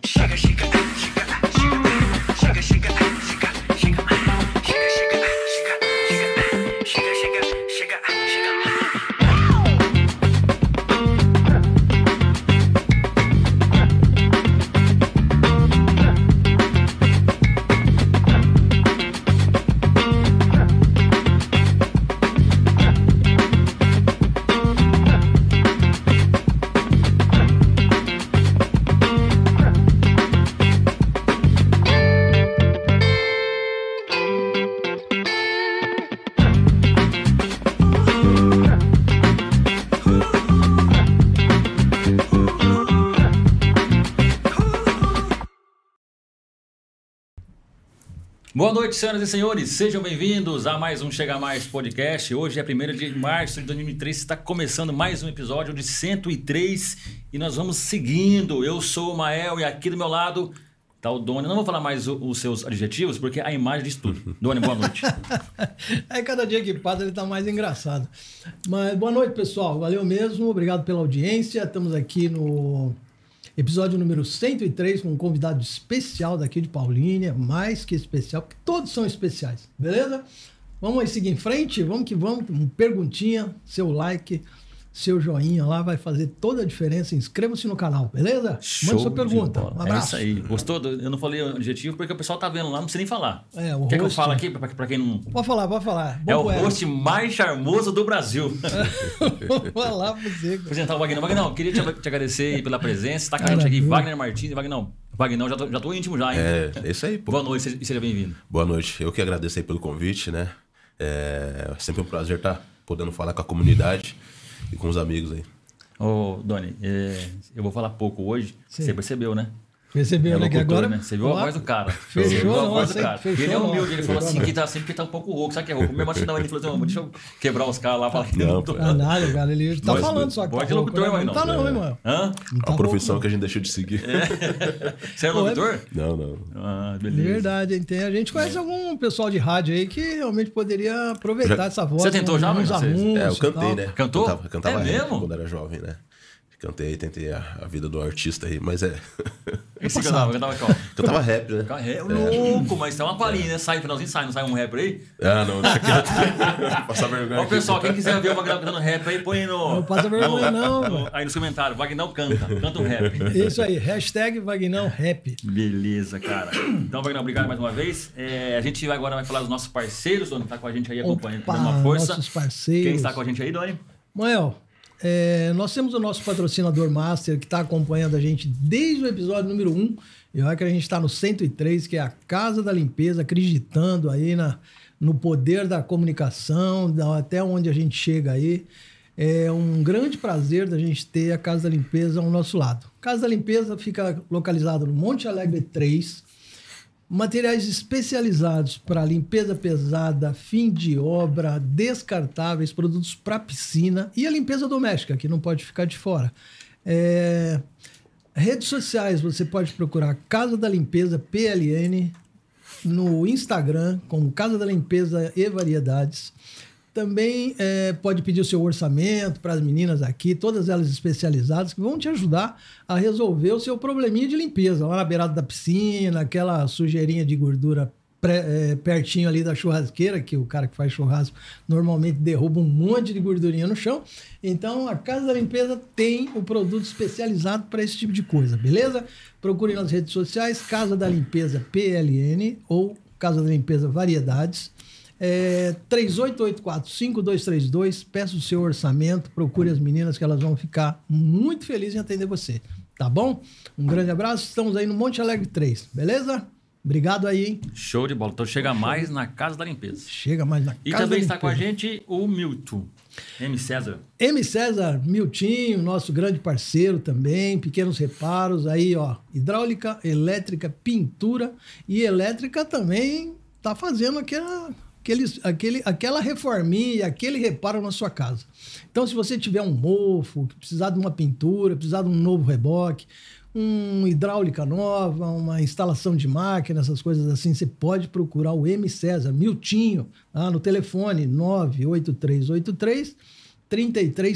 Boa noite, senhoras e senhores, sejam bem-vindos a mais um Chega Mais Podcast. Hoje é 1º de março de 2023, está começando mais um episódio de 103 e nós vamos seguindo. Eu sou o Mael e aqui do meu lado está o Doni. Não vou falar mais os seus adjetivos porque a imagem diz tudo. Doni, boa noite. Aí cada dia que passa ele está mais engraçado. Mas boa noite, pessoal. Valeu mesmo, obrigado pela audiência. Estamos aqui no episódio número 103 com um convidado especial daqui de Paulínia, mais que especial, porque todos são especiais, beleza? Vamos aí seguir em frente, vamos que vamos, perguntinha, seu like, seu joinha lá vai fazer toda a diferença, inscreva-se no canal, beleza? Show. Manda sua pergunta, um abraço. É isso aí, gostou? Eu não falei o adjetivo porque o pessoal tá vendo lá, não precisa nem falar. O Quer que eu fale aqui pra quem não... Pode falar. É o host mais charmoso do Brasil. Vou falar pra você. Apresentar o Vagnão. Vagnão, queria te agradecer pela presença. Está com a gente aqui, Wagner Martins. Vagnão, já tô íntimo já, hein? É isso aí, pô. Boa noite e seja bem-vindo. Boa noite. Eu que agradeço aí pelo convite, né? É sempre um prazer estar podendo falar com a comunidade e com os amigos aí. Ô, Doni, eu vou falar pouco hoje. Sim. Você percebeu, né? Percebeu, né? Que agora... Né? Você viu a voz do cara. Fechou, a voz do cara. Fechou, ele é humilde, ele falou assim que tá sempre que tá um pouco rouco. Sabe que é rouco? Mesmo assim, ele falou assim, deixa eu quebrar os caras lá. Não, nada, cara. Ele tá falando só que pode locutor, mas não tá não, irmão. Hã? A profissão que a gente deixou de seguir. Você é locutor? Não. Ah, beleza. Verdade, a gente conhece algum pessoal de rádio aí que realmente poderia aproveitar essa voz. Você tentou já, mas eu cantei, né? Cantou? Cantava mesmo? quando era jovem, né? Tentei a vida do artista aí, mas é... Você cantava qual? Cantava rap, né? Louco, mas tem uma palhinha, né? Sai no finalzinho, não sai um rap aí? Ah, não, deixa quieto. Passar vergonha. Ó, pessoal, quem quiser ver o Vagnão cantando rap aí, põe no... Não passa vergonha não. Aí nos comentários, Vagnão canta um rap. Isso aí, hashtag Vagnão Rap. Beleza, cara. Então, Vagnão, obrigado mais uma vez. A gente agora vai falar dos nossos parceiros, Doni, que tá com a gente aí acompanhando, dando uma força. Nossos parceiros. Quem está com a gente aí, Doni? Mael, nós temos o nosso patrocinador master que está acompanhando a gente desde o episódio número 1. E olha que a gente está no 103, que é a Casa da Limpeza, acreditando aí no poder da comunicação, até onde a gente chega aí. É um grande prazer da gente ter a Casa da Limpeza ao nosso lado. A Casa da Limpeza fica localizada no Monte Alegre 3. Materiais especializados para limpeza pesada, fim de obra, descartáveis, produtos para piscina e a limpeza doméstica, que não pode ficar de fora. Redes sociais, você pode procurar Casa da Limpeza PLN no Instagram, como Casa da Limpeza e Variedades. Também pode pedir o seu orçamento para as meninas aqui, todas elas especializadas, que vão te ajudar a resolver o seu probleminha de limpeza, lá na beirada da piscina, aquela sujeirinha de gordura pertinho ali da churrasqueira, que o cara que faz churrasco normalmente derruba um monte de gordurinha no chão. Então, a Casa da Limpeza tem o produto especializado para esse tipo de coisa, beleza? Procure nas redes sociais, Casa da Limpeza PLN ou Casa da Limpeza Variedades. 3884-5232, peça o seu orçamento, procure as meninas que elas vão ficar muito felizes em atender você, tá bom? Um grande abraço, estamos aí no Monte Alegre 3, beleza? Obrigado aí, hein? Show de bola, então chega mais na Casa da Limpeza. Chega mais na Casa da Limpeza. E também está com a gente o Milton, M. César. M. César, Miltinho, nosso grande parceiro também, pequenos reparos aí, ó, hidráulica, elétrica, pintura e elétrica também tá fazendo aquela reforminha, aquele reparo na sua casa. Então, se você tiver um mofo, precisar de uma pintura, precisar de um novo reboque, uma hidráulica nova, uma instalação de máquina, essas coisas assim, você pode procurar o M. César, Miltinho, no telefone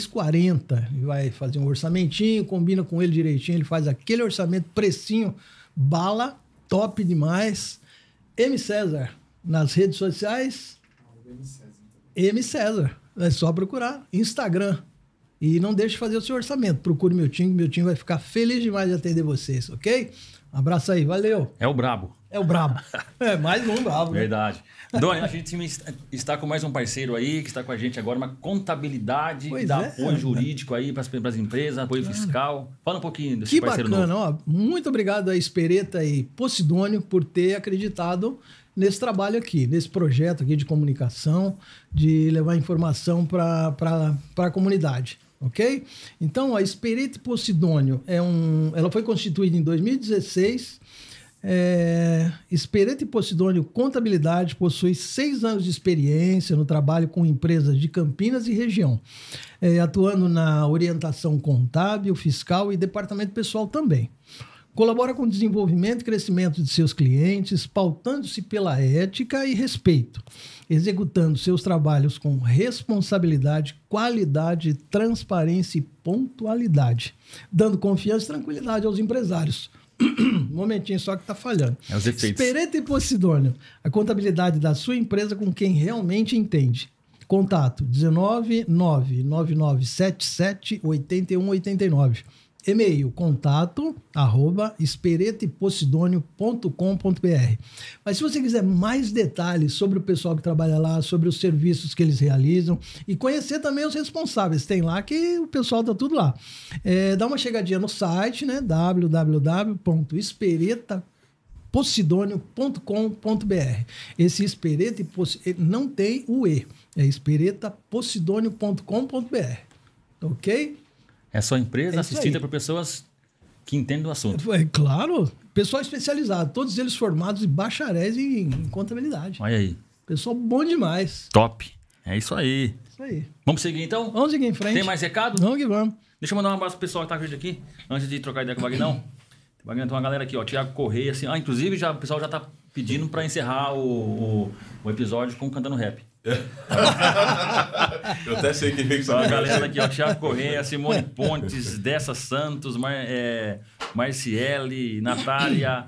98383-3340. Ele vai fazer um orçamentinho, combina com ele direitinho, ele faz aquele orçamento precinho Bala, top demais. M. César, nas redes sociais. M. César, é só procurar. Instagram. E não deixe de fazer o seu orçamento. Procure meu time vai ficar feliz demais de atender vocês, ok? Um abraço aí, valeu. É o brabo. É o brabo. É mais um brabo. Né? Verdade. Doni, a gente está com mais um parceiro aí, que está com a gente agora, uma contabilidade, Pois que dá é, apoio jurídico aí para as empresas, apoio fiscal. Fala um pouquinho desse Que parceiro bacana, novo. ó. Muito obrigado a Espereta e Posidônio por ter acreditado nesse trabalho aqui, nesse projeto aqui de comunicação, de levar informação para a comunidade. Ok? Então, a Espereta e Posidônio ela foi constituída em 2016. Espereta e Posidônio Contabilidade possui 6 anos de experiência no trabalho com empresas de Campinas e região, atuando na orientação contábil, fiscal e departamento pessoal também. Colabora com o desenvolvimento e crescimento de seus clientes, pautando-se pela ética e respeito, executando seus trabalhos com responsabilidade, qualidade, transparência e pontualidade, dando confiança e tranquilidade aos empresários. Um momentinho só que tá falhando. É os efeitos. Espereta e Posidônio, a contabilidade da sua empresa com quem realmente entende. Contato 19999778189. E-mail contato@esperetaeposidonio.com.br. Mas se você quiser mais detalhes sobre o pessoal que trabalha lá, sobre os serviços que eles realizam e conhecer também os responsáveis, tem lá que o pessoal tá tudo lá. Dá uma chegadinha no site, né? www.esperetaposidonio.com.br. Esse Espereta e Posidônio não tem o E, é esperetaposidonio.com.br. Ok? É sua empresa É isso assistida aí. por pessoas que entendem do assunto. É claro, pessoal especializado, todos eles formados em bacharéis em contabilidade. Olha aí. Pessoal bom demais. Top. É isso aí. Isso aí. Vamos seguir então? Vamos seguir em frente. Tem mais recado? Vamos que vamos. Deixa eu mandar um abraço pro pessoal que tá com a gente aqui, antes de trocar ideia com o Vagnão. O Vagnão tem uma galera aqui, ó, Tiago Correia, assim. Inclusive o pessoal já tá pedindo para encerrar o episódio com Cantando Rap. Eu até sei quem fez Só a galera aqui, ó, Tiago Correia, Simone Pontes, Dessa Santos, Marciele, Natália,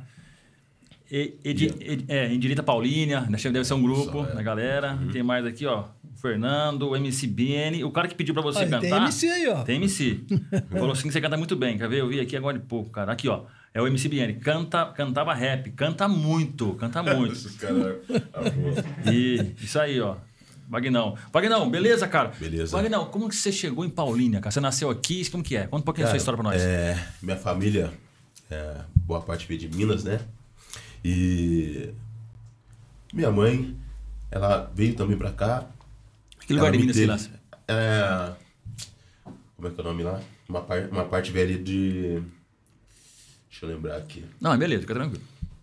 Indirita Paulínia, deve ser um grupo da galera. Tem mais aqui, ó, Fernando, o MC BN, o cara que pediu pra você cantar. Tem MC aí, ó. Tem MC. Falou assim que você canta muito bem, quer ver? Eu vi aqui agora de pouco, cara. Aqui, ó, é o MC BN, cantava rap, canta muito. Esses caras... E isso aí, ó. Vagnão, beleza, cara? Beleza. Vagnão, como que você chegou em Paulínia, cara? Você nasceu aqui, como que é? Conta um pouquinho a sua história pra nós. Minha família, boa parte veio de Minas, né? E minha mãe, ela veio também pra cá. Que lugar de Minas teve, que nasce? como é que é o nome lá? Uma parte velha de... Deixa eu lembrar aqui. Não, beleza, fica tranquilo.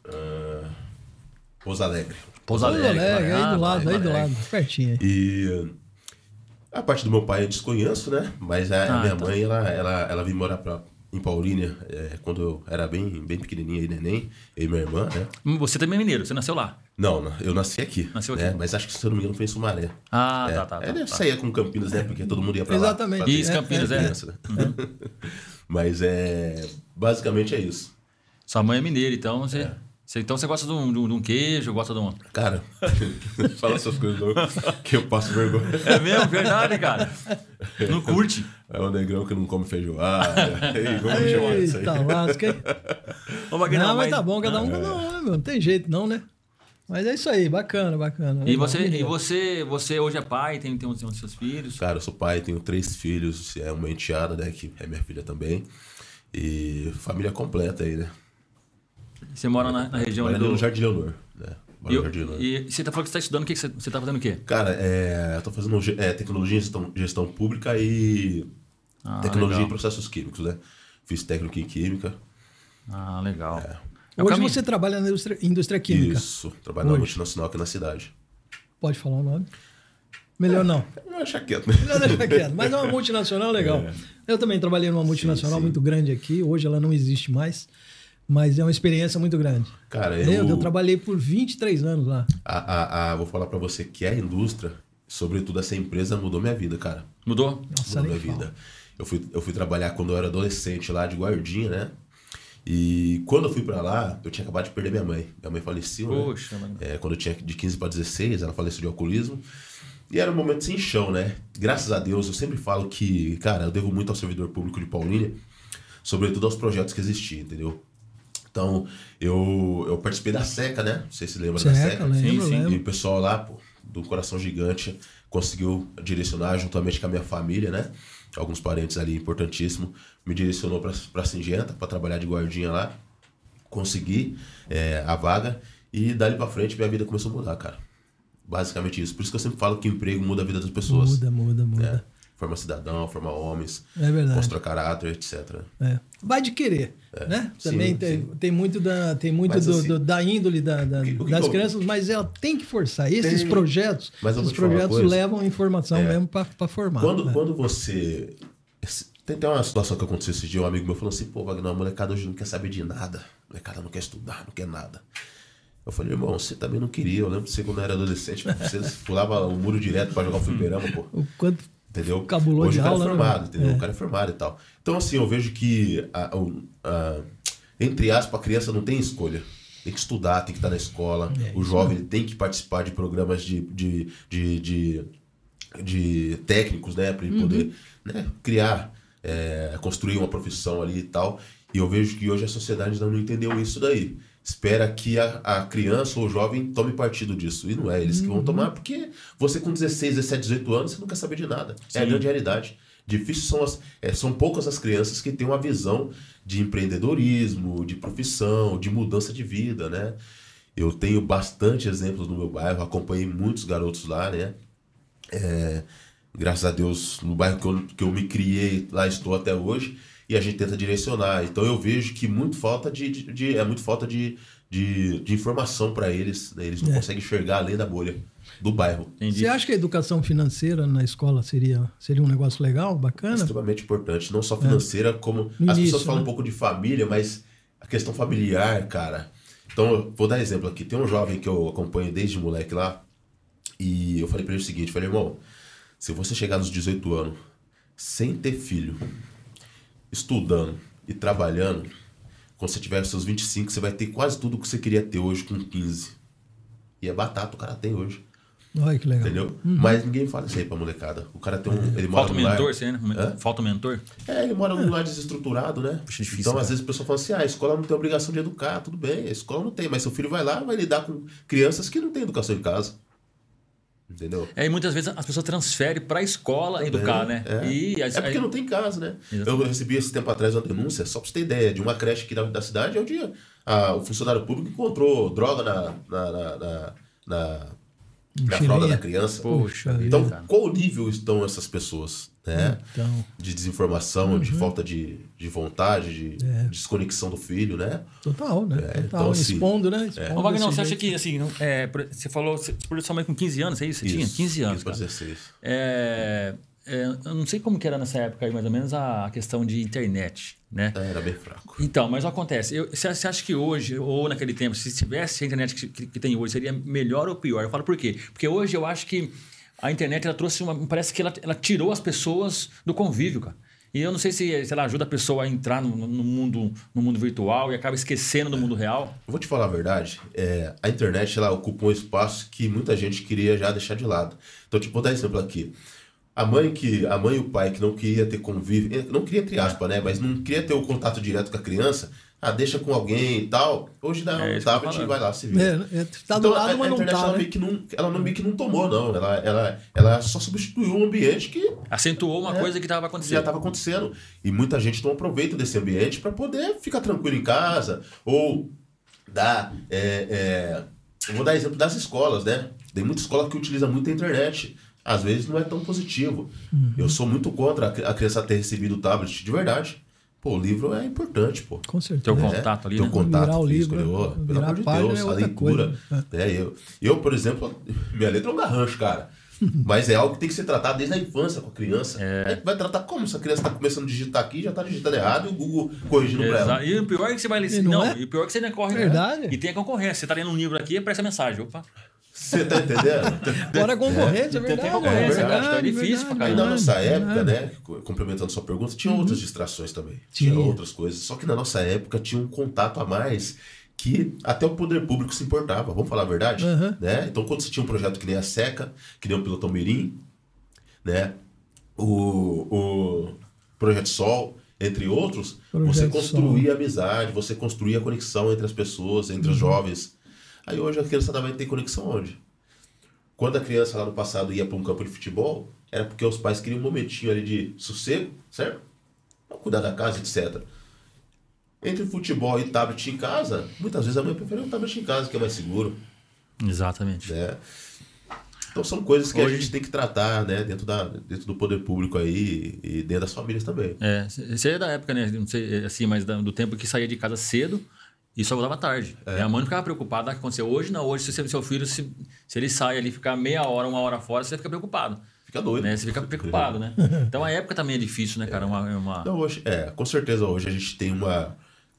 Pouso Alegre. Pouso Alegre. Aí do lado, pertinho aí. E a parte do meu pai eu desconheço, né? Mas a minha mãe, ela veio morar em Paulínia quando eu era bem pequenininha, aí, neném, eu e minha irmã, né? Você também é mineiro, você nasceu lá? Não, eu nasci aqui. Nasceu aqui. Né? Mas acho que, se eu não me engano, foi em Sumaré. Tá. Saía com Campinas, né? Porque todo mundo ia pra lá. Exatamente. Isso, Campinas, criança, né? Mas basicamente é isso. Sua mãe é mineira, então você gosta de um queijo, gosta de um... Cara, fala essas coisas não, que eu passo vergonha. É mesmo? Verdade, cara. Não curte? É o negrão que não come feijoada. Vamos chamar isso aí. Eita, lasca, hein? Ô, Vagnão, Não, mas tá bom, cada um, não tem jeito não, né? Mas é isso aí, bacana. E Legal, você hoje é pai, tem os seus filhos? Cara, eu sou pai, tenho 3 filhos, uma enteada, né, que é minha filha também. E família completa aí, né? Você mora na região ali do... no Jardim Leonor, né? E você falou que você tá estudando, o que você tá fazendo o quê? Cara, eu tô fazendo tecnologia em gestão pública e tecnologia legal. em processos químicos, né? Fiz técnico em química. Legal. Hoje você trabalha na indústria química. Isso, trabalho na multinacional aqui na cidade. Pode falar o nome? Melhor não. Melhor deixar quieto, né? Melhor deixar quieto. Mas é uma multinacional legal. Eu também trabalhei numa multinacional muito grande aqui. Hoje ela não existe mais. Mas é uma experiência muito grande. Cara, eu trabalhei por 23 anos lá. Vou falar pra você que a indústria, sobretudo essa empresa, mudou minha vida, cara. Mudou? Nossa, mudou minha vida. Eu fui trabalhar quando eu era adolescente lá de guardinha, né? E quando eu fui pra lá, eu tinha acabado de perder minha mãe. Minha mãe faleceu, Poxa, né? Quando eu tinha de 15 para 16, ela faleceu de alcoolismo. E era um momento sem chão, né? Graças a Deus, eu sempre falo que, cara, eu devo muito ao servidor público de Paulínia, sobretudo aos projetos que existiam, entendeu? Então, eu participei da SECA, né? Não sei se lembra da SECA. Lembro. E o pessoal lá, pô, do Coração Gigante, conseguiu direcionar juntamente com a minha família, né? Alguns parentes ali importantíssimos, me direcionou pra Singenta, pra trabalhar de guardinha lá. Consegui a vaga e dali pra frente minha vida começou a mudar, cara. Basicamente isso. Por isso que eu sempre falo que o emprego muda a vida das pessoas. Muda. Forma cidadão, forma homens, É verdade. mostra caráter, etc. Vai de querer, né? Sim, Também tem muito Mas, assim, da índole das crianças, mas ela tem que forçar. Esses projetos, levam informação mesmo para formar. Quando você... Tem uma situação que aconteceu esse dia, um amigo meu falou assim, pô, Wagner, a molecada hoje não quer saber de nada. A molecada não quer estudar, não quer nada. Eu falei, irmão, você também não queria. Eu lembro de você quando eu era adolescente, você pulava o muro direto para jogar o fliperama, pô. O quanto entendeu? cabulou hoje de o cara aula, é formado, né? entendeu? O cara é formado e tal. Então, assim, eu vejo que, entre aspas, a criança não tem escolha. Tem que estudar, tem que estar na escola. O jovem ele tem que participar de programas de técnicos, né? Para ele poder, né, criar, construir uma profissão ali e tal. E eu vejo que hoje a sociedade ainda não entendeu isso daí. Espera que a criança ou o jovem tome partido disso. E não é eles que vão tomar, porque você com 16, 17, 18 anos, você não quer saber de nada. Sim. É a grande realidade. Difícil são poucas as crianças que têm uma visão de empreendedorismo, de profissão, de mudança de vida, né? Eu tenho bastante exemplos no meu bairro, acompanhei muitos garotos lá, né? Graças a Deus, no bairro que eu me criei, lá estou até hoje. E a gente tenta direcionar. Então eu vejo que é muito falta de informação para eles, né? Eles não conseguem enxergar além da bolha do bairro. Entendi. Você acha que a educação financeira na escola seria um negócio legal, bacana? Extremamente importante. Não só financeira, como... As pessoas falam um pouco de família, mas a questão familiar, cara... Então, eu vou dar exemplo aqui. Tem um jovem que eu acompanho desde moleque lá, e eu falei para ele o seguinte, falei, irmão, se você chegar nos 18 anos sem ter filho... estudando e trabalhando, quando você tiver os seus 25, você vai ter quase tudo que você queria ter hoje com 15. E é batata, o cara tem hoje. Olha que legal. Entendeu? Mas ninguém fala isso aí pra molecada. O cara tem ele mora Falta num mentor, lar... você, né? Falta um mentor? Ele mora num lar desestruturado, né? Puxa, difícil, então, cara. às vezes, a pessoa fala assim, a escola não tem obrigação de educar. Tudo bem, a escola não tem. Mas seu filho vai lá, vai lidar com crianças que não têm educação em casa. Entendeu? E muitas vezes as pessoas transferem para a escola educar, né? Porque não tem casa, né? Exatamente. Eu recebi esse tempo atrás uma denúncia, só pra você ter ideia, de uma creche aqui da cidade, onde o funcionário público encontrou droga na fralda da criança. Poxa, então, qual nível estão essas pessoas? Né? Então, de desinformação, de falta de vontade, de desconexão do filho, né? Total, né? Total. Então, assim, expondo, né? Ô, Wagner, você acha que, assim, você falou, você perdeu sua mãe com 15 anos, é isso? Você tinha 15 anos, 15 para 16. Eu não sei como que era nessa época aí, mais ou menos, a questão de internet, né? Era bem fraco. Então, mas acontece. Você acha que hoje, ou naquele tempo, se tivesse a internet que tem hoje, seria melhor ou pior? Eu falo por quê? Porque hoje eu acho que a internet, ela trouxe parece que ela tirou as pessoas do convívio, cara. E eu não sei se ela ajuda a pessoa a entrar no mundo virtual e acaba esquecendo do mundo real. Eu vou te falar a verdade. A internet, ela ocupa um espaço que muita gente queria já deixar de lado. Então, vou dar exemplo aqui. A mãe e o pai que não queria ter convívio, não queria entre aspas, né? Mas não queria ter o contato direto com a criança, deixa com alguém e tal. Hoje dá um tablet e vai lá, se vira. Tá do lado, mas não tá, ela meio que não tomou, não. Ela só substituiu um ambiente que... Acentuou uma coisa que estava acontecendo. Já estava acontecendo. E muita gente toma proveito desse ambiente para poder ficar tranquilo em casa ou dar... eu vou dar exemplo das escolas, né? Tem muita escola que utiliza muito a internet. Às vezes não é tão positivo. Eu sou muito contra a criança ter recebido o tablet, de verdade. Pô, o livro é importante, pô. Com certeza. Teu contato ali, Teu contato virar o físico, livro, pelo amor de Deus, a leitura. Eu, por exemplo, minha letra é um garrancho, cara. Mas é algo que tem que ser tratado desde a infância com a criança. Vai tratar como? Se a criança está começando a digitar aqui, já está digitando errado e o Google corrigindo para ela. E o pior é que você vai ler. E o pior é que você não corre. Verdade. E tem a concorrência. Você está lendo um livro aqui e aparece a mensagem. Opa. Você tá entendendo? Agora a concorrência, é verdade. Tem concorrência, cara. Então é difícil verdade, pra caramba. E na nossa verdade. época, né? Complementando sua pergunta, tinha outras distrações também. Tinha outras coisas. Só que na nossa época tinha um contato a mais que até o poder público se importava. Vamos falar a verdade? Né? Então, quando você tinha um projeto que nem a Seca, que nem o Pilotão Mirim, né? O Projeto Sol, entre outros, você construía amizade, você construía conexão entre as pessoas, entre os jovens. Aí hoje a criança também tem conexão onde? Quando a criança lá no passado ia para um campo de futebol, era porque os pais queriam um momentinho ali de sossego, certo? Pra cuidar da casa, etc. Entre futebol e tablet em casa, muitas vezes a mãe prefere um tablet em casa, que é mais seguro. Exatamente. Né? Então são coisas que a gente tem que tratar, né, dentro do poder público aí e dentro das famílias também. Você é da época, né? Não sei assim, mas do tempo que saía de casa cedo e só voltava tarde. A mãe não ficava preocupada com o que aconteceu. Hoje não, hoje se seu filho, se ele sai ali, ficar meia hora, 1 hora fora, você fica preocupado. Fica doido. Né? Você fica preocupado, né? Então a época também é difícil, né, cara? Não, hoje, com certeza hoje a gente tem uma...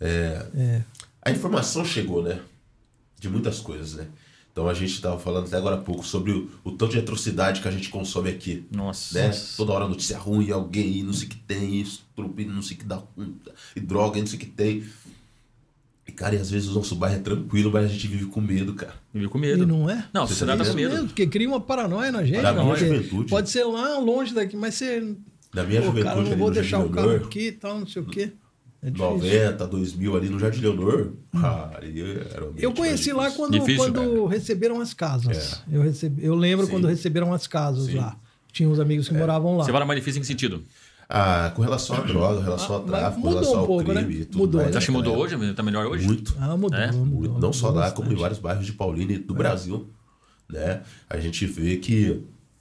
A informação chegou, né? De muitas coisas, né? Então a gente estava falando até agora há pouco sobre o tanto de atrocidade que a gente consome aqui. Nossa. Né? Toda hora notícia ruim, alguém, não sei o que tem, estupro, não sei o que dá, e droga, não sei o que tem. E, cara, e às vezes o nosso bairro é tranquilo, mas a gente vive com medo, cara. Vive com medo. E não é? Não, você tá com medo. Porque cria uma paranoia na gente. Na minha porque juventude. pode ser lá longe daqui, mas você... Na minha juventude, cara, não ali vou no deixar Jardim o carro Leonor, aqui e tal, não sei o quê. É difícil. 90, 2000 ali no Jardim Leonor. Ali era um Eu conheci lá quando receberam as casas. Eu lembro quando receberam as casas lá. Tinha uns amigos que moravam lá. Você fala mais difícil em que sentido? Com relação à droga, com relação ao tráfico, com mudou relação ao um pouco, crime né? e tudo Mudou, mais. Você acha que mudou hoje? Tá melhor hoje? Muito. Mudou. Muito. Não só lá, como em bastante. vários bairros de Paulínia e do Brasil. Né? A gente vê que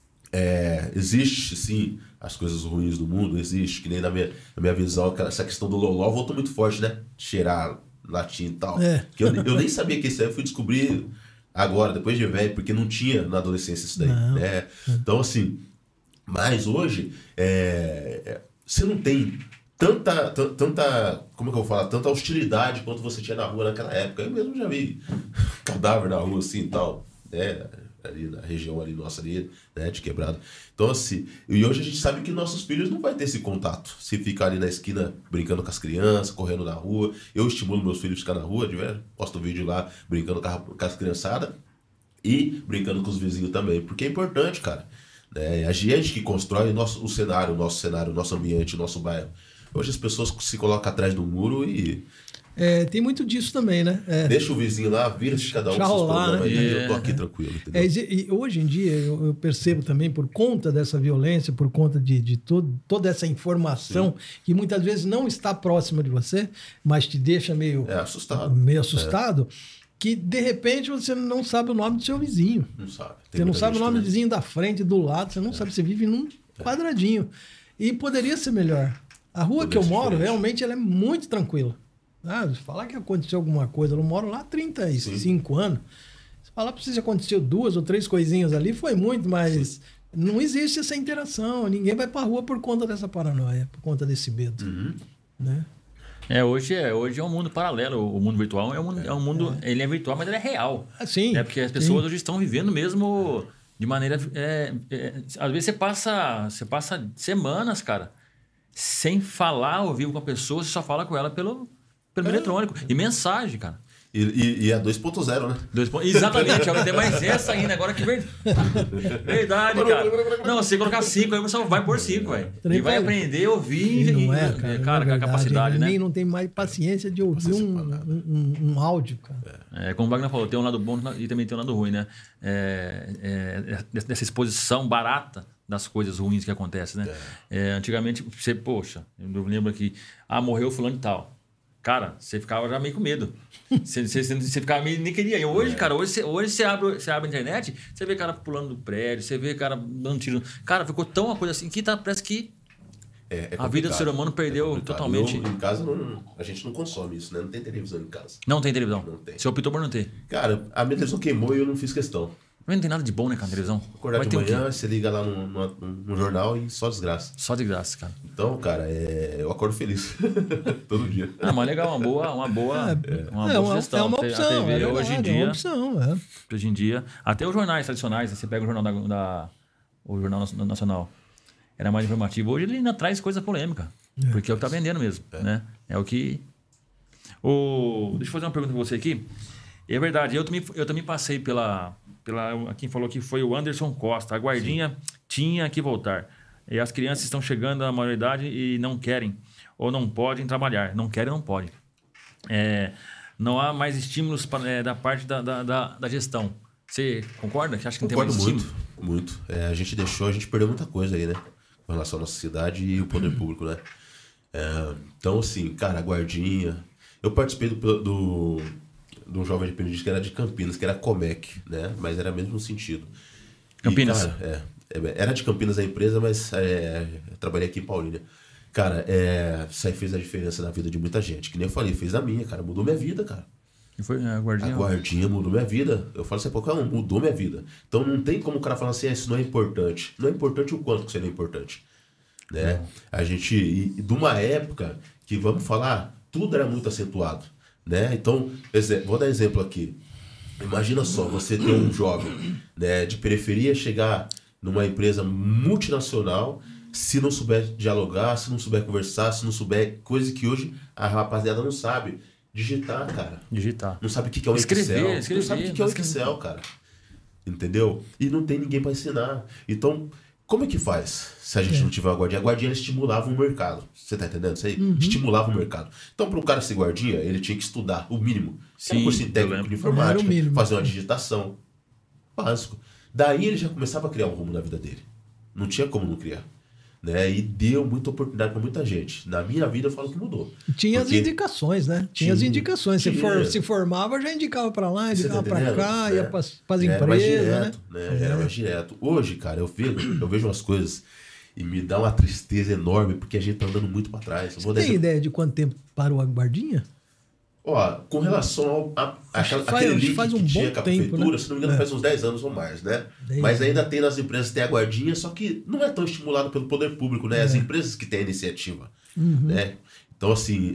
existe, sim, as coisas ruins do mundo, existe, que nem na minha visão, essa questão do loló voltou muito forte, né? Cheirar latim e tal. Que eu nem sabia que isso aí, eu fui descobrir agora, depois de velho, porque não tinha na adolescência isso daí. Né? Então, assim, mas hoje, você não tem tanta, como é que eu vou falar, tanta hostilidade quanto você tinha na rua naquela época. Eu mesmo já vi cadáver na rua assim e tal, né? Ali na região ali nossa ali, né, de Quebrada. Então assim, e hoje a gente sabe que nossos filhos não vai ter esse contato. Se ficar ali na esquina brincando com as crianças, correndo na rua, eu estimulo meus filhos a ficar na rua, posto vídeo lá brincando com as criançadas e brincando com os vizinhos também, porque é importante, cara. Né? A gente que constrói o nosso cenário, o nosso ambiente, o nosso bairro. Hoje as pessoas se colocam atrás do muro e... tem muito disso também, né? Deixa o vizinho lá, vira-se cada um com seus problemas, né? Eu tô aqui tranquilo, entendeu? E hoje em dia eu percebo também, por conta dessa violência, por conta de toda essa informação que muitas vezes não está próxima de você, mas te deixa meio assustado, que de repente você não sabe o nome do seu vizinho. Não sabe. Você não sabe o nome do vizinho da frente, do lado, você não sabe, você vive num quadradinho. E poderia ser melhor. A rua que eu moro, realmente, ela é muito tranquila. Falar que aconteceu alguma coisa, eu moro lá há 35 anos. Se falar para você se aconteceu 2 ou 3 coisinhas ali, foi muito, mas não existe essa interação. Ninguém vai para a rua por conta dessa paranoia, por conta desse medo. Né? Hoje é um mundo paralelo. O mundo virtual é um mundo. Ele é virtual, mas ele é real. Sim. Porque as pessoas hoje estão vivendo mesmo de maneira. Às vezes você passa semanas, cara, sem falar ao vivo com a pessoa, você só fala com ela pelo eletrônico. E mensagem, cara. E a 2.0, né? Exatamente, tem mais essa ainda, agora que verdade, cara. Não, se colocar 5, aí o pessoal vai por 5, velho. E vai aprender a ouvir. Cara, a capacidade, né? Não tem mais paciência de ouvir um áudio, cara. Como o Wagner falou, tem um lado bom e também tem um lado ruim, né? Dessa exposição barata das coisas ruins que acontecem, né? Antigamente, eu lembro que morreu fulano e tal. Cara, você ficava já meio com medo. Você ficava meio... Nem queria. E hoje, cara, hoje você abre a internet, você vê cara pulando do prédio, você vê cara dando tiro. Cara, ficou tão uma coisa assim que parece que a vida do ser humano perdeu totalmente. Em casa, a gente não consome isso, né? Não tem televisão em casa. Não tem televisão? Não tem. Você optou por não ter? Cara, a minha televisão queimou e eu não fiz questão. Não tem nada de bom, né, cara, na televisão. Acordar Vai de ter o manhã, quê? você liga lá no jornal e só desgraça. Só de graça, cara. Então, cara, eu acordo feliz. Todo dia. Ah, mas legal, uma boa sugestão. É uma A opção. TV, É verdade, hoje em é dia, uma opção, hoje em dia, até os jornais tradicionais, né, você pega o jornal o Jornal Nacional, era mais informativo. Hoje ele ainda traz coisa polêmica, porque é o que tá vendendo mesmo, né? É o que... Deixa eu fazer uma pergunta pra você aqui. É verdade, eu também passei pela... Quem falou que foi o Anderson Costa. A guardinha tinha que voltar. E as crianças estão chegando à maioridade e não querem ou não podem trabalhar. Não querem, não podem. Não há mais estímulos da parte da gestão. Você concorda? Você acha que não tem mais estímulo? Muito. A gente perdeu muita coisa aí, né? Com relação à nossa cidade e o poder público, né? Então, assim, cara, a guardinha... Eu participei de um jovem aprendiz que era de Campinas, que era Comec, né? Mas era mesmo no sentido. Campinas? E, cara, era de Campinas a empresa, mas eu trabalhei aqui em Paulínia. Cara, isso aí fez a diferença na vida de muita gente. Que nem eu falei, fez a minha, cara. Mudou minha vida, cara. E foi a guardinha? A guardinha mudou minha vida. Eu falo assim, mudou minha vida. Então não tem como o cara falar assim, isso não é importante. Não é importante o quanto que isso não é importante. Né? A gente, de uma época que, vamos falar, tudo era muito acentuado. Né? Então, vou dar exemplo aqui. Imagina só, você ter um jovem, né, de periferia chegar numa empresa multinacional, se não souber dialogar, se não souber conversar, se não souber coisa que hoje a rapaziada não sabe. Digitar, cara. Digitar. Não sabe o que é o Excel. Não sabe o que é o Excel, cara. Entendeu? E não tem ninguém para ensinar. Então, como é que faz se a gente não tiver uma guardinha? A guardinha estimulava o mercado. Você tá entendendo isso aí? Estimulava o mercado. Então, para um cara ser guardinha, ele tinha que estudar o mínimo. Sim, um curso técnico de informática, fazer uma digitação. Básico. Daí ele já começava a criar um rumo na vida dele. Não tinha como não criar. Né? E deu muita oportunidade para muita gente. Na minha vida eu falo que mudou. Tinha as indicações, né? Tinha as indicações. Se formava, já indicava para lá, indicava para cá, né? ia para as empresas. Mais direto, né? Era mais direto. Hoje, cara, eu vejo umas coisas e me dá uma tristeza enorme porque a gente tá andando muito para trás. Você tem ideia de quanto tempo parou a guardinha? Ó, com relação àquele link que tinha com a prefeitura, né? se não me engano, faz uns 10 anos ou mais, né? Mas ainda tem nas empresas que tem a guardinha, só que não é tão estimulado pelo poder público, né? As empresas que têm a iniciativa, né? Então, assim,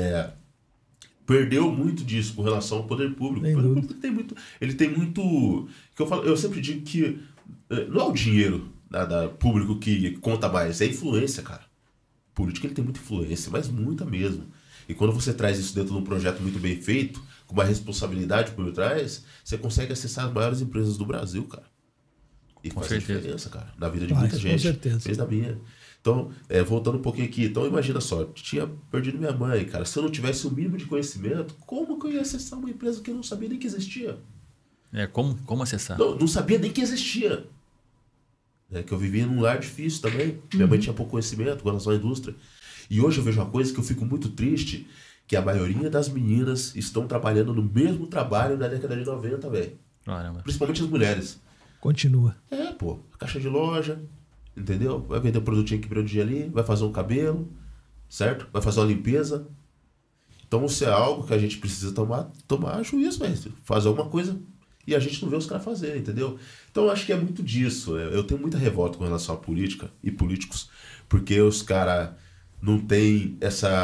perdeu muito disso com relação ao poder público. O poder público ele tem muito... Que eu sempre digo que não é o dinheiro público que conta mais, é a influência, cara. O político ele tem muita influência, mas muita mesmo. E quando você traz isso dentro de um projeto muito bem feito, com uma responsabilidade por trás, você consegue acessar as maiores empresas do Brasil, cara. E faz a diferença, cara, na vida de muita gente. Com certeza. Fez na minha. Então, voltando um pouquinho aqui. Então, imagina só, eu tinha perdido minha mãe, cara. Se eu não tivesse o mínimo de conhecimento, como que eu ia acessar uma empresa que eu não sabia nem que existia? Como acessar? Não sabia nem que existia. Que eu vivia num lar difícil também. Minha mãe tinha pouco conhecimento com relação à indústria. E hoje eu vejo uma coisa que eu fico muito triste, que a maioria das meninas estão trabalhando no mesmo trabalho na década de 90, velho. Principalmente as mulheres. Continua. Caixa de loja, entendeu? Vai vender um produtinho aqui para o dia ali, vai fazer um cabelo, certo? Vai fazer uma limpeza. Então isso é algo que a gente precisa tomar juízo, velho. Fazer alguma coisa e a gente não vê os caras fazerem, entendeu? Então eu acho que é muito disso. Eu tenho muita revolta com relação à política e políticos, porque os caras não tem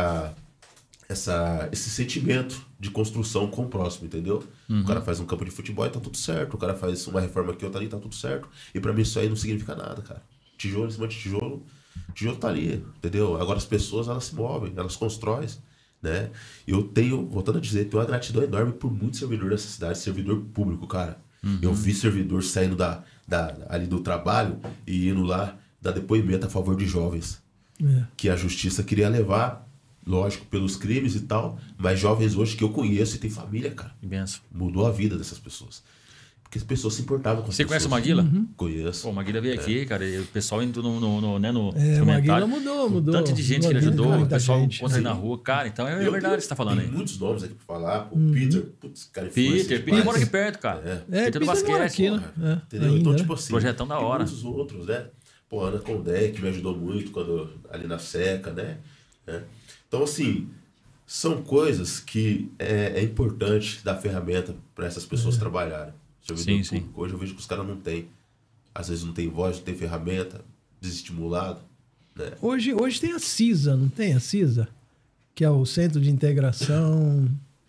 esse sentimento de construção com o próximo, entendeu? O cara faz um campo de futebol e tá tudo certo. O cara faz uma reforma aqui, outra ali, tá tudo certo. E pra mim isso aí não significa nada, cara. Tijolo em cima de tijolo, tijolo tá ali, entendeu? Agora as pessoas, elas se movem, elas constroem, né? Eu tenho, voltando a dizer, tenho uma gratidão enorme por muito servidor dessa cidade, servidor público, cara. Eu vi servidor saindo ali do trabalho e indo lá dar depoimento a favor de jovens. Que a justiça queria levar, lógico, pelos crimes e tal, mas jovens hoje que eu conheço e tem família, cara. Imenso. Mudou a vida dessas pessoas. Porque as pessoas se importavam com as pessoas. Você conhece o Maguila? Conheço. O Maguila veio aqui, cara, e o pessoal indo no o Maguila mudou. Tanto de gente que ele ajudou, o pessoal encontra na rua. Cara, então é verdade o que você tá falando aí. Tem muitos nomes aqui pra falar. Peter, cara, Peter mora aqui perto, cara. Peter do basquete. Aqui, né? Entendeu? Então, tipo assim... Projetão da hora. Muitos outros, né? Ana Condé, que me ajudou muito ali na seca, né? Então, assim, são coisas que é importante dar ferramenta para essas pessoas trabalharem, Servidor público. Hoje eu vejo que os caras não têm. Às vezes não tem voz, não tem ferramenta, desestimulado. Né? Hoje tem a CISA, não tem a CISA? Que é o Centro de Integração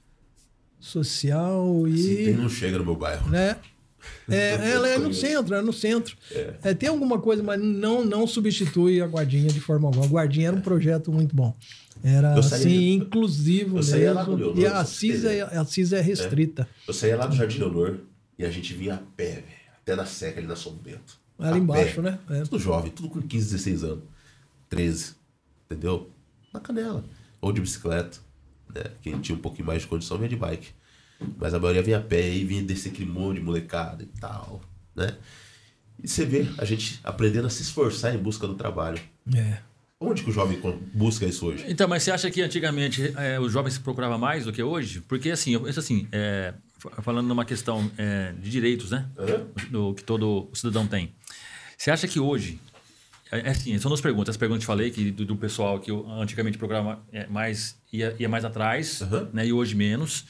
Social e... Sim, não chega no meu bairro. Né? Ela é no centro. Tem alguma coisa, mas não substitui a Guardinha de forma alguma. A Guardinha era um projeto muito bom. Era assim, inclusivo mesmo. E a CISA é restrita. Eu saía lá do Jardim Leonor e a gente vinha a pé, velho, até na Seca, ali na São Bento. Ali embaixo, né? Tudo jovem, tudo com 15, 16 anos. 13, entendeu? Na canela. Ou de bicicleta. Né? Quem tinha um pouquinho mais de condição vinha de bike. Mas a maioria vinha a pé e vinha desse aquele monte de molecada e tal, né? E você vê a gente aprendendo a se esforçar em busca do trabalho. Onde que o jovem busca isso hoje? Então, mas você acha que antigamente os jovens procuravam mais do que hoje? Porque assim, eu penso assim, falando numa questão de direitos, né? Do que todo cidadão tem. Você acha que hoje... Assim, são duas perguntas. As perguntas que eu falei, que do pessoal que antigamente procurava mais, ia mais atrás, né? E hoje menos.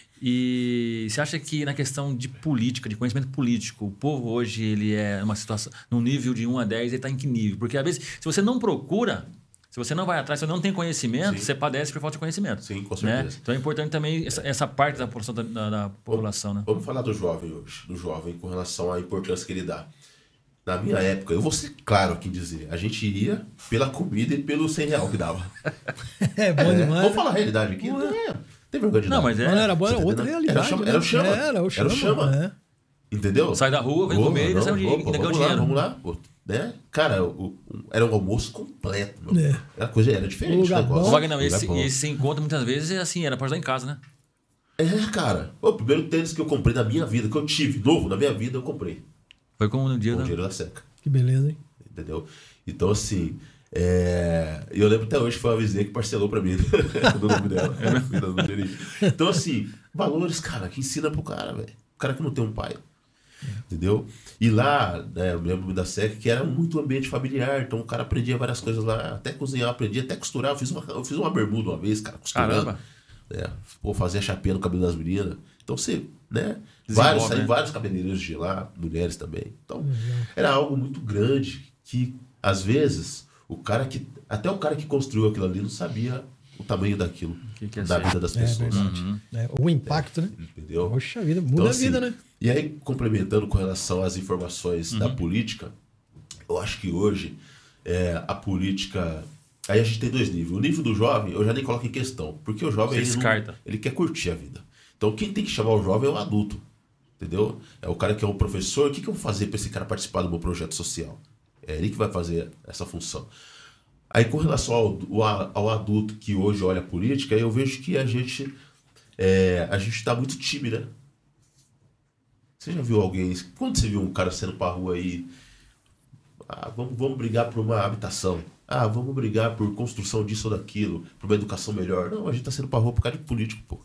E você acha que na questão de política, de conhecimento político, o povo hoje ele é uma situação, num nível de 1 a 10, ele está em que nível? Porque às vezes, se você não procura, se você não vai atrás, se você não tem conhecimento, você padece por falta de conhecimento. Sim, com certeza. Né? Então é importante também essa parte da população, da população. Né? Vamos falar do jovem hoje, do jovem com relação à importância que ele dá. Na minha época, eu vou ser claro aqui em dizer, a gente ia pela comida e pelo R$100 que dava. Bom demais. Vamos falar a realidade aqui. Tem vergonha de não, mas não era bom, era outra realidade. Era o chama. Entendeu? Sai da rua, vem comer e sai um dinheiro. Vamos lá. Né? Cara, era um almoço completo. Era diferente. O Wagner, esse encontro muitas vezes era para ajudar em casa, né? Cara. O primeiro tênis que eu comprei na minha vida, que eu tive novo na minha vida, eu comprei. Foi com o dinheiro da Seca. Que beleza, hein? Entendeu? Então, assim... eu lembro até hoje que foi uma vizinha que parcelou pra mim o nome dela. Então, assim, valores, cara, que ensina pro cara, velho. O cara que não tem um pai. Entendeu? E lá, né, eu me lembro da SEC, que era muito ambiente familiar. Então o cara aprendia várias coisas lá. Até cozinhar, apredia, até costurar. Eu fiz uma bermuda uma vez, cara, costurando. Fazia chapinha no cabelo das meninas. Então você, né? Vários cabeleireiros de lá, mulheres também. Então, era algo muito grande que, às vezes, até o cara que construiu aquilo ali não sabia o tamanho daquilo da vida das pessoas. O impacto, né? Entendeu? Poxa vida, muda então, a vida, assim, né? E aí, complementando com relação às informações da política, eu acho que hoje a política... Aí a gente tem dois níveis. O nível do jovem, eu já nem coloco em questão. Porque o jovem, ele quer curtir a vida. Então, quem tem que chamar o jovem é o adulto. Entendeu? É o cara que é um professor. O que eu vou fazer para esse cara participar do meu projeto social? É ele que vai fazer essa função. Aí, com relação ao adulto que hoje olha a política, eu vejo que a gente está muito tímido, né? Você já viu alguém... Quando você viu um cara saindo pra rua aí... vamos brigar por uma habitação. Vamos brigar por construção disso ou daquilo, por uma educação melhor. Não, a gente tá saindo pra rua por causa de político, pô.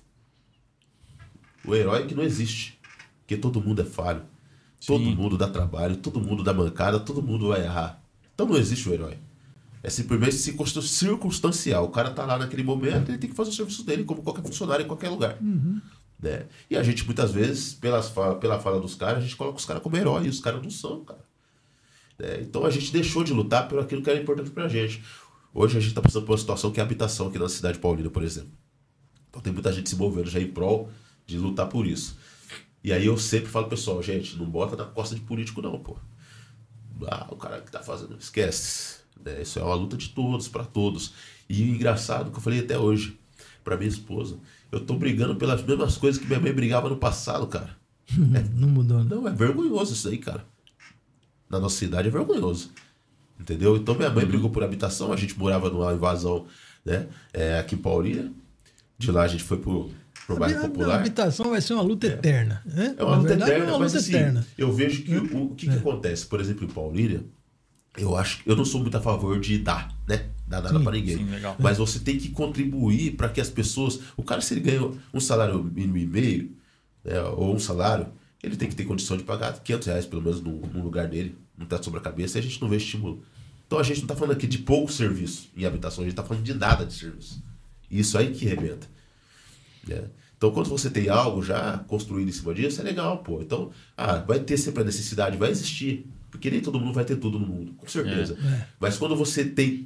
O herói que não existe. Porque todo mundo é falho. Sim. Todo mundo dá trabalho, todo mundo dá mancada, todo mundo vai errar. Então não existe o herói. É simplesmente circunstancial. O cara tá lá naquele momento, ele tem que fazer o serviço dele, como qualquer funcionário em qualquer lugar. Né? E a gente, muitas vezes, pela fala dos caras, a gente coloca os caras como herói, e os caras não são, cara. Então a gente deixou de lutar por aquilo que era importante pra gente. Hoje a gente tá passando por uma situação que é a habitação aqui na cidade de Paulínia, por exemplo. Então tem muita gente se movendo já em prol de lutar por isso. E aí eu sempre falo, pessoal, gente, não bota na costa de político não, pô. O cara que tá fazendo, esquece. Isso é uma luta de todos, pra todos. E o engraçado, que eu falei até hoje, pra minha esposa, eu tô brigando pelas mesmas coisas que minha mãe brigava no passado, cara. Não mudou, né? Não, é vergonhoso isso aí, cara. Na nossa cidade é vergonhoso. Entendeu? Então minha mãe brigou por habitação, a gente morava numa invasão, né? Aqui em Paulínia. De lá a gente foi pro bairro Popular. A habitação vai ser uma luta eterna. Né? É uma luta eterna, mas assim, eu vejo que o que acontece, por exemplo, em Paulínia, eu não sou muito a favor de dar, né? Dar nada pra ninguém. Sim, legal. Mas você tem que contribuir para que as pessoas... O cara, se ele ganha um salário mínimo e meio, né, ou um salário, ele tem que ter condição de pagar R$500 pelo menos no lugar dele, não tá sobre a cabeça, e a gente não vê estímulo. Então a gente não tá falando aqui de pouco serviço em habitação, a gente tá falando de nada de serviço. E isso aí que rebenta. Então, quando você tem algo já construído em cima disso, é legal, pô. Então, vai ter sempre a necessidade, vai existir. Porque nem todo mundo vai ter tudo no mundo, com certeza. Mas quando você tem...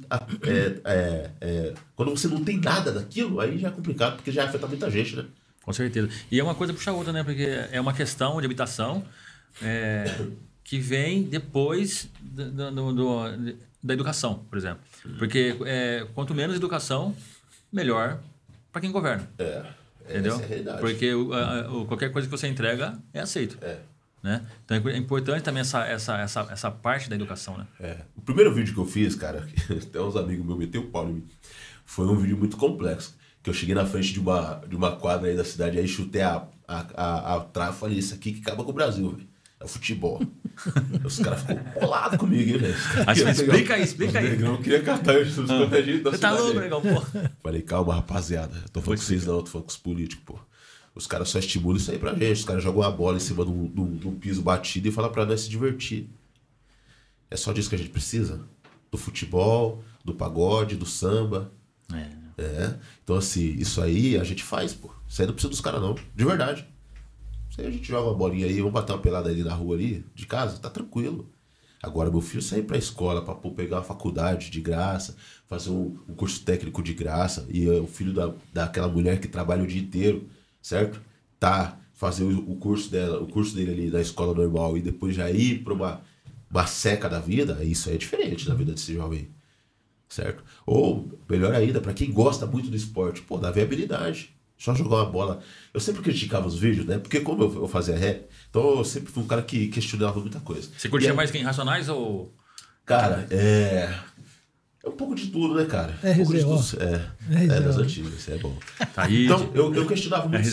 quando você não tem nada daquilo, aí já é complicado, porque já afeta muita gente, né? Com certeza. E é uma coisa puxa a outra, né? Porque é uma questão de habitação que vem depois da educação, por exemplo. Porque quanto menos educação, melhor para quem governa. Entendeu? Essa é a realidade. Porque qualquer coisa que você entrega é aceito. Né? Então é importante também essa parte da educação, né? O primeiro vídeo que eu fiz, cara, até uns amigos meus meteu o pau em mim, foi um vídeo muito complexo. Que eu cheguei na frente de uma quadra aí da cidade, aí chutei a trave e falei, isso aqui que acaba com o Brasil, velho. É o futebol. Os caras ficam bolados comigo, hein, velho. Explica aí. O Negrão queria catar os quanto gente da Você tá louco, Negão, pô. Falei, calma, rapaziada. Eu tô falando com vocês não, tô falando com os políticos, pô. Os caras só estimulam isso aí pra gente. Os caras jogam a bola em cima de um piso batido e falam pra nós se divertir. É só disso que a gente precisa? Do futebol, do pagode, do samba. Então, assim, isso aí a gente faz, pô. Isso aí não precisa dos caras, não. De verdade. Isso aí a gente joga uma bolinha aí, vamos bater uma pelada ali na rua ali, de casa, tá tranquilo. Agora, meu filho sair pra escola pra pegar uma faculdade de graça, fazer um curso técnico de graça, e o filho daquela mulher que trabalha o dia inteiro, certo? Fazer o curso dele ali na escola normal e depois já ir pra uma seca da vida, isso aí é diferente da vida desse jovem, certo? Ou, melhor ainda, pra quem gosta muito do esporte, pô, dá viabilidade. Só jogar uma bola. Eu sempre criticava os vídeos, né? Porque como eu fazia rap, então eu sempre fui um cara que questionava muita coisa. Você curtia mais que Racionais ou... Cara, é um pouco de tudo, né, cara? Um pouco de tudo. É das antigas, isso é bom. Tá aí, então, eu questionava muito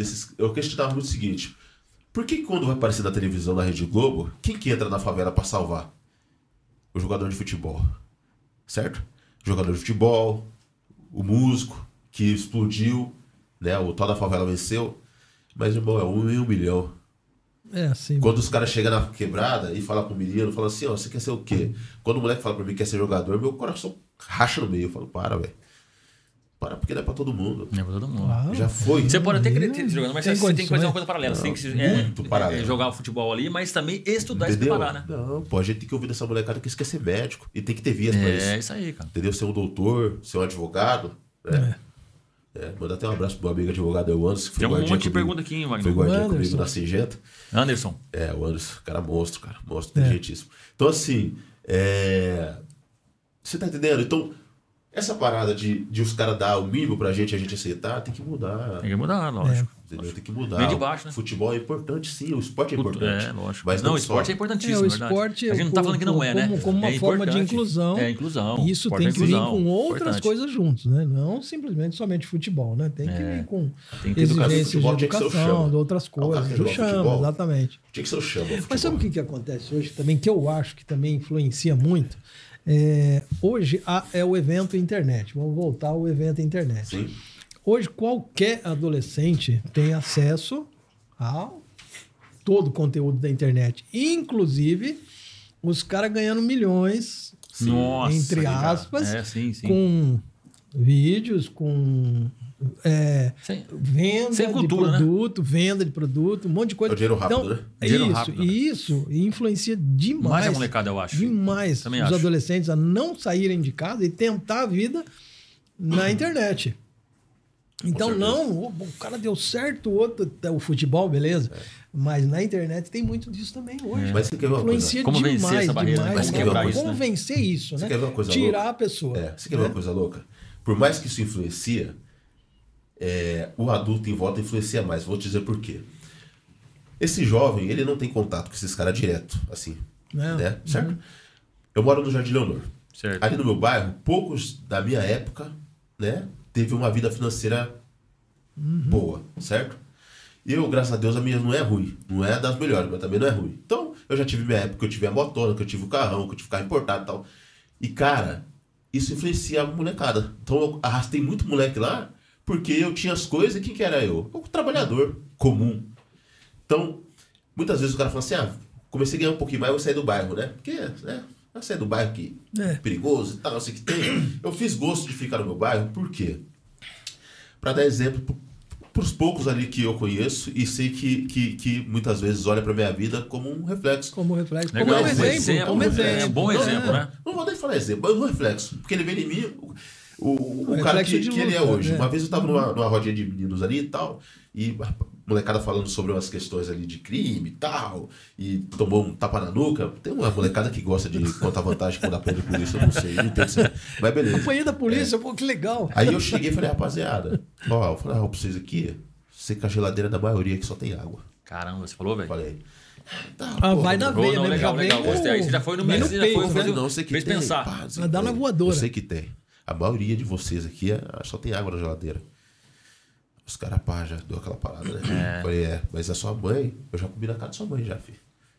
o seguinte. Por que quando vai aparecer na televisão, na Rede Globo, quem que entra na favela pra salvar? O jogador de futebol. Certo? O jogador de futebol, o músico que explodiu, né? O tal da favela venceu. Mas, irmão, é 1 em 1 milhão. É assim. Quando os caras chegam na quebrada e falam pro menino, falam assim, ó, você quer ser o quê? Quando o moleque fala pra mim que quer ser jogador, meu coração racha no meio. Eu falo, para, velho. Para, porque não é pra todo mundo. Não é pra todo mundo. Claro. Já foi. Você pode até querer ter jogador, mas você tem que fazer uma coisa paralela. Não, você tem que paralelo. jogar o futebol ali, mas também estudar e se Entendeu? preparar, né? Não, pô, a gente tem que ouvir dessa molecada que isso quer ser médico. E tem que ter vias pra isso. É isso aí, cara. Entendeu? Ser um doutor, ser um advogado, né? Mandar até um abraço pro meu amigo advogado, é o Anderson. Que foi Tem um guardiã monte de comigo. pergunta aqui, hein, Wagner? Foi guardiã Anderson. comigo na Singenta. Anderson. O Anderson, cara monstro, inteligentíssimo. Então, assim, você tá entendendo? Então, essa parada de os caras dar o mínimo pra gente, a gente aceitar, tem que mudar. Tem que mudar, lógico. Entendeu? Tem que mudar. Vem de baixo, né? Futebol é importante, sim. O esporte é importante. Lógico. Mas não, o só. esporte é importantíssimo, o verdade. esporte A gente não tá falando que não é, né? Como uma forma de inclusão. É inclusão. Isso Esporte tem é que vir inclusão. com outras Importante. coisas juntos, né? Não simplesmente somente futebol, né? Tem que vir com Tem que educar. exigências de Futebol tinha que ser o educação, chama. de outras O cara coisas. que O joga chama, futebol. exatamente. Tinha que ser o chama. Mas sabe o que acontece hoje também, que eu acho que também influencia muito? Hoje é o evento internet. Vamos voltar ao evento internet. Sim. Hoje qualquer adolescente tem acesso a todo o conteúdo da internet. Inclusive os caras ganhando milhões, Nossa, entre cara. aspas, Sim. com vídeos, com venda Sem de cultura, produto, venda de produto, um monte de coisa. É o dinheiro rápido, né? Dinheiro Isso, rápido, né? e isso influencia demais. Mais a molecada, eu acho. Demais Também os acho. adolescentes a não saírem de casa e tentar a vida na internet. Então, certeza. não, o cara deu certo, o futebol, beleza. Mas na internet tem muito disso também hoje. Mas você quer ver uma Influencia Como vencer demais, essa barreira, demais. né? Como quebrar Como isso, né? vencer isso, Você né? quer ver uma coisa Tirar louca? a pessoa. Você quer ver uma coisa louca? Por mais que isso influencia, o adulto em volta influencia mais. Vou te dizer por quê. Esse jovem, ele não tem contato com esses caras direto, assim. Não. Né? Certo? Eu moro no Jardim Leonor. Certo. Ali no meu bairro, poucos da minha época, né, teve uma vida financeira boa, certo? E eu, graças a Deus, a minha não é ruim. Não é das melhores, mas também não é ruim. Então, eu já tive minha época que eu tive a motona, que eu tive o carrão, que eu tive carro importado e tal. E, cara, isso influencia a molecada. Então, eu arrastei muito moleque lá, porque eu tinha as coisas e quem que era eu? O trabalhador comum. Então, muitas vezes o cara fala assim, comecei a ganhar um pouquinho mais, eu vou sair do bairro, né? Porque, né? Vai sair do bairro que é perigoso e tal, não sei o que tem. Eu fiz gosto de ficar no meu bairro, por quê? Pra dar exemplo pros poucos ali que eu conheço e sei que muitas vezes olha pra minha vida como um reflexo. Como reflexo. Legal, Como um exemplo. Como exemplo. É um bom exemplo, né? Não vou nem falar exemplo, mas um reflexo. Porque ele vê em mim o cara que reflexo de ele é luta, hoje. né? Uma vez eu tava numa rodinha de meninos ali e tal, e a molecada falando sobre umas questões ali de crime e tal, e tomou um tapa na nuca. Tem uma molecada que gosta de contar vantagem quando apanha de polícia, eu não sei, não entendo isso. Mas beleza. Apanhei da polícia, pô, que legal. Aí eu cheguei e falei, rapaziada, ó, eu falei, pra vocês aqui, sei que a geladeira da maioria aqui só tem água. Caramba, você falou, velho? Falei. Tá, Vai na veia, não, né? legal, Já legal. vem Gostei. Aí você já foi no bem mês, no você já peito, foi né? fazer Não, sei que fez tem. pensar. Pá, Vai dar na voadora. Eu sei que tem. A maioria de vocês aqui só tem água na geladeira. Os caras, pá, já deu aquela parada, né? Falei, mas a sua mãe, eu já comi na casa de sua mãe já, filho.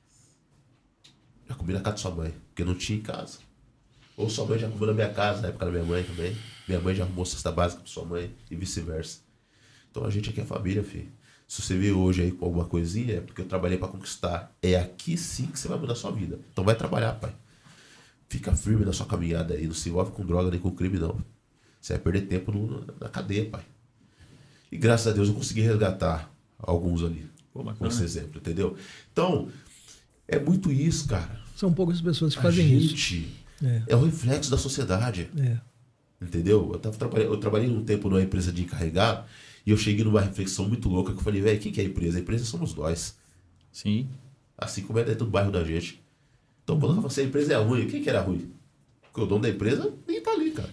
Já comi na casa de sua mãe, porque não tinha em casa. Ou sua mãe já comeu na minha casa, na época da minha mãe também. Minha mãe já arrumou cesta básica pra sua mãe e vice-versa. Então a gente aqui é família, filho. Se você veio hoje aí com alguma coisinha, é porque eu trabalhei pra conquistar. É aqui sim que você vai mudar a sua vida. Então vai trabalhar, pai. Fica firme na sua caminhada aí. Não se envolve com droga nem com crime, não. Você vai perder tempo na cadeia, pai. E graças a Deus eu consegui resgatar alguns ali. Pô, com esse exemplo, entendeu? Então, é muito isso, cara. São poucas pessoas que fazem isso. Gente é o reflexo da sociedade. Entendeu? Eu trabalhei um tempo numa empresa de encarregado e eu cheguei numa reflexão muito louca que eu falei, velho, quem que é a empresa? A empresa somos nós. Sim. Assim como é dentro do bairro da gente. Então, quando eu falo assim, a empresa é ruim, quem que era ruim? Porque o dono da empresa nem tá ali, cara.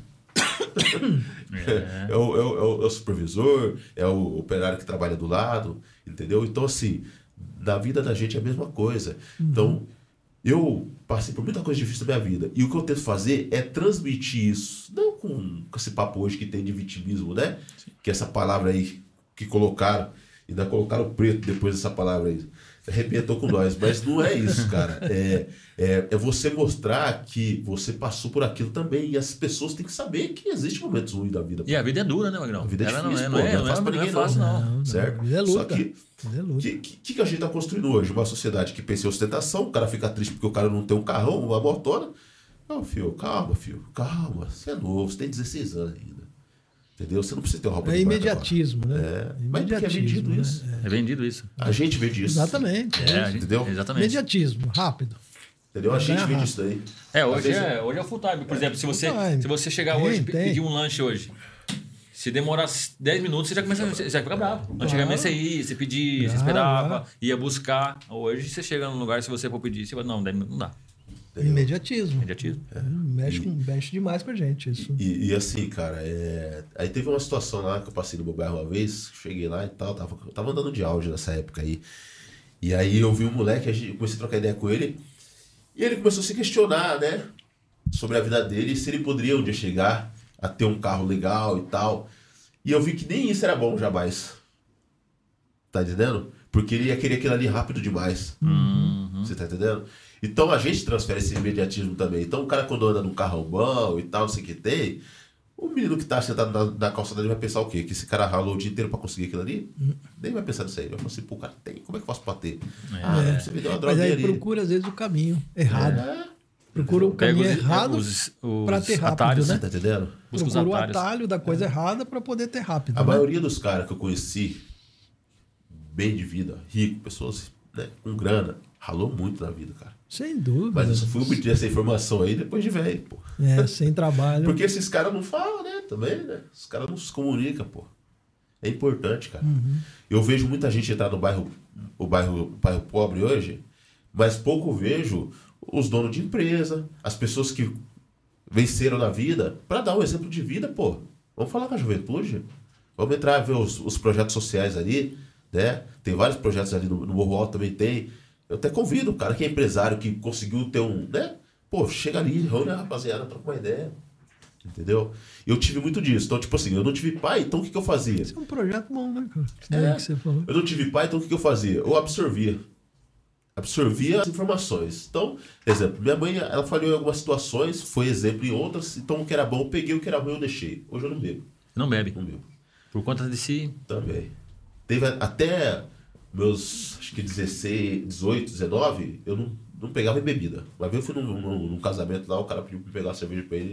É o supervisor, é o operário que trabalha do lado, entendeu? Então, assim, na vida da gente é a mesma coisa. Então, eu passei por muita coisa difícil na minha vida. E o que eu tento fazer é transmitir isso. Não com esse papo hoje que tem de vitimismo, né? Sim. Que é essa palavra aí que colocaram, ainda colocaram preto depois dessa palavra aí. Arrebentou com nós, mas não é isso, cara. É você mostrar que você passou por aquilo também. E as pessoas têm que saber que existem momentos ruins da vida. E a vida é dura, né, Magrão? A vida é difícil, não é fácil pra ninguém, não. Certo? A vida é luta. Só que a gente tá construindo hoje? Uma sociedade que pensa em ostentação, o cara fica triste porque o cara não tem um carrão, uma motona. Não, filho, calma. Você é novo, você tem 16 anos ainda. Entendeu? Você não precisa ter uma roupa de marca imediatismo, né? Mas porque é vendido isso. É vendido isso. A gente vende isso. Exatamente. Entendeu? Exatamente. Imediatismo, rápido. Entendeu? A gente vende isso daí. Hoje é full time. Por exemplo, se você chegar hoje e pedir um lanche hoje, se demorar 10 minutos, você já começa a ficar bravo. Antigamente você ia, você pedia, você esperava, ia buscar. Hoje você chega num lugar, se você for pedir, você fala, não, 10 minutos não dá. Imediatismo. Mexe demais com a gente isso. E assim, cara, aí teve uma situação lá que eu passei no meu bairro uma vez, cheguei lá e tal, tava andando de áudio nessa época aí. E aí eu vi um moleque, eu comecei a trocar ideia com ele, e ele começou a se questionar, né, sobre a vida dele, se ele poderia um dia chegar a ter um carro legal e tal. E eu vi que nem isso era bom jamais. Tá entendendo? Porque ele ia querer aquilo ali rápido demais. Você tá entendendo? Então a gente transfere esse imediatismo também. Então o cara quando anda num carrão bom e tal, não sei o que tem, o menino que tá sentado na calçada vai pensar o quê? Que esse cara ralou o dia inteiro pra conseguir aquilo ali? Nem vai pensar nisso aí. Vai falar assim, pô, o cara tem, como é que eu faço pra ter? Você me deu uma droga ali. Mas aí procura às vezes o caminho errado. Procura o caminho errado pra ter rápido, atalhos, né? Tá entendendo? Procura o atalho da coisa errada pra poder ter rápido. A maioria dos caras que eu conheci, bem de vida, rico, pessoas, né, com grana, ralou muito na vida, cara. Sem dúvida. Mas eu só fui obter essa informação aí depois de velho, pô. Sem trabalho. Porque esses caras não falam, né? Também, né? Os caras não se comunicam, pô. É importante, cara. Eu vejo muita gente entrar no bairro pobre hoje, mas pouco vejo os donos de empresa, as pessoas que venceram na vida, para dar um exemplo de vida, pô. Vamos falar com a juventude. Vamos entrar ver os projetos sociais ali, né? Tem vários projetos ali no Morro Alto também tem. Eu até convido o cara que é empresário, que conseguiu ter um, né? Pô, chega ali, reúne a rapaziada, troca uma ideia. Entendeu? Eu tive muito disso. Então, tipo assim, eu não tive pai, então o que eu fazia? Isso é um projeto bom, né, cara? Que você falou. Eu não tive pai, então o que eu fazia? Eu absorvia as informações. Então, exemplo, minha mãe, ela falhou em algumas situações, foi exemplo em outras, então o que era bom eu peguei, o que era ruim eu deixei. Hoje eu não bebo. Não bebe? Não bebo. Por conta de si? Também. Teve até meus, acho que 16, 18, 19, eu não pegava em bebida. Uma vez eu fui num casamento lá, o cara pediu pra pegar uma cerveja pra ele,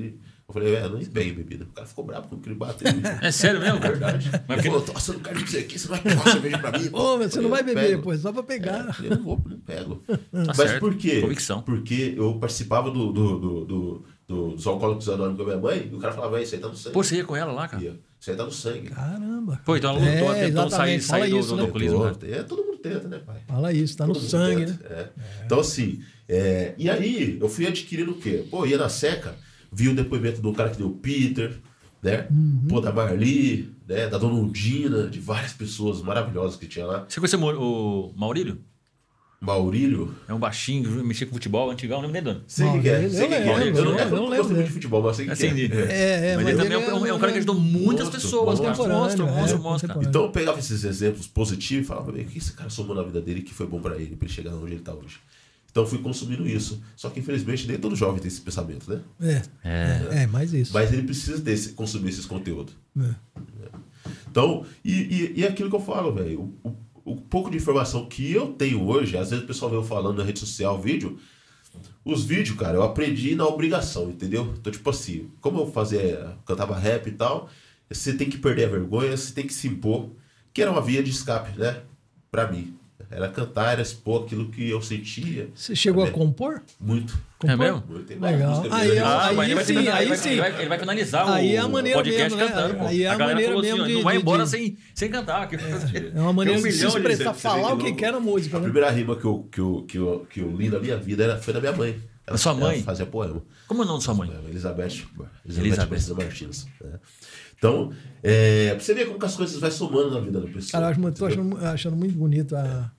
Eu falei, velho, não bem bebida. O cara ficou bravo porque ele bateu. É sério mesmo? Verdade. Mas ele falou, nossa, eu não quero dizer aqui, você vai pegar uma cerveja pra mim. Ô, mas você não vai beber, pô, só pra pegar. Eu não pego. Tá Mas certo. por quê? Convicção. Porque eu participava dos Alcoólicos Anônimos com a minha mãe e o cara falava, isso aí tá no sangue. Pô, você ia com ela lá, cara? Isso aí tá no sangue. Caramba. Pô, então ela lutou, tentou exatamente. sair Fala isso, do né? alcoolismo, né? Todo mundo tenta, né, pai? Fala isso, tá no Todo mundo sangue, tenta, né? Então, assim, e aí eu fui adquirindo o quê? Pô, ia na seca, vi o depoimento do cara que deu o Peter, né? Pô, da Marli, né? Da Dona Undina, de várias pessoas maravilhosas que tinha lá. Você conheceu o Maurílio? Maurílio. É um baixinho, mexia com futebol, antigão, não lembro nem dono. Sei quem é. Sei quem é. Eu Eu não lembro gosto muito de futebol, mas sei Assim, quem é. mas ele também é um cara que ajudou muitas pessoas, cara. Monstro, cara. Então eu pegava esses exemplos positivos e falava, o que esse cara somou na vida dele que foi bom pra ele chegar onde ele tá hoje. Então eu fui consumindo isso. Só que infelizmente nem todo jovem tem esse pensamento, né? Mais isso. Mas ele precisa consumir esses conteúdos. É. Então, e aquilo que eu falo, velho, o pouco de informação que eu tenho hoje, às vezes o pessoal vem falando na rede social, vídeo, os vídeos, cara, eu aprendi na obrigação, entendeu? Então, tipo assim, como eu cantava rap e tal, você tem que perder a vergonha, você tem que se impor, que era uma via de escape, né? Pra mim. Era cantar, era expor aquilo que eu sentia. Você chegou a compor? Muito. É mesmo? Tem Legal. Ele vai finalizar aí é a o maneira podcast mesmo, né? cantando. Pô. Aí é a galera maneira falou assim, mesmo não vai embora de... sem cantar. É uma maneira de se milhão de- expressar, você falar o vê que que quer na música, A né? primeira rima que eu li na minha vida foi da minha mãe. Da sua mãe? Ela fazia poema. Como é o nome da sua mãe? Elizabeth Martins. Né? Então, pra você ver como que as coisas vai somando na vida da pessoa. Cara, eu tô achando muito bonito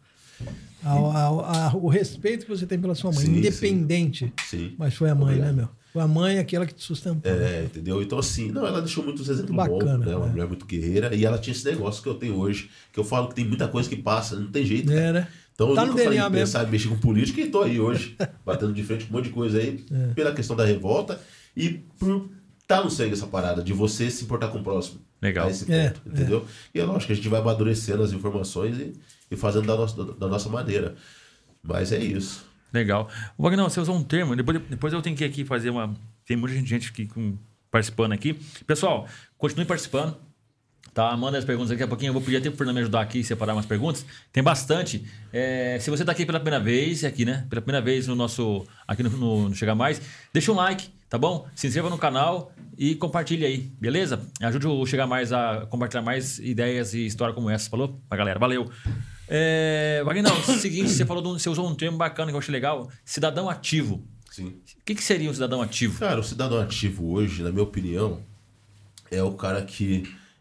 o respeito que você tem pela sua mãe, Sim, independente. Sim. Mas foi a mãe, né, meu? Foi a mãe aquela que te sustentou. Entendeu? Então, assim, ela deixou muitos exemplos Bacana, bons, né? Uma mulher muito guerreira. E ela tinha esse negócio que eu tenho hoje, que eu falo que tem muita coisa que passa, não tem jeito. Cara. Né? Então, Tá eu no nunca falei DNA em pensar em mexer com política e tô aí hoje, batendo de frente com um monte de coisa aí, pela questão da revolta e por estar no sangue essa parada, de você se importar com o próximo. Legal. A esse ponto, entendeu? E é lógico que a gente vai amadurecendo as informações e fazendo da nossa maneira. Mas é isso. Legal. Wagner, você usou um termo, depois eu tenho que aqui fazer uma... Tem muita gente aqui participando aqui. Pessoal, continue participando. Tá, manda as perguntas aqui a pouquinho. Eu vou pedir até pro Fernando me ajudar aqui e separar umas perguntas. Tem bastante. Se você tá aqui pela primeira vez, pela primeira vez aqui no Chega Mais, deixa um like, tá bom? Se inscreva no canal e compartilhe aí, beleza? Ajude o Chega Mais a compartilhar mais ideias e histórias como essa. Falou? Pra galera, valeu. Wagner, é o seguinte, você usou um termo bacana que eu achei legal, cidadão ativo. Sim. O que seria um cidadão ativo? Cara, o cidadão ativo hoje, na minha opinião, é o cara que,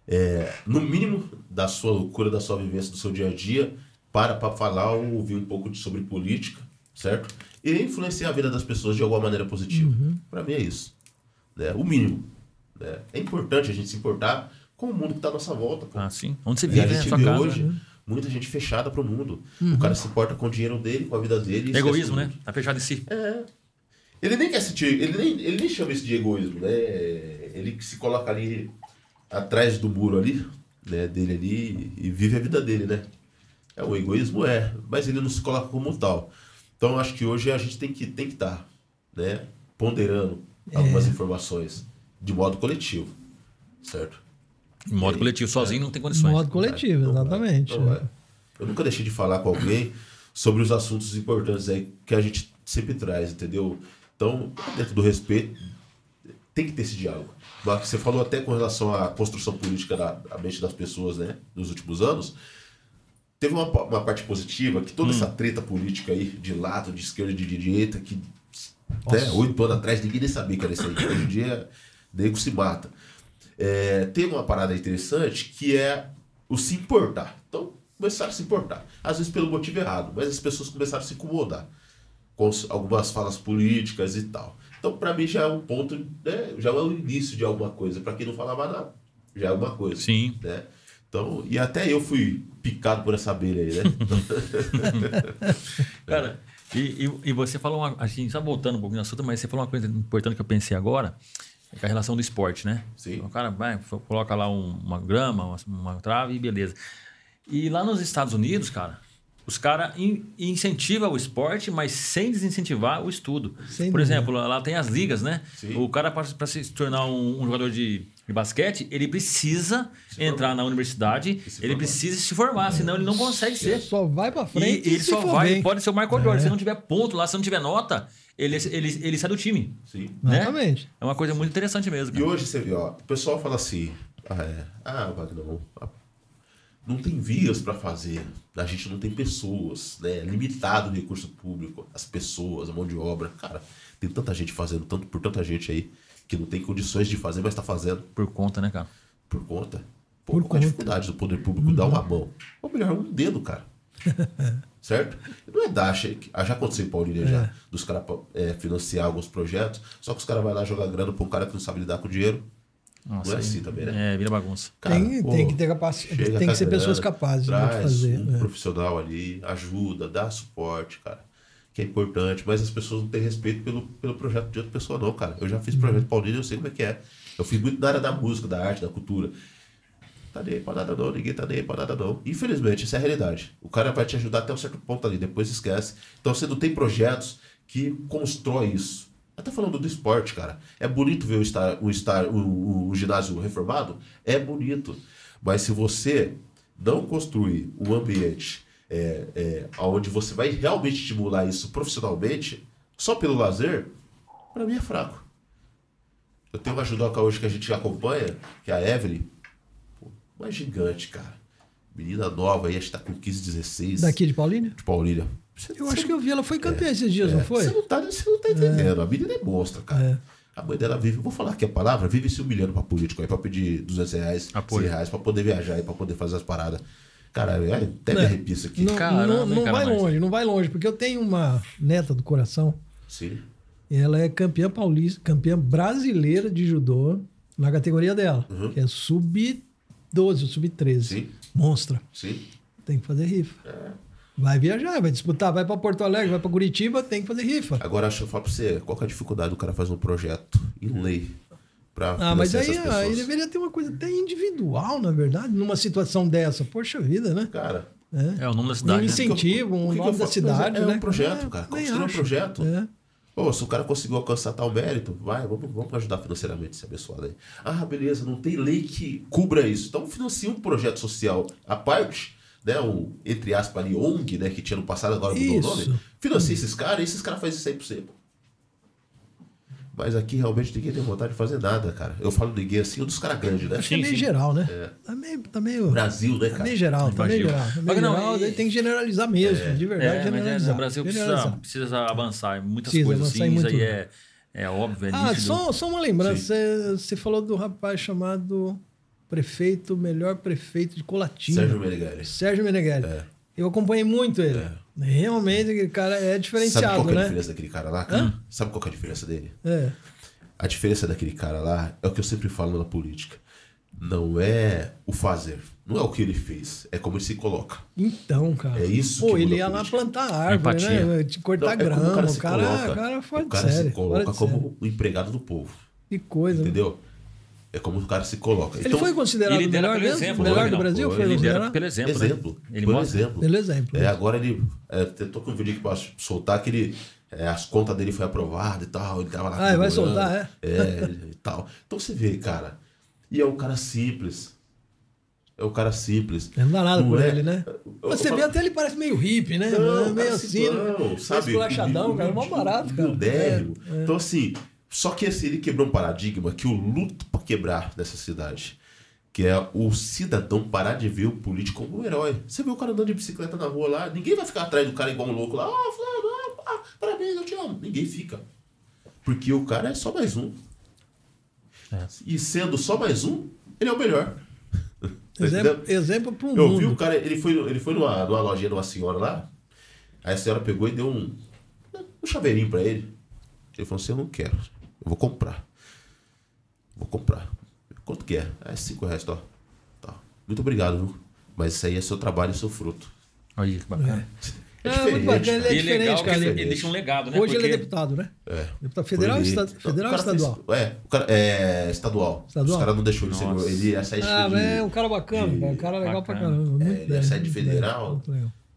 no mínimo da sua loucura, da sua vivência, do seu dia a dia, para falar ou ouvir um pouco sobre política, certo? E influenciar a vida das pessoas de alguma maneira positiva. Para mim é isso. Né? O mínimo. Né? É importante a gente se importar com o mundo que está à nossa volta. Pô. Ah, sim. Onde você E vive, a né? gente Sua vê casa, hoje né? muita gente fechada pro mundo. O cara se importa com o dinheiro dele, com a vida dele. É egoísmo, né? Tá fechado em si. Ele nem quer sentir, ele nem chama isso de egoísmo, né? Ele se coloca ali atrás do muro ali, né, dele ali e vive a vida dele, né? O egoísmo mas ele não se coloca como tal. Então acho que hoje a gente tem que estar, né, ponderando algumas informações de modo coletivo, certo? Em modo coletivo, sozinho não tem condições. Modo coletivo, exatamente. Não é. Eu nunca deixei de falar com alguém sobre os assuntos importantes aí que a gente sempre traz, entendeu? Então, dentro do respeito, tem que ter esse diálogo. Mas você falou até com relação à construção política da mente das pessoas, né, nos últimos anos. Teve uma parte positiva, que toda essa treta política aí, de lado, de esquerda e de direita, que até 8 anos atrás ninguém nem sabia que era isso aí. Hoje em dia, nego se mata. Tem uma parada interessante que é o se importar. Então, começaram a se importar. Às vezes pelo motivo errado, mas as pessoas começaram a se incomodar com algumas falas políticas e tal. Então, para mim, já é um ponto, né? Já é o início de alguma coisa. Para quem não falava nada, já é alguma coisa. Sim. Né? Então, e até eu fui picado por essa abelha aí, né? Cara, e você falou assim, só voltando um pouquinho no assunto, mas você falou uma coisa importante que eu pensei agora, que é a relação do esporte, né? Sim. O cara coloca lá uma grama, uma trave e beleza. E lá nos Estados Unidos, cara, Os caras incentivam o esporte, mas sem desincentivar o estudo. Sem Por dúvida. exemplo, lá tem as ligas, né? Sim. O cara, para se tornar um jogador de basquete, ele precisa entrar na universidade, ele precisa se formar, senão ele não consegue ser. Só vai pra frente E ele se só for vai, bem. ele pode ser o Michael Jordan. Se não tiver ponto lá, se não tiver nota, ele sai do time. Sim. Né? Exatamente. É uma coisa muito interessante mesmo. E Cara. hoje você vê, ó, o pessoal fala assim, Wagner, não tem vias para fazer, a gente não tem pessoas, né? É limitado o recurso público, as pessoas, a mão de obra. Cara, tem tanta gente fazendo, por tanta gente aí, que não tem condições de fazer, mas tá fazendo Por conta, né, cara? por conta. Pô, Por qual a conta. dificuldade do poder público dar uma mão? Ou melhor, um dedo, cara. Certo? Não é dar, já aconteceu em Paulínia já, dos caras financiar alguns projetos, só que os caras vão lá jogar grana pra um cara que não sabe lidar com dinheiro. Nossa, Não é assim também, né? vira bagunça. Cara, Tem que ter capacidade, chega tem com que ser a pessoas grana, capazes de traz fazer. um né? profissional ali, ajuda, dá suporte, cara. Que é importante, mas as pessoas não têm respeito pelo projeto de outra pessoa, não, cara. Eu já fiz projeto de Paulínia, eu sei como é que é. Eu fiz muito na área da música, da arte, da cultura. Tá nem aí pra nada não, ninguém tá nem aí pra nada não. Infelizmente, isso é a realidade. O cara vai te ajudar até um certo ponto ali, depois esquece. Então você não tem projetos que constrói isso. Até falando do esporte, cara. É bonito ver o ginásio reformado? É bonito. Mas se você não construir um ambiente onde você vai realmente estimular isso profissionalmente, só pelo lazer, pra mim é fraco. Eu tenho uma judoca hoje que a gente acompanha, que é a Evelyn. Pô, uma gigante, cara. Menina nova aí, acho que tá com 15, 16. Daqui de Paulínia? De Paulínia. Eu acho que eu vi, ela foi campeã esses dias, não foi? Você não tá entendendo. A menina é monstra, cara. A mãe dela vive, vou falar aqui a palavra, vive se humilhando pra político aí, pra pedir R$200, Apoio. R$100 pra poder viajar e pra poder fazer as paradas. Cara, até me arrepio isso aqui. Caramba, Não cara, vai mas- longe, não vai longe, porque eu tenho uma neta do coração, Sim. e ela é campeã paulista, campeã brasileira de judô na categoria dela, que é sub-12 ou sub-13. Sim. Monstra. Sim. Tem que fazer rifa. Vai viajar, vai disputar, vai pra Porto Alegre, vai pra Curitiba, tem que fazer rifa. Agora, deixa eu falar pra você, qual que é a dificuldade do cara fazer um projeto em lei pra Mas financiar essas aí pessoas? deveria ter uma coisa até individual, na verdade, numa situação dessa. Poxa vida, né? Cara, É o nome da Um cidade. né? incentivo, O um que nome eu da falo? cidade, É né? um projeto, cara. nem Construir um acho. projeto. É. Pô, se o cara conseguiu alcançar tal mérito, vamos ajudar financeiramente esse abençoado aí. Ah, beleza, não tem lei que cubra isso. Então financia um projeto social à parte, né? Entre aspas ali, ONG, né? Que tinha no passado, agora mudou o Isso. nome. Financia esses caras e esses caras fazem isso aí pra você. Mas aqui realmente ninguém tem vontade de fazer nada, cara. Eu falo ninguém assim, um dos caras grandes, né? Acho que é meio geral, né? Tá meio Brasil, né, tá cara? meio geral, tá meio Brasil. geral. Tá meio Mas não, geral, e- daí tem que generalizar mesmo, de verdade, Mas generalizar. o Brasil Generalizar. precisa avançar em muitas Precisa coisas avançar assim. em Isso aí muito. é óbvio, é nítido. Só uma lembrança. Você falou do rapaz chamado melhor prefeito de Colatina. Sérgio Meneghelli. Sérgio Meneghelli. Eu acompanhei muito ele. Realmente, aquele cara é Sabe diferenciado, qual que é a né? diferença daquele cara lá, cara? Sabe qual que é a diferença dele? É. A diferença daquele cara lá é o que eu sempre falo na política. Não é o fazer, não é o que ele fez, é como ele se coloca. Então, cara. É isso Pô, que ele muda a ia lá política. plantar árvore, Empatia. né? De cortar Não, é como grama. se O cara coloca. fora O de cara série. se coloca fora de série. como o empregado do povo, Que coisa, né? entendeu? É como o cara se coloca. Ele foi considerado o ele lidera melhor pelo mesmo? exemplo, O melhor né? do Brasil? Foi. Foi Ele lidera considerado? pelo exemplo, exemplo. né? Ele Por mostra. exemplo. Pelo exemplo. Agora ele tentou que um vídeo que pra soltar que ele, as contas dele foi aprovada e tal, ele tava lá Vai comemorando. soltar, E tal. Então você vê, cara, e é um cara simples. É um cara simples. Não dá nada Não por é- ele, né? eu Você falo- vê até ele parece meio hippie, né? Não, meio cara, assim, não, sabe? esculachadão, cara. Mó barato, cara. Humildérrimo. É. Então, assim, só que assim, ele quebrou um paradigma que eu luto pra quebrar nessa cidade. Que é o cidadão parar de ver o político como um herói. Você vê o cara andando de bicicleta na rua lá, ninguém vai ficar atrás do cara igual um louco lá. Ah, fulano, parabéns, eu te amo. Ninguém fica. Porque o cara é só mais um. E sendo só mais um, ele é o melhor. Tá entendendo? Exemplo pro mundo. Eu vi o cara, ele foi numa lojinha de uma senhora lá, aí a senhora pegou e deu um chaveirinho pra ele. Ele falou assim, eu não quero, eu vou comprar. Vou comprar. Quanto que é? É R$5, ó. Tá. Muito obrigado, viu? Mas isso aí é seu trabalho e seu fruto. Aí, que bacana. Muito bacana, ele é E diferente, legal que cara. ele deixa um legado, né? Hoje ele é Porque- deputado, né? É. Deputado federal, Foi eleito. federal O ou cara estadual? o cara é estadual. Estadual? Os caras não deixou ele ser. Nossa. Ele ia sair Ah, de, mas é um cara bacana, cara. Um cara legal pra bacana. caramba. Muito ele ia sair de muito federal. muito legal.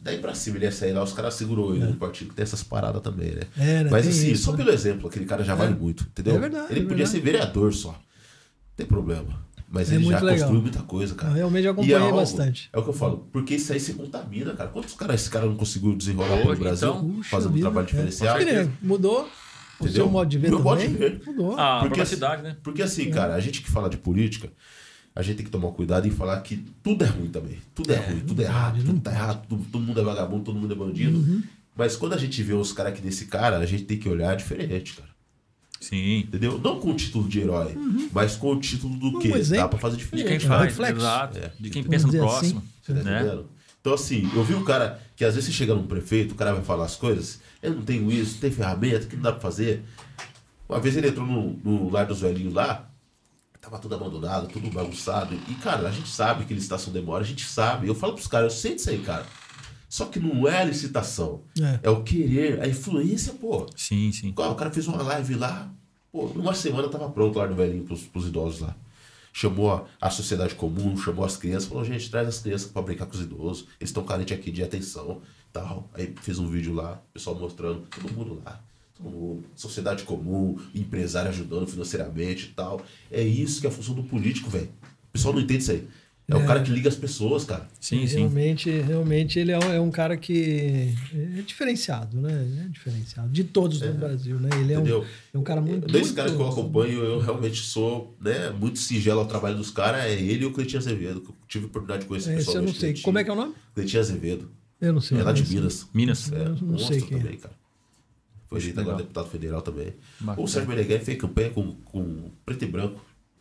Daí pra cima ele ia sair lá, os caras segurou ele no partido, que tem essas paradas também, né? Né, Mas tem assim, isso, só né? pelo exemplo, aquele cara já vale muito, entendeu? É verdade, ele é podia verdade. ser vereador só. Não tem problema. Mas É ele já muito legal. construiu muita coisa, cara. Eu realmente E é acompanhei algo- bastante. É o que eu falo, porque isso aí se contamina, cara. Quantos caras esse cara não conseguiu desenrolar pelo Hoje, Brasil, então, fazendo um Puxa trabalho vida, diferenciado? Que nem mudou o Entendeu? seu modo de ver Meu também? modo de ver. Mudou. A Porque privacidade, né? Porque assim, cara, a gente que fala de política, a gente tem que tomar cuidado em falar que tudo é ruim também. Tudo é ruim, tudo é errado, tudo tá errado, todo mundo é vagabundo, todo mundo é bandido. Mas quando a gente vê uns caras que nesse cara, a gente tem que olhar diferente, cara. Sim. Entendeu? Não com o título de herói, mas com o título do quê? exemplo. Dá pra fazer De diferente. quem É, faz, reflexo. exato. É. De quem Vamos pensa no dizer próximo. assim. Você tá Né? entendendo? Então, assim, eu vi um cara que às vezes você chega num prefeito, o cara vai falar as coisas, eu não tenho isso, não tem ferramenta, que não dá pra fazer. Uma vez ele entrou no lar dos velhinhos lá, tava tudo abandonado, tudo bagunçado. E, cara, a gente sabe que licitação demora, a gente sabe. Eu falo pros caras, eu sei disso aí, cara. Só que não é a licitação, é o querer, a influência, pô. Sim, sim. O cara fez uma live lá, pô, numa semana tava pronto lá no velhinho pros idosos lá. Chamou a sociedade comum, chamou as crianças, falou, gente, traz as crianças pra brincar com os idosos, eles estão carentes aqui de atenção, tal. Aí fez um vídeo lá, o pessoal mostrando, todo mundo lá. Todo mundo, sociedade comum, empresário ajudando financeiramente e tal. É isso que é a função do político, velho. O pessoal não entende isso aí. É o cara que liga as pessoas, cara. Sim, sim. Realmente ele é um cara que é diferenciado, né? É diferenciado. De todos no Brasil, né? Ele Entendeu? é um cara muito... Dois caras que eu acompanho, eu realmente sou, né, muito singelo ao trabalho dos caras, é ele e o Cleitinho Azevedo, que eu tive a oportunidade de conhecer Esse eu não pessoalmente. sei. Como é que é o nome? Cleitinho Azevedo. Eu não sei. É lá de Esse- Minas. Minas. É, Eu não monstro sei quem é. também, cara. Foi eleito agora deputado federal também. Bacana. O Sérgio Meneghel fez campanha com preto e branco.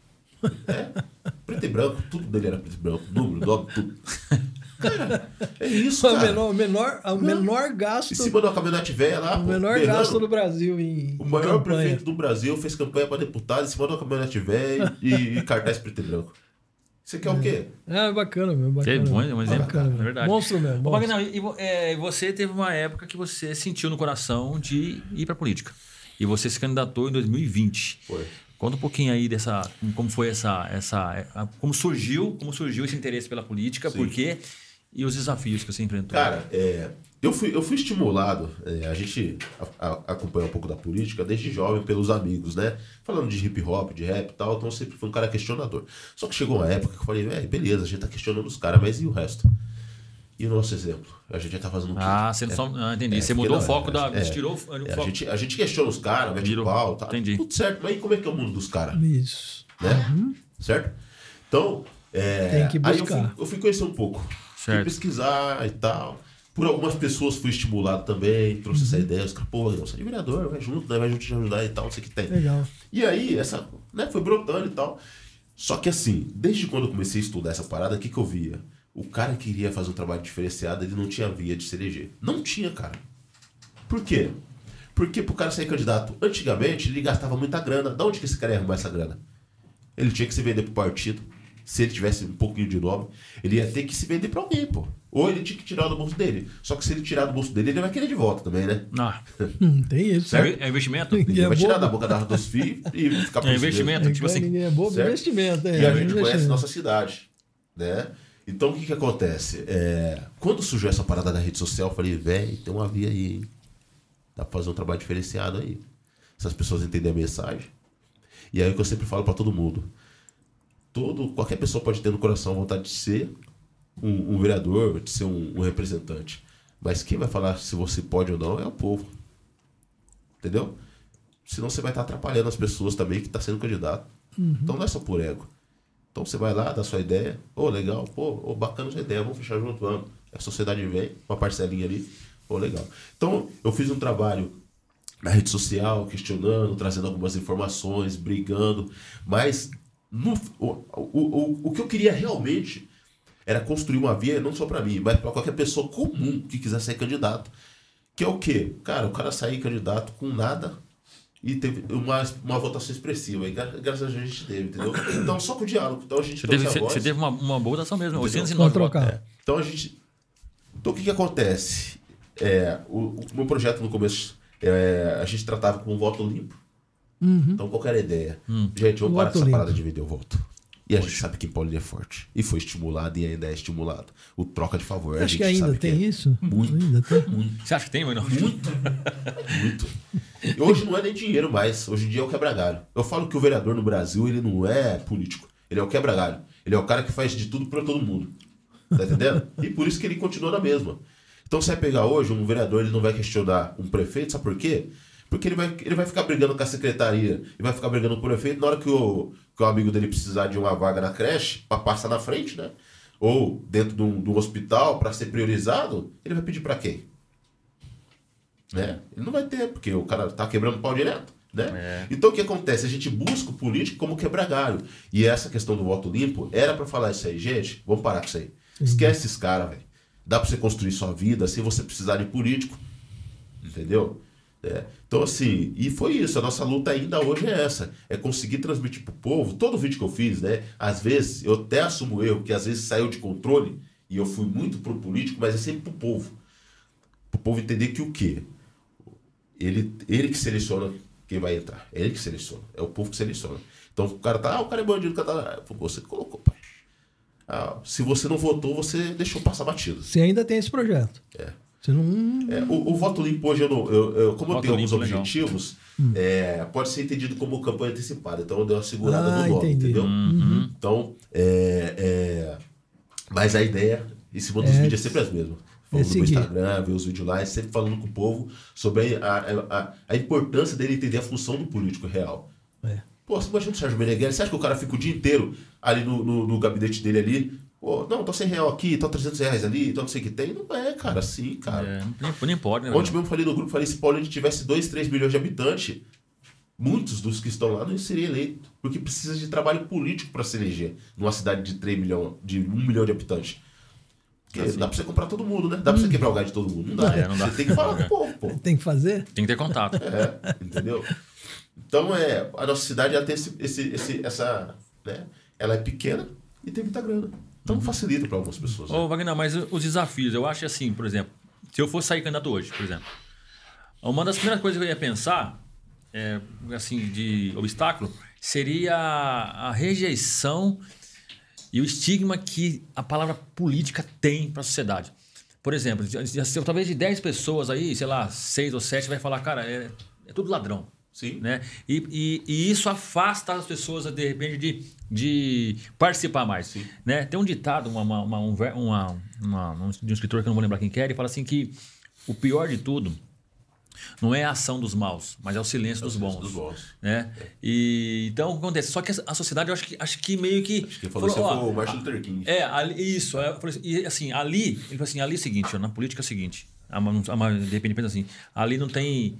Preto e branco, tudo dele era preto e branco. Número, nome, tudo. Cara, é isso, cara. O menor gasto, Em cima de uma caminhonete velha lá, o pô, menor berrando. gasto do Brasil em O maior campanha. prefeito do Brasil fez campanha para deputado em cima de uma caminhonete velha e cartaz preto e branco. Você quer o quê? É bacana, meu. É Bacana. bom, é um exemplo, Bacana, é meu. verdade. Monstro mesmo. Ô, monstro. Wagner, e você teve uma época que você sentiu no coração de ir pra política. E você se candidatou em 2020. Foi. Conta um pouquinho aí dessa, como foi como surgiu esse interesse pela política, Sim. por quê e os desafios que você enfrentou. Cara, eu fui estimulado, a gente acompanha um pouco da política desde jovem pelos amigos, né? Falando de hip hop, de rap e tal, então eu sempre fui um cara questionador. Só que chegou uma época que eu falei, beleza, a gente tá questionando os caras, mas e o resto? E o nosso exemplo? A gente já tá fazendo o quê? Você não só. Entendi. Você porque mudou não, o foco da. é, Você tirou o foco. A gente questiona os caras, mete Virou. pau, tá? Entendi. Tudo certo, mas e como é que é o mundo dos caras? Isso. Né? Certo? Então, Tem que aí buscar. eu fui conhecer um pouco. Fui Certo. pesquisar e tal. Por algumas pessoas fui estimulado também, trouxe essa ideia. Os caras, pô, você é vereador, vai junto, né? Vai junto te ajudar e tal, não sei o que tem. Legal. E aí, foi brotando e tal. Só que assim, desde quando eu comecei a estudar essa parada, o que eu via? O cara que queria fazer um trabalho diferenciado, ele não tinha via de se eleger. Não tinha, cara. Por quê? Porque pro cara ser candidato, antigamente, ele gastava muita grana. Da onde que esse cara ia arrumar essa grana? Ele tinha que se vender pro partido. Se ele tivesse um pouquinho de nome, ele ia ter que se vender pra alguém, pô. Ou ele tinha que tirar do bolso dele. Só que se ele tirar do bolso dele, ele vai querer de volta também, né? Tem isso. Certo? É investimento? Ele é vai tirar bobo. da boca dos filhos e ficar por É isso mesmo. investimento, tipo assim. Ninguém é bobo, Certo? investimento. E a gente investimento. conhece nossa cidade, né? Então, o que acontece? Quando surgiu essa parada da rede social, eu falei, velho, tem uma via aí, hein? Dá pra fazer um trabalho diferenciado aí. Se as pessoas entenderem a mensagem. E aí, o que eu sempre falo pra todo mundo. Qualquer pessoa pode ter no coração vontade de ser um vereador, de ser um representante. Mas quem vai falar se você pode ou não é o povo. Entendeu? Senão você vai estar atrapalhando as pessoas também que estão sendo candidato. Então, não é só por ego. Então você vai lá, dá sua ideia, legal, bacana sua ideia, vamos fechar junto, vamos. A sociedade vem, uma parcelinha ali, legal. Então eu fiz um trabalho na rede social, questionando, trazendo algumas informações, brigando, mas o que eu queria realmente era construir uma via, não só para mim, mas para qualquer pessoa comum que quiser ser candidato. Que é o quê? Cara, o cara sair candidato com nada e teve uma votação expressiva. E graças a Deus a gente teve, entendeu? Então, só com o diálogo. Então, a gente Você teve uma boa votação mesmo. 809 Vamos trocar. Então, Então, o que acontece? O meu projeto no começo, a gente tratava com um voto limpo. Então, qual que era a ideia? Gente, vamos parar com essa parada de vender o voto. E a gente sabe que em Paulínia é forte. E foi estimulado e ainda é estimulado. O troca de favor. Acho que ainda tem isso? Muito. Ainda tem? Muito. Você acha que tem, mano? Muito. E hoje não é nem dinheiro mais. Hoje em dia é o quebra-galho. Eu falo que o vereador no Brasil, ele não é político. Ele é o quebra-galho. Ele é o cara que faz de tudo pra todo mundo. Tá entendendo? E por isso que ele continua na mesma. Então você vai pegar hoje um vereador, ele não vai questionar um prefeito, sabe por quê? Porque ele vai ficar brigando com a secretaria e vai ficar brigando com o prefeito na hora que o amigo dele precisar de uma vaga na creche para passar na frente, né? Ou dentro de um hospital para ser priorizado, ele vai pedir para quem? Né? Ele não vai ter, porque o cara tá quebrando pau direto. Né? Então o que acontece? A gente busca o político como quebra-galho. E essa questão do voto limpo era para falar isso aí. Gente, vamos parar com isso aí. Esquece esses caras, velho. Dá para você construir sua vida sem você precisar de político. Entendeu? Então, assim, e foi isso. A nossa luta ainda hoje é essa. É conseguir transmitir pro povo. Todo vídeo que eu fiz, né? Às vezes, eu até assumo o erro, que às vezes saiu de controle. E eu fui muito pro político, mas é sempre pro povo. Pro povo entender que o quê? Ele que seleciona quem vai entrar. É ele que seleciona. É o povo que seleciona. Então, o cara tá... o cara é bandido. O cara tá... Você colocou, pai. Se você não votou, você deixou passar batido. Você ainda tem esse projeto. Você não... o voto limpo hoje, como eu tenho alguns objetivos, pode ser entendido como campanha antecipada. Então eu dei uma segurada no voto, entendeu? Então, mas a ideia, em cima dos vídeos, é sempre as mesmas. Falando no meu Instagram, ver os vídeos lá, sempre falando com o povo sobre a importância dele entender a função do político real. Pô, você imagina o Sérgio Meneghel, você acha que o cara fica o dia inteiro ali no gabinete dele ali? Pô, não, tô R$100 aqui, tô R$300 ali, tô não sei o que tem. Não é, cara, assim, cara. Nem pode, né? Ontem mesmo falei no grupo, falei, se Paulínia tivesse 2, 3 milhões de habitantes, muitos dos que estão lá não seriam eleitos. Porque precisa de trabalho político para se eleger numa cidade de 1 milhão de habitantes. Porque dá pra você comprar todo mundo, né? Dá pra você quebrar o gás de todo mundo. Não dá. Não dá. Você tem que falar com o povo, pô. Tem que fazer? Tem que ter contato. Entendeu? Então, a nossa cidade ela tem essa, né? Ela é pequena e tem muita grana. Então facilita para algumas pessoas. Ô, Wagner, mas os desafios, eu acho assim, por exemplo, se eu fosse sair candidato hoje, por exemplo, uma das primeiras coisas que eu ia pensar, assim, de obstáculo, seria a rejeição e o estigma que a palavra política tem para a sociedade. Por exemplo, talvez de 10 pessoas aí, sei lá, 6 ou 7 vai falar, cara, é tudo ladrão. Sim. Né? E isso afasta as pessoas, de repente, de participar mais. Sim. Né? Tem um ditado de um escritor que eu não vou lembrar quem que é, ele fala assim que o pior de tudo não é a ação dos maus, mas é o silêncio dos bons. Né? E, então, o que acontece? Só que a sociedade, eu acho que meio que... Acho que falou assim, foi o Martin Luther King. Isso. E assim, ali é o seguinte, na política é o seguinte, de repente pensa assim, ali não tem...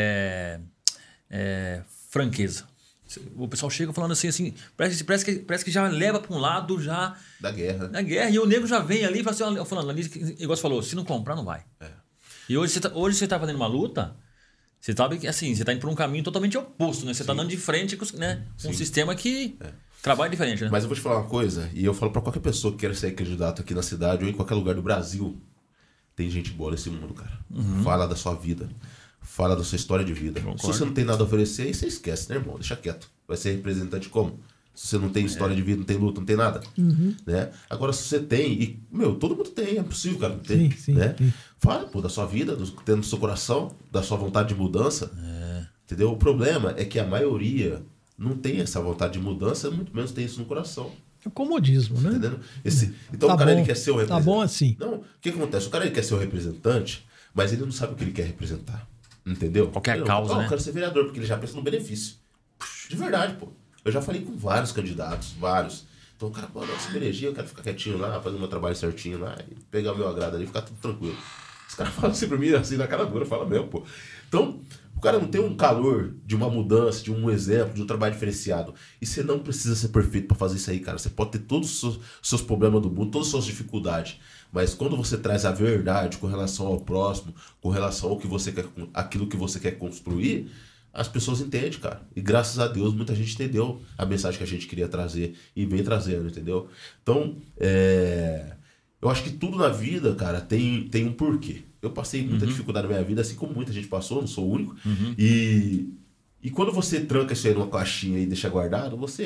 franqueza. O pessoal chega falando assim parece que já leva para um lado já da guerra. E o nego já vem ali e fala assim, falando ali, igual você falou, se não comprar não vai. E hoje você tá fazendo uma luta, você sabe que assim, você tá indo por um caminho totalmente oposto, né? Você tá andando de frente com um sistema que trabalha diferente, né? Mas eu vou te falar uma coisa, e eu falo para qualquer pessoa que queira ser candidato aqui na cidade ou em qualquer lugar do Brasil, tem gente boa nesse mundo, cara. Fala da sua vida. Fala da sua história de vida. Concordo. Se você não tem nada a oferecer, aí você esquece, né, irmão? Deixa quieto. Vai ser representante como? Se você não tem história de vida, não tem luta, não tem nada. Né? Agora, se você tem, e, todo mundo tem, é possível, cara, não tem. Sim, né? sim. Fala, pô, da sua vida, tendo do seu coração, da sua vontade de mudança. Entendeu? O problema é que a maioria não tem essa vontade de mudança, muito menos tem isso no coração. É comodismo, né? Entendendo? Então tá o cara bom, ele quer ser o representante. Tá bom assim. Não, o que acontece? O cara ele quer ser o representante, mas ele não sabe o que ele quer representar. Entendeu? Qualquer causa, né? Eu quero ser vereador, porque ele já pensa no benefício. De verdade, pô. Eu já falei com vários candidatos, vários. Então o cara, pô, não, se me eleger, eu quero ficar quietinho lá, fazer o meu trabalho certinho lá, e pegar o meu agrado ali e ficar tudo tranquilo. Os caras falam assim pra mim, assim, na cara dura, fala mesmo, pô. Então, o cara não tem um calor de uma mudança, de um exemplo, de um trabalho diferenciado. E você não precisa ser perfeito pra fazer isso aí, cara. Você pode ter todos os seus problemas do mundo, todas as suas dificuldades. Mas quando você traz a verdade com relação ao próximo, com relação ao que você quer, aquilo que você quer construir, as pessoas entendem, cara. E graças a Deus muita gente entendeu a mensagem que a gente queria trazer e vem trazendo, entendeu? Então, eu acho que tudo na vida, cara, tem um porquê. Eu passei muita dificuldade na minha vida, assim como muita gente passou, não sou o único. E quando você tranca isso aí numa caixinha e deixa guardado, você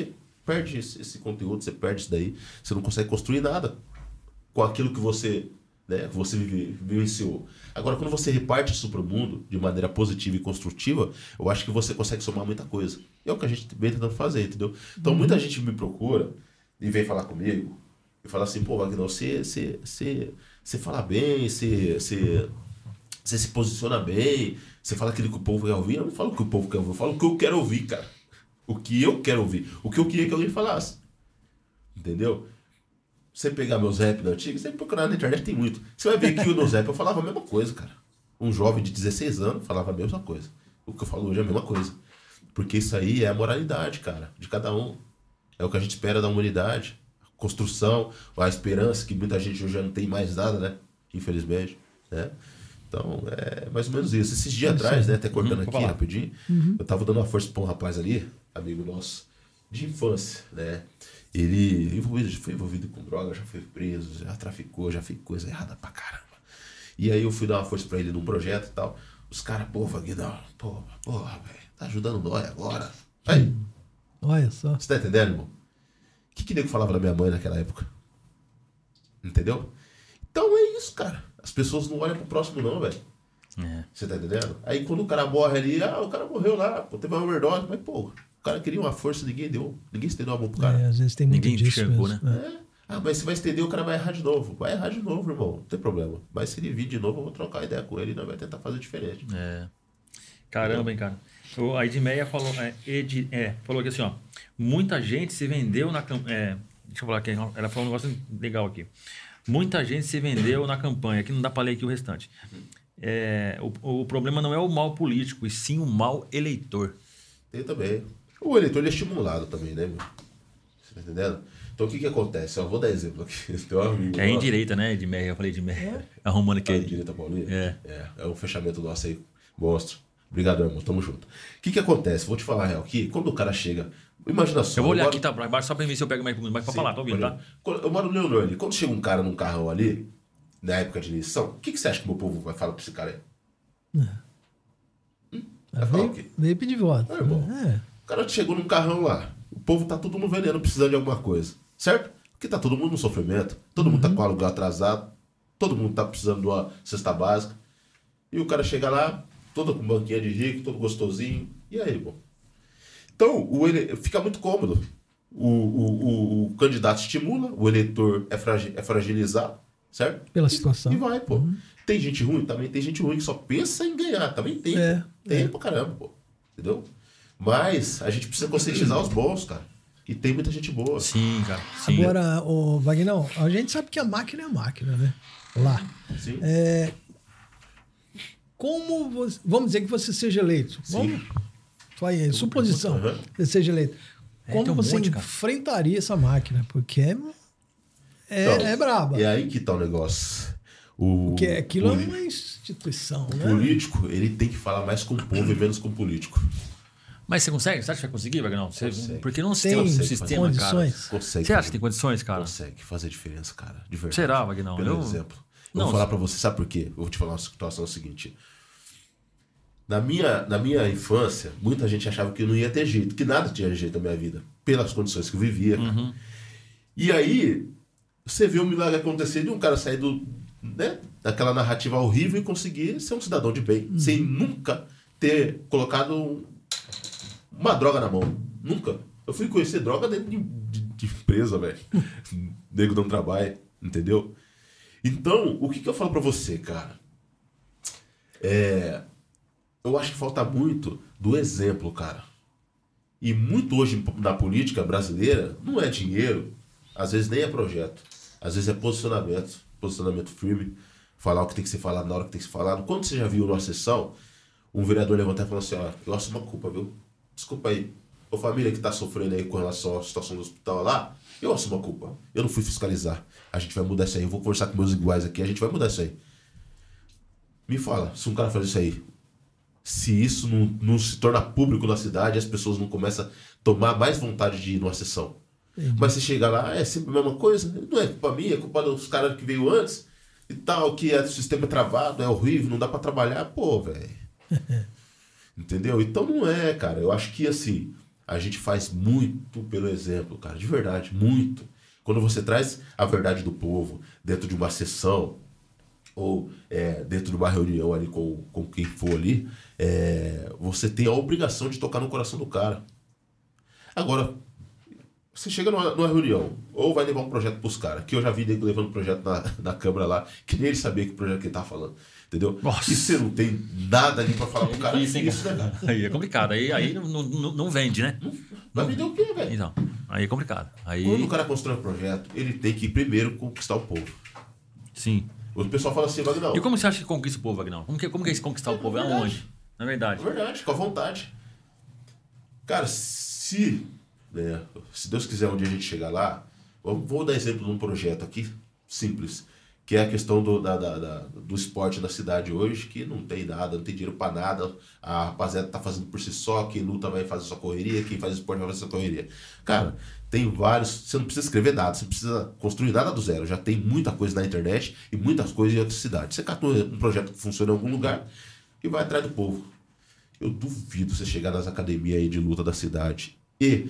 perde esse conteúdo, você perde isso daí, você não consegue construir nada com aquilo que você, né, que você vivenciou. Agora, quando você reparte isso para o mundo de maneira positiva e construtiva, eu acho que você consegue somar muita coisa. E é o que a gente vem tentando fazer, entendeu? Então, muita gente me procura e vem falar comigo e fala assim, pô, Wagner, você fala bem, você se posiciona bem, você fala aquilo que o povo quer ouvir. Eu não falo o que o povo quer ouvir, eu falo o que eu quero ouvir, cara. O que eu quero ouvir, o que eu queria que alguém falasse. Entendeu? Você pegar meus rap da antiga, você procurar na internet, tem muito. Você vai ver que nos rap eu falava a mesma coisa, cara. Um jovem de 16 anos falava a mesma coisa. O que eu falo hoje é a mesma coisa. Porque isso aí é a moralidade, cara, de cada um. É o que a gente espera da humanidade. A construção, a esperança, que muita gente hoje já não tem mais nada, né? Infelizmente, né? Então, é mais ou menos isso. Esses dias atrás, né? Até cortando aqui rapidinho, eu tava dando uma força pra um rapaz ali, amigo nosso, de infância, né? Ele foi envolvido com droga, já foi preso, já traficou, já fez coisa errada pra caramba. E aí eu fui dar uma força pra ele num projeto e tal. Os caras, pô, Wagner, porra, velho, tá ajudando nós agora. Aí. Olha só. Você tá entendendo, irmão? O que nego falava da minha mãe naquela época? Entendeu? Então é isso, cara. As pessoas não olham pro próximo não, velho. Você tá entendendo? Aí quando o cara morre ali, o cara morreu lá, pô, teve uma overdose, mas pô, o cara queria uma força, ninguém deu. Ninguém estendeu a mão pro cara. Às vezes tem muito ninguém disso enxergou, mesmo. né? Mas se vai estender, o cara vai errar de novo. Vai errar de novo, irmão. Não tem problema. Mas se ele vir de novo, eu vou trocar ideia com ele e nós vai tentar fazer diferente. Caramba, hein, cara. A Edmeia falou, falou aqui assim, ó. Muita gente se vendeu na campanha. Deixa eu falar aqui. Ela falou um negócio legal aqui. Muita gente se vendeu na campanha. Aqui não dá pra ler aqui o restante. O problema não é o mal político, e sim o mal eleitor. Tem também. O eleitor ele é estimulado também, né, meu? Você tá entendendo? Então o que acontece? Eu vou dar exemplo aqui. Em direita, né? Edmeia, eu falei Edmeia. Arrumando aqui. Direita Paulinha? É um fechamento nosso aí. Monstro. Obrigado, irmão. Tamo junto. O que acontece? Vou te falar a real aqui. Quando o cara chega... Imagina só. Eu vou olhar aqui, tá? Baixo só pra ver se eu pego mais pra falar, tá ouvindo, tá? Eu moro no Leonor ali. Quando chega um cara num carrão ali, na época de eleição, o que você acha que o meu povo vai falar pra esse cara aí? Vai falar o quê? Veio pedir voto. O cara chegou num carrão lá. O povo tá todo mundo veneno, precisando de alguma coisa. Certo? Porque tá todo mundo no sofrimento. Todo mundo tá com o aluguel atrasado. Todo mundo tá precisando de uma cesta básica. E o cara chega lá, todo com banquinha de rico, todo gostosinho. E aí, bom? Então, fica muito cômodo. O candidato estimula, o eleitor é fragilizado, certo? Pela situação. E vai, pô. Tem gente ruim? Também tem gente ruim que só pensa em ganhar. Também tem. Tem pra caramba, pô. Entendeu? Mas a gente precisa conscientizar os bons, cara. E tem muita gente boa. Sim, cara. Sim. Agora, Wagner, a gente sabe que a máquina é a máquina, né? Lá. Sim. Como você, vamos dizer que você seja eleito. Sim. Vamos, suposição, você seja eleito. Como você enfrentaria essa máquina? Porque é braba. E aí que tá o negócio. Porque aquilo é uma instituição, né? O político, ele tem que falar mais com o povo e menos com o político. Mas você consegue? Você acha que vai conseguir, Wagner? Porque não tem sistema, condições. Cara. Você acha que tem condições, cara? Consegue fazer diferença, cara. De verdade. Será, Wagner? Pelo exemplo. Eu vou falar pra você, sabe por quê? Eu vou te falar uma situação seguinte. Na minha infância, muita gente achava que não ia ter jeito, que nada tinha jeito na minha vida, pelas condições que eu vivia. Cara. E aí, você vê o milagre acontecer de um cara sair daquela narrativa horrível e conseguir ser um cidadão de bem, sem nunca ter colocado uma droga na mão. Nunca. Eu fui conhecer droga dentro de empresa, velho. Nego não trabalha, entendeu? Então, o que eu falo pra você, cara? Eu acho que falta muito do exemplo, cara. E muito hoje na política brasileira, não é dinheiro, às vezes nem é projeto. Às vezes é posicionamento firme, falar o que tem que ser falado na hora que tem que ser falado. Quando você já viu numa sessão, um vereador levantar e falar assim, eu assumo a culpa, viu? Desculpa aí. A família que tá sofrendo aí com relação à situação do hospital lá, eu assumo a culpa. Eu não fui fiscalizar. A gente vai mudar isso aí. Eu vou conversar com meus iguais aqui, a gente vai mudar isso aí. Me fala, se um cara faz isso aí, se isso não se torna público na cidade, as pessoas não começam a tomar mais vontade de ir numa sessão. Mas você chega lá, é sempre a mesma coisa. Não é culpa minha, é culpa dos caras que veio antes e tal, que o sistema é travado, é horrível, não dá pra trabalhar. Pô, velho. Entendeu? Então não é, cara. Eu acho que, assim, A gente faz muito pelo exemplo, cara, de verdade, muito. Quando você traz a verdade do povo dentro de uma sessão ou dentro de uma reunião ali com quem for ali, você tem a obrigação de tocar no coração do cara. Agora, você chega numa reunião, ou vai levar um projeto pros caras, que eu já vi nego levando projeto na Câmara lá, que nem ele sabia que projeto que ele tava falando, entendeu? Nossa. E você não tem nada ali pra falar pro cara, Isso, hein, isso, né, cara? Aí é complicado, aí não vende, né? Vai vender o quê, velho? Então, aí é complicado. Aí, Quando o cara constrói um projeto, ele tem que primeiro conquistar o povo. sim. O pessoal fala assim, Wagner, E como você acha que conquista o povo, Agnaldo? Como que é esse conquistar o povo? verdade. Aonde? Na verdade. é verdade, com a vontade. Cara, se Deus quiser um dia a gente chegar lá, vou dar exemplo de um projeto aqui, simples, que é a questão do esporte da cidade hoje, que não tem nada, não tem dinheiro pra nada, a rapaziada tá fazendo por si só, quem luta vai fazer sua correria, quem faz esporte vai fazer sua correria. Cara, tem vários, você não precisa escrever nada, você não precisa construir nada do zero, já tem muita coisa na internet e muitas coisas em outras cidades. Você catou um projeto que funciona em algum lugar e vai atrás do povo. Eu duvido você chegar nas academias aí de luta da cidade e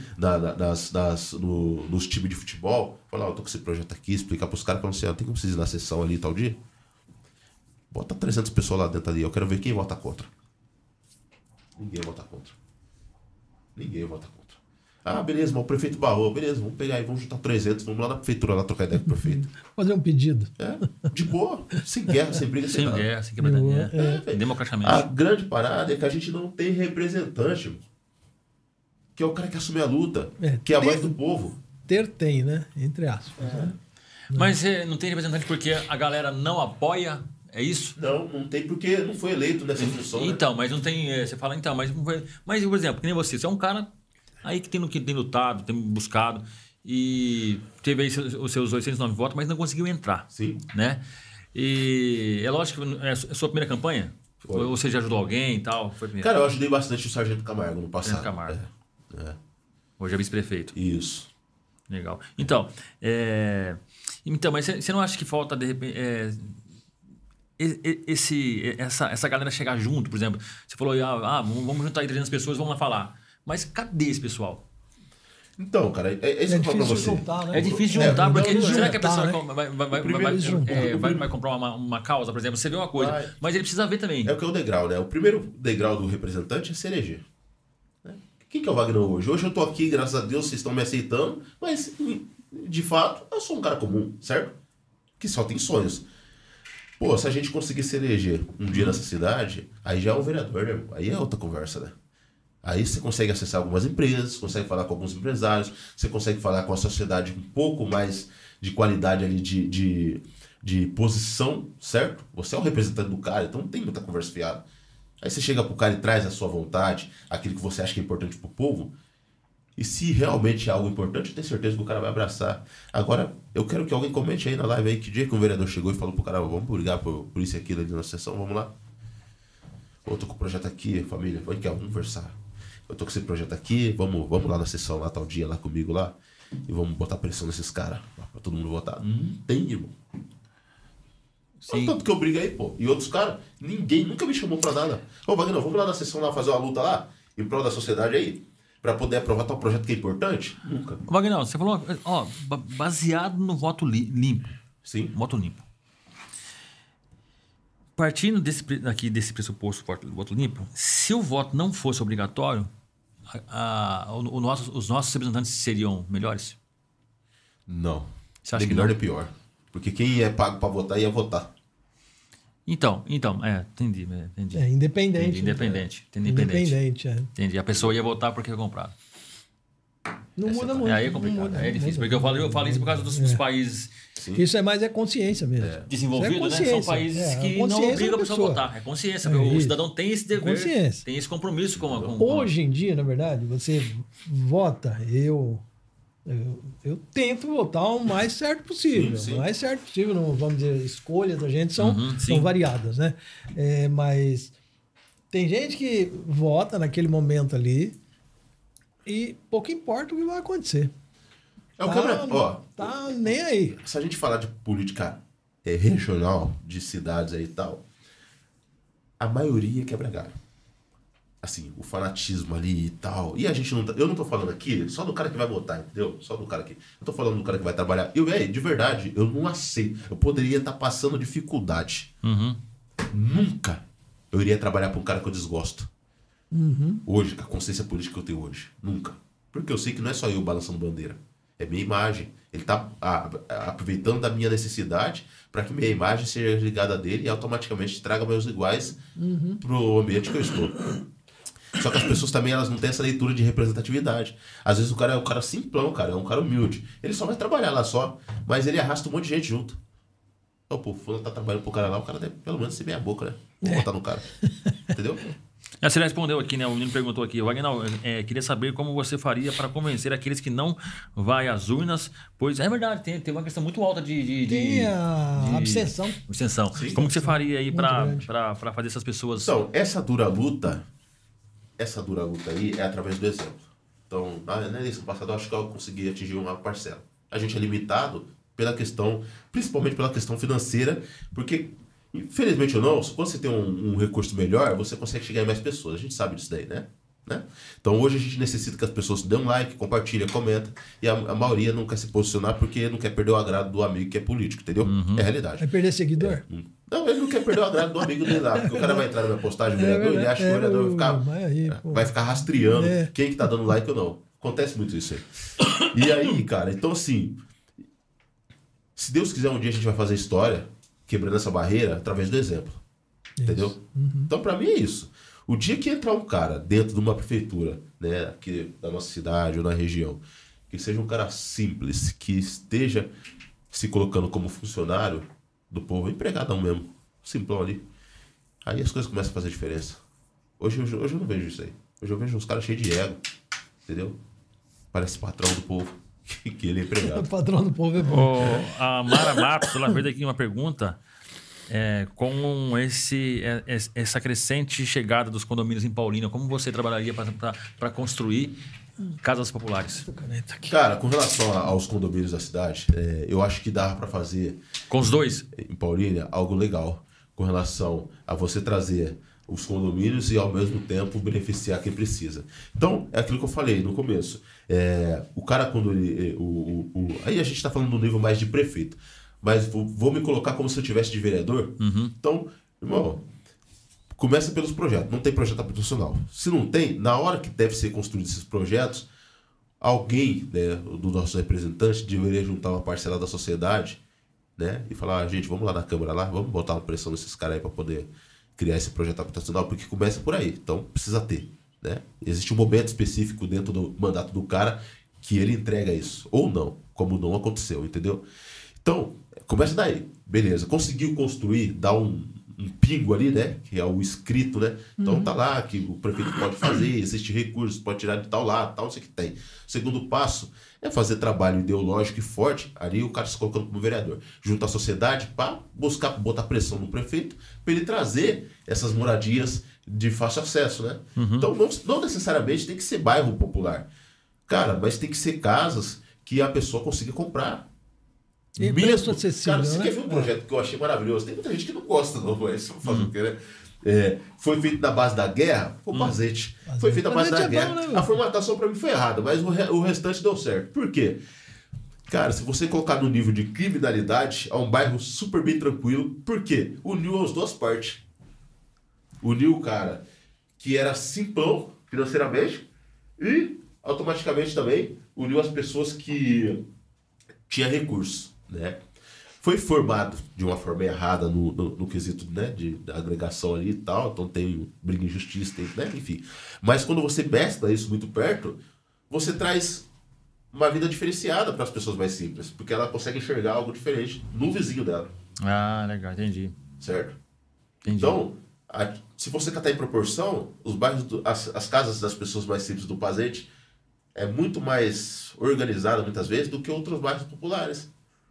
nos times de futebol, falar, eu tô com esse projeto aqui, explicar pros caras, falar assim, tem como vocês ir na sessão ali tal dia? Bota 300 pessoas lá dentro ali, eu quero ver quem vota contra. Ninguém vota contra. Ninguém vota contra. Ah, beleza, mas o prefeito barrou, beleza, vamos pegar aí, vamos juntar 300, vamos lá na prefeitura lá trocar ideia com o prefeito. Fazer um pedido. De boa, sem guerra, sem briga, sem nada. Sem guerra, sem quebra velho. democraticamente. A grande parada é que a gente não tem representante, mano. Que é o cara que assume a luta, que é a voz do povo. Tem, né? Entre aspas. Né? Mas não tem representante porque a galera não apoia, é isso? Não tem porque não foi eleito nessa função. Então, né? Mas não tem. Você fala, então, mas por exemplo, que nem você é um cara aí que tem lutado, tem buscado e teve aí os seus 809 votos, mas não conseguiu entrar. Sim. Né? E é lógico que é a sua primeira campanha? Foi. Ou você já ajudou alguém e tal? Foi primeiro. Cara, eu ajudei bastante o Sargento Camargo no passado. Sargento Camargo. Hoje é vice-prefeito. Isso. Legal. Então, mas você não acha que falta, de repente, essa galera chegar junto, por exemplo? Você falou, vamos juntar aí 300 pessoas, vamos lá falar. Mas cadê esse pessoal? Então, cara, é isso que eu falo pra você. Juntar, né? É difícil juntar, porque será que a pessoa né? vai comprar uma causa, por exemplo? Você vê uma coisa, mas ele precisa ver também. É o que é o degrau, né? O primeiro degrau do representante é se eleger. Quem que é o Wagner hoje? Hoje eu tô aqui, graças a Deus, vocês estão me aceitando, mas, de fato, eu sou um cara comum, certo? Que só tem sonhos. Pô, se a gente conseguir se eleger um dia nessa cidade, aí já é um vereador, né? Aí é outra conversa, né? Aí você consegue acessar algumas empresas, consegue falar com alguns empresários, você consegue falar com a sociedade um pouco mais de qualidade ali de posição, certo? Você é o representante do cara, então não tem muita conversa fiada. Aí você chega pro cara e traz a sua vontade, aquilo que você acha que é importante pro povo, e se realmente é algo importante, eu tenho certeza que o cara vai abraçar. Agora, eu quero que alguém comente aí na live aí que dia que um vereador chegou e falou pro cara, vamos brigar por isso e aquilo ali na sessão, vamos lá. Eu tô com o projeto aqui, família, vem cá, vamos conversar. Eu tô com esse projeto aqui, vamos lá na sessão lá, tal dia, lá comigo lá, e vamos botar pressão nesses caras, pra todo mundo votar. Não tem, irmão. Sim. Tanto que eu brigo aí, pô. E outros caras, ninguém nunca me chamou pra nada. Ô, Wagner, vamos lá na sessão lá fazer uma luta lá, em prol da sociedade aí, pra poder aprovar tal projeto que é importante? Nunca. Wagner, você falou, baseado no voto limpo. Sim. Voto limpo. Partindo desse pressuposto do voto limpo, se o voto não fosse obrigatório, os nossos representantes seriam melhores? Não. Você acha que melhor não? é pior. Porque quem é pago pra votar ia votar. Então, entendi. Independente. Independente. Entendi. A pessoa ia votar porque ia comprar. Não muda muito. Aí é complicado, aí é difícil. Porque eu falo isso por causa dos países... Sim. Isso é mais consciência mesmo. Desenvolvidos, né? São países que não obrigam a pessoa a votar. É consciência. O cidadão tem esse dever, tem esse compromisso com Hoje em dia, na verdade, você vota, eu tento votar o mais certo possível. Sim. O mais certo possível, não, vamos dizer, escolhas da gente são variadas, né? Mas tem gente que vota naquele momento ali e pouco importa o que vai acontecer. Tá nem aí. Se a gente falar de política regional, de cidades aí e tal, a maioria quebra galho. assim, o fanatismo ali e tal. E a gente não tá, eu não tô falando aqui só do cara que vai votar, entendeu? Só do cara que... Eu tô falando do cara que vai trabalhar. Eu, de verdade, eu não aceito. Eu poderia estar passando dificuldade. Nunca eu iria trabalhar pra um cara que eu desgosto. Hoje, com a consciência política que eu tenho hoje. Nunca. Porque eu sei que não é só eu balançando bandeira. É minha imagem. Ele tá aproveitando da minha necessidade para que minha imagem seja ligada a dele e automaticamente traga meus iguais pro ambiente que eu estou. Só que as pessoas também elas não têm essa leitura de representatividade. Às vezes o cara é um cara simplão, cara, é um cara humilde. Ele só vai trabalhar lá só, mas ele arrasta um monte de gente junto. Então, pô, fulano tá trabalhando pro cara lá, o cara deve pelo menos ser meia boca, né? Vou botar no cara. Entendeu? Você respondeu aqui, né? O menino perguntou aqui. Wagner, queria saber como você faria para convencer aqueles que não vai às urnas, pois é verdade, tem uma questão muito alta Tem a abstenção. Abstenção. Como que você faria aí para fazer essas pessoas... Então, essa dura luta aí é através do exemplo. Então, na eleição passada, eu acho que eu consegui atingir uma parcela. A gente é limitado principalmente pela questão financeira, porque, infelizmente ou não, quando você tem um recurso melhor, você consegue chegar em mais pessoas. A gente sabe disso daí, né? Então, hoje a gente necessita que as pessoas dêem um like, compartilhem, comentem, e a maioria não quer se posicionar porque não quer perder o agrado do amigo que é político, entendeu? É a realidade. Vai perder seguidor? Não, ele não quer perder o agrado do amigo dele lá, porque o cara vai entrar na minha postagem, ele acha que o vereador vai ficar rastreando quem que tá dando like ou não. Acontece muito isso aí. E aí, cara, então assim, se Deus quiser um dia a gente vai fazer história, quebrando essa barreira através do exemplo. Entendeu? Então, pra mim é isso. O dia que entrar um cara dentro de uma prefeitura, né, aqui da nossa cidade ou na região, que seja um cara simples, que esteja se colocando como funcionário do povo, empregadão mesmo, simplão ali, aí as coisas começam a fazer diferença. Hoje eu não vejo isso aí. Hoje eu vejo uns caras cheios de ego, entendeu? Parece patrão do povo, que ele é empregado. O patrão do povo é bom. A Mara Matos, ela fez aqui uma pergunta. Com essa crescente chegada dos condomínios em Paulínia, como você trabalharia para construir casas populares? Cara, com relação aos condomínios da cidade, eu acho que dá para fazer... Com os dois? Em Paulínia, algo legal. Com relação a você trazer os condomínios e, ao mesmo tempo, beneficiar quem precisa. Então, é aquilo que eu falei no começo. O cara, quando ele... aí a gente está falando do nível mais de prefeito. Mas vou me colocar como se eu tivesse de vereador. Então, irmão, começa pelos projetos. Não tem projeto habitacional. Se não tem, na hora que deve ser construído esses projetos, alguém, né, do nosso representante deveria juntar uma parcela da sociedade, né, e falar, gente, vamos lá na Câmara lá, vamos botar uma pressão nesses caras aí para poder criar esse projeto habitacional, porque começa por aí. Então, precisa ter. Né? Existe um momento específico dentro do mandato do cara que ele entrega isso. Ou não, como não aconteceu, entendeu? Então, começa daí. Beleza. Conseguiu construir, dar um pingo ali, né? Que é o escrito, né? Então tá lá que o prefeito pode fazer, existe recurso, pode tirar de tal lá, tal, não sei o que tem. O segundo passo é fazer trabalho ideológico e forte, ali o cara se colocando como vereador. Junto à sociedade para botar pressão no prefeito, para ele trazer essas moradias de fácil acesso, né? Então não necessariamente tem que ser bairro popular. Cara, mas tem que ser casas que a pessoa consiga comprar. E preço acessível, cara, você né? quer ver um projeto que eu achei maravilhoso? Tem muita gente que não gosta, não, mas fazer o quê, né? Foi feito na base da guerra, o Pazete. Foi feito na base da guerra. Bom, né, a formatação pra mim foi errada, mas o restante deu certo. Por quê? Cara, se você colocar no nível de criminalidade, é um bairro super bem tranquilo. Por quê? Uniu as duas partes. Uniu o cara que era simplão financeiramente e automaticamente também uniu as pessoas que tinham recursos. Né? Foi formado de uma forma errada no quesito, né, da agregação ali e tal, então tem briga em justiça, tem, né, enfim. Mas quando você mescla isso muito perto, você traz uma vida diferenciada para as pessoas mais simples, porque ela consegue enxergar algo diferente no vizinho dela. Ah, legal, entendi. Certo? Entendi. Então, se você catar em proporção, os bairros, as casas das pessoas mais simples do Pazete é muito mais organizada muitas vezes do que outros bairros populares.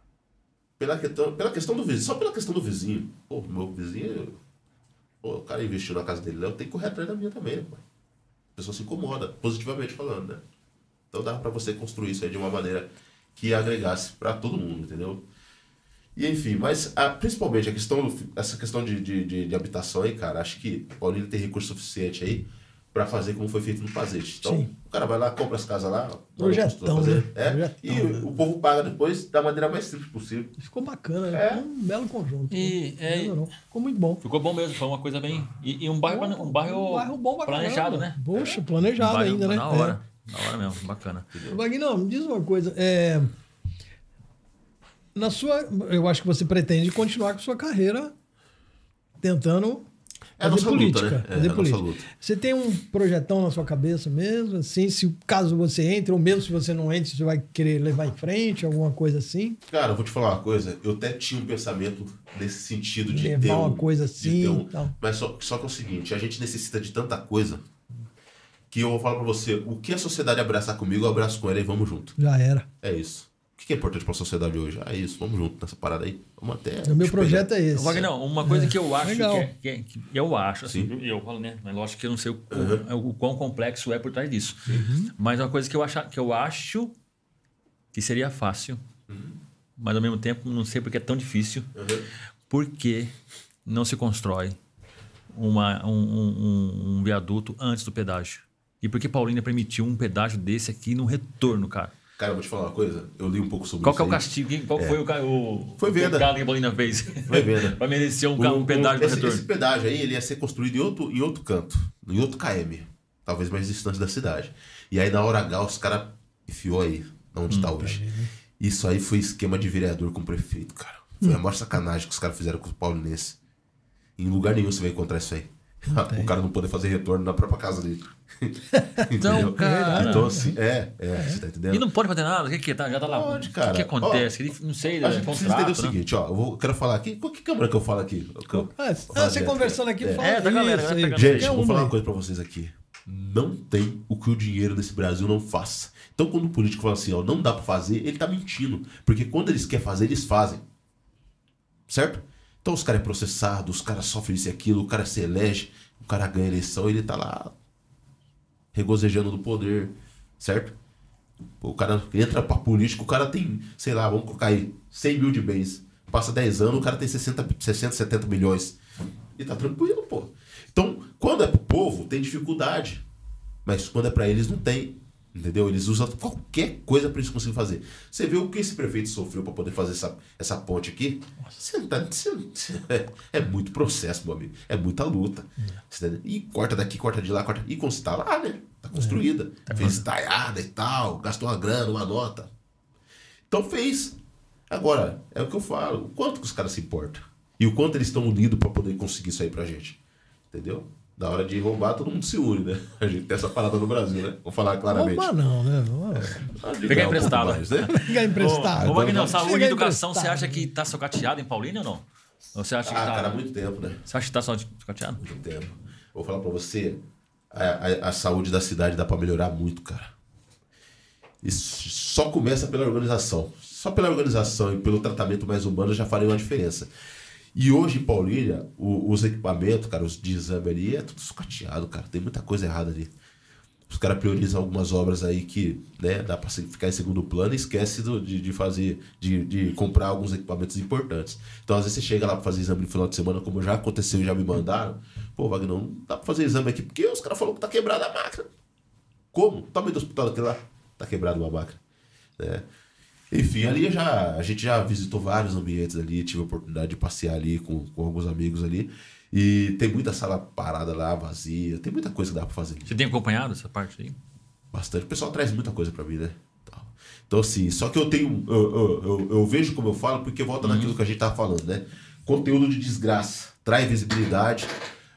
Pela questão do vizinho, só pela questão do vizinho. Pô, meu vizinho, o cara investiu na casa dele, eu tenho que correr atrás da minha também, né, pô? A pessoa se incomoda, positivamente falando, né? Então dava pra você construir isso aí de uma maneira que agregasse pra todo mundo, entendeu? E enfim, mas principalmente essa questão de habitação aí, cara, acho que Paulínia tem recurso suficiente aí para fazer como foi feito no Pazete. Então, Sim. o cara vai lá, compra as casas lá, Projetão, fazer, né? Projetão, e né? o povo paga depois da maneira mais simples possível. Ficou bacana, né? Ficou um belo conjunto. E, Melhorou. Ficou muito bom. ficou bom mesmo, foi uma coisa bem... E um bairro Um bairro bom pra planejado, caramba. né? Poxa, planejado Um bairro ainda, né? Na hora. Na hora mesmo, bacana. Wagner, me diz uma coisa. Eu acho que você pretende continuar com sua carreira tentando É a fazer nossa luta, política. né? Fazer É a política. nossa luta. Você tem um projetão na sua cabeça mesmo? Assim, se caso você entre, ou mesmo se você não entre, você vai querer levar em frente, alguma coisa assim? Cara, eu vou te falar uma coisa. Eu até tinha um pensamento nesse sentido de Levar ter uma coisa assim e tal. Mas só que é o seguinte, a gente necessita de tanta coisa que eu vou falar pra você, o que a sociedade abraçar comigo, eu abraço com ela e vamos junto. Já era. É isso. O que é importante pra sociedade hoje? É isso, vamos junto nessa parada aí. Vamos até... O meu projeto é esse. Wagner, uma coisa que eu acho legal. que eu acho, assim, eu falo, né? Mas lógico que eu não sei o quão complexo é por trás disso. Mas uma coisa que eu acho que seria fácil, mas ao mesmo tempo não sei porque é tão difícil. Por que não se constrói um viaduto antes do pedágio? E por que Paulínia permitiu um pedágio desse aqui no retorno, cara? Cara, eu vou te falar uma coisa. Eu li um pouco sobre Qual isso que é o aí. castigo? Qual foi o Foi venda. pecado que a Paulínia fez? Foi venda. Para merecer um pedágio no retorno. Esse pedágio aí, ele ia ser construído em outro canto. Em outro KM. Talvez mais distante da cidade. E aí, na hora H, os caras enfiou aí. Onde tá hoje. Isso aí foi esquema de vereador com o prefeito, cara. Foi a maior sacanagem que os caras fizeram com os paulinenses. Em lugar nenhum você vai encontrar isso aí. O cara não poder fazer retorno na própria casa dele. Então, cara... Então, assim, você tá entendendo? E não pode fazer nada? O que tá? Já tá lá. Pode, cara. O que acontece? Não sei, A gente precisa entender o contrato, né? seguinte, ó. Eu quero falar aqui. Que câmera que eu falo aqui? Você conversando aqui, fala É, da galera, isso vai aí. pegando. Gente, Qualquer vou falar aí. uma coisa pra vocês aqui. Não tem o que o dinheiro desse Brasil não faça. Então, quando o político fala assim, ó, não dá pra fazer, ele tá mentindo. Porque quando eles querem fazer, eles fazem. Certo? Então, os caras é processado, os caras sofrem isso e aquilo, o cara se elege, o cara ganha eleição, ele tá lá regozejando do poder, certo? O cara entra pra político, o cara tem, sei lá, vamos colocar aí, 100 mil de bens. Passa 10 anos, o cara tem 60, 70 milhões. E tá tranquilo, pô. Então, quando é pro povo, tem dificuldade. Mas quando é pra eles, não tem. Entendeu? Eles usam qualquer coisa pra eles conseguirem fazer. Você vê o que esse prefeito sofreu pra poder fazer essa ponte aqui? É muito processo, meu amigo. É muita luta. E corta daqui, corta de lá, corta. E quando você tá lá, né? Tá construída. Fez estaiada e tal, gastou uma grana, uma nota. Então fez. Agora, é o que eu falo. O quanto que os caras se importam? E o quanto eles estão unidos pra poder conseguir isso aí pra gente. Entendeu? Na hora de roubar, todo mundo se une, né? A gente tem essa parada no Brasil, né? Vou falar claramente. Roubar não, né? Pegar emprestado. Mais, né? Pegar emprestado. Ô, Wagner, saúde e Pegar educação, você emprestado. acha que tá socateado em Paulínia ou não? Ou você acha que tá... Cara, há muito tempo, né? Você acha que tá socateado? Muito tempo. Vou falar pra você, a saúde da cidade dá pra melhorar muito, cara. Isso só começa pela organização. Só pela organização e pelo tratamento mais humano já faria uma diferença. E hoje em Paulínia, os equipamentos, cara, os de exame ali, é tudo sucateado, cara. Tem muita coisa errada ali. Os caras priorizam algumas obras aí que, né, dá pra ficar em segundo plano e esquece de comprar alguns equipamentos importantes. Então, às vezes, você chega lá pra fazer exame no final de semana, como já aconteceu e já me mandaram. Pô, Wagner, não dá pra fazer exame aqui, porque os caras falaram que tá quebrada a máquina. Como? Tá meio do hospital aquele lá. Tá quebrada uma máquina. Né? Enfim, ali a gente já visitou vários ambientes ali, tive a oportunidade de passear ali com alguns amigos ali. E tem muita sala parada lá, vazia, tem muita coisa que dá pra fazer. Você tem acompanhado essa parte aí? Bastante. O pessoal traz muita coisa pra mim, né? Então, assim, só que eu tenho. Eu vejo como eu falo, porque volta naquilo que a gente tava falando, né? Conteúdo de desgraça. Traz visibilidade,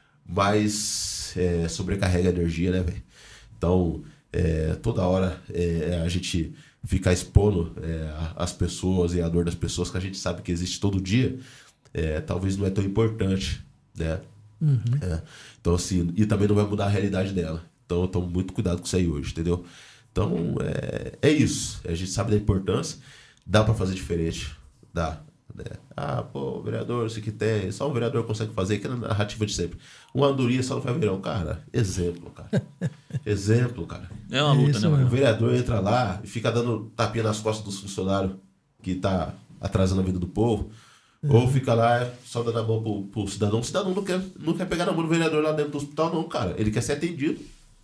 mas sobrecarrega a energia, né, velho? Então, toda hora a gente ficar expondo as pessoas e a dor das pessoas, que a gente sabe que existe todo dia, talvez não é tão importante, né? Então, assim, e também não vai mudar a realidade dela. Então, eu tomo muito cuidado com isso aí hoje, entendeu? Então, é isso. A gente sabe da importância, dá pra fazer diferente, dá. Né? Ah, pô, vereador, isso que tem, só um vereador consegue fazer, que é a narrativa de sempre. Uma andorinha só no faz verão, cara. Exemplo, cara. Exemplo, cara. É uma luta, né, O mano? vereador entra lá e fica dando tapinha nas costas dos funcionários que tá atrasando a vida do povo. Ou fica lá só dando a mão pro cidadão. O cidadão não quer pegar na mão do vereador lá dentro do hospital, não, cara. Ele quer ser atendido.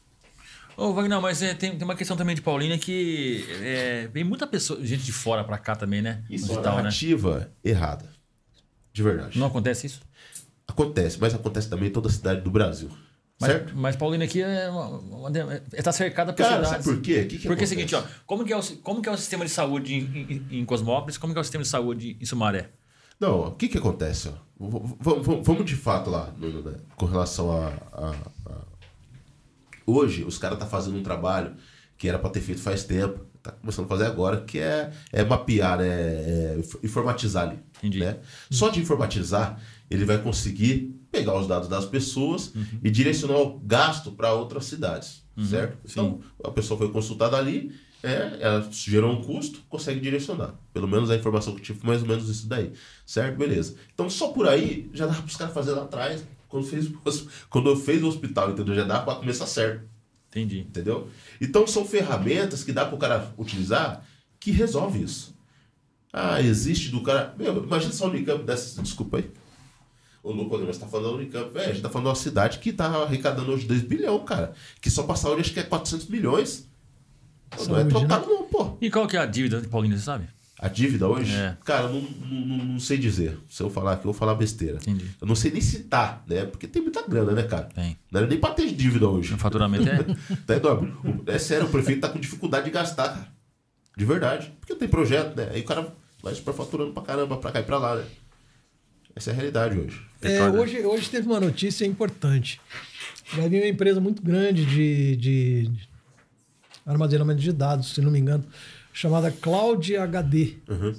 Ô, Wagner, mas tem uma questão também de Paulínia que vem muita pessoa, gente de fora pra cá também, né? Isso é uma narrativa errada. De verdade. Não acontece isso? Acontece, mas acontece também em toda a cidade do Brasil. Certo? Mas Paulínia aqui está cercada por Cara, cidades. sabe por quê? Porque é o seguinte, ó, como que é o sistema de saúde em Cosmópolis, como que é o sistema de saúde em Sumaré? Não, o que acontece? Ó? Vamos de fato lá, com relação a... Hoje, os caras estão fazendo um trabalho que era para ter feito faz tempo, tá começando a fazer agora, que é mapear, informatizar ali. Entendi. Né? Só de informatizar, ele vai conseguir pegar os dados das pessoas e direcionar o gasto para outras cidades, certo? Então, a pessoa foi consultada ali, ela gerou um custo, consegue direcionar. Pelo menos a informação que eu tive, mais ou menos isso daí, certo? Beleza. Então, só por aí, já dá para os caras fazer lá atrás, quando eu fiz o hospital, entendeu? Já dá para começar certo. Entendi. Entendeu? Então, são ferramentas que dá para o cara utilizar que resolve isso. Ah, existe do cara... Meu, imagina só o Unicamp dessa... Desculpa aí. Ô, louco, mas tá falando do Unicamp. Velho, a gente tá falando de uma cidade que tá arrecadando hoje 2 bilhões, cara. Que só pra saúde acho que é 400 milhões. Não é trocado não, pô. E qual que é a dívida de Paulínia, você sabe? A dívida hoje? É. Cara, não sei dizer. Se eu falar aqui, eu vou falar besteira. Entendi. Eu não sei nem citar, né? Porque tem muita grana, né, cara? Tem. Não era nem pra ter dívida hoje. O faturamento Tá enorme. É sério, o prefeito tá com dificuldade de gastar, cara. De verdade. Porque tem projeto, né? Aí o cara vai superfaturando pra caramba, pra cá e pra lá, né? Essa é a realidade hoje. Hoje teve uma notícia importante. Vai vir uma empresa muito grande de armazenamento de dados, se não me engano, chamada Cloud HD.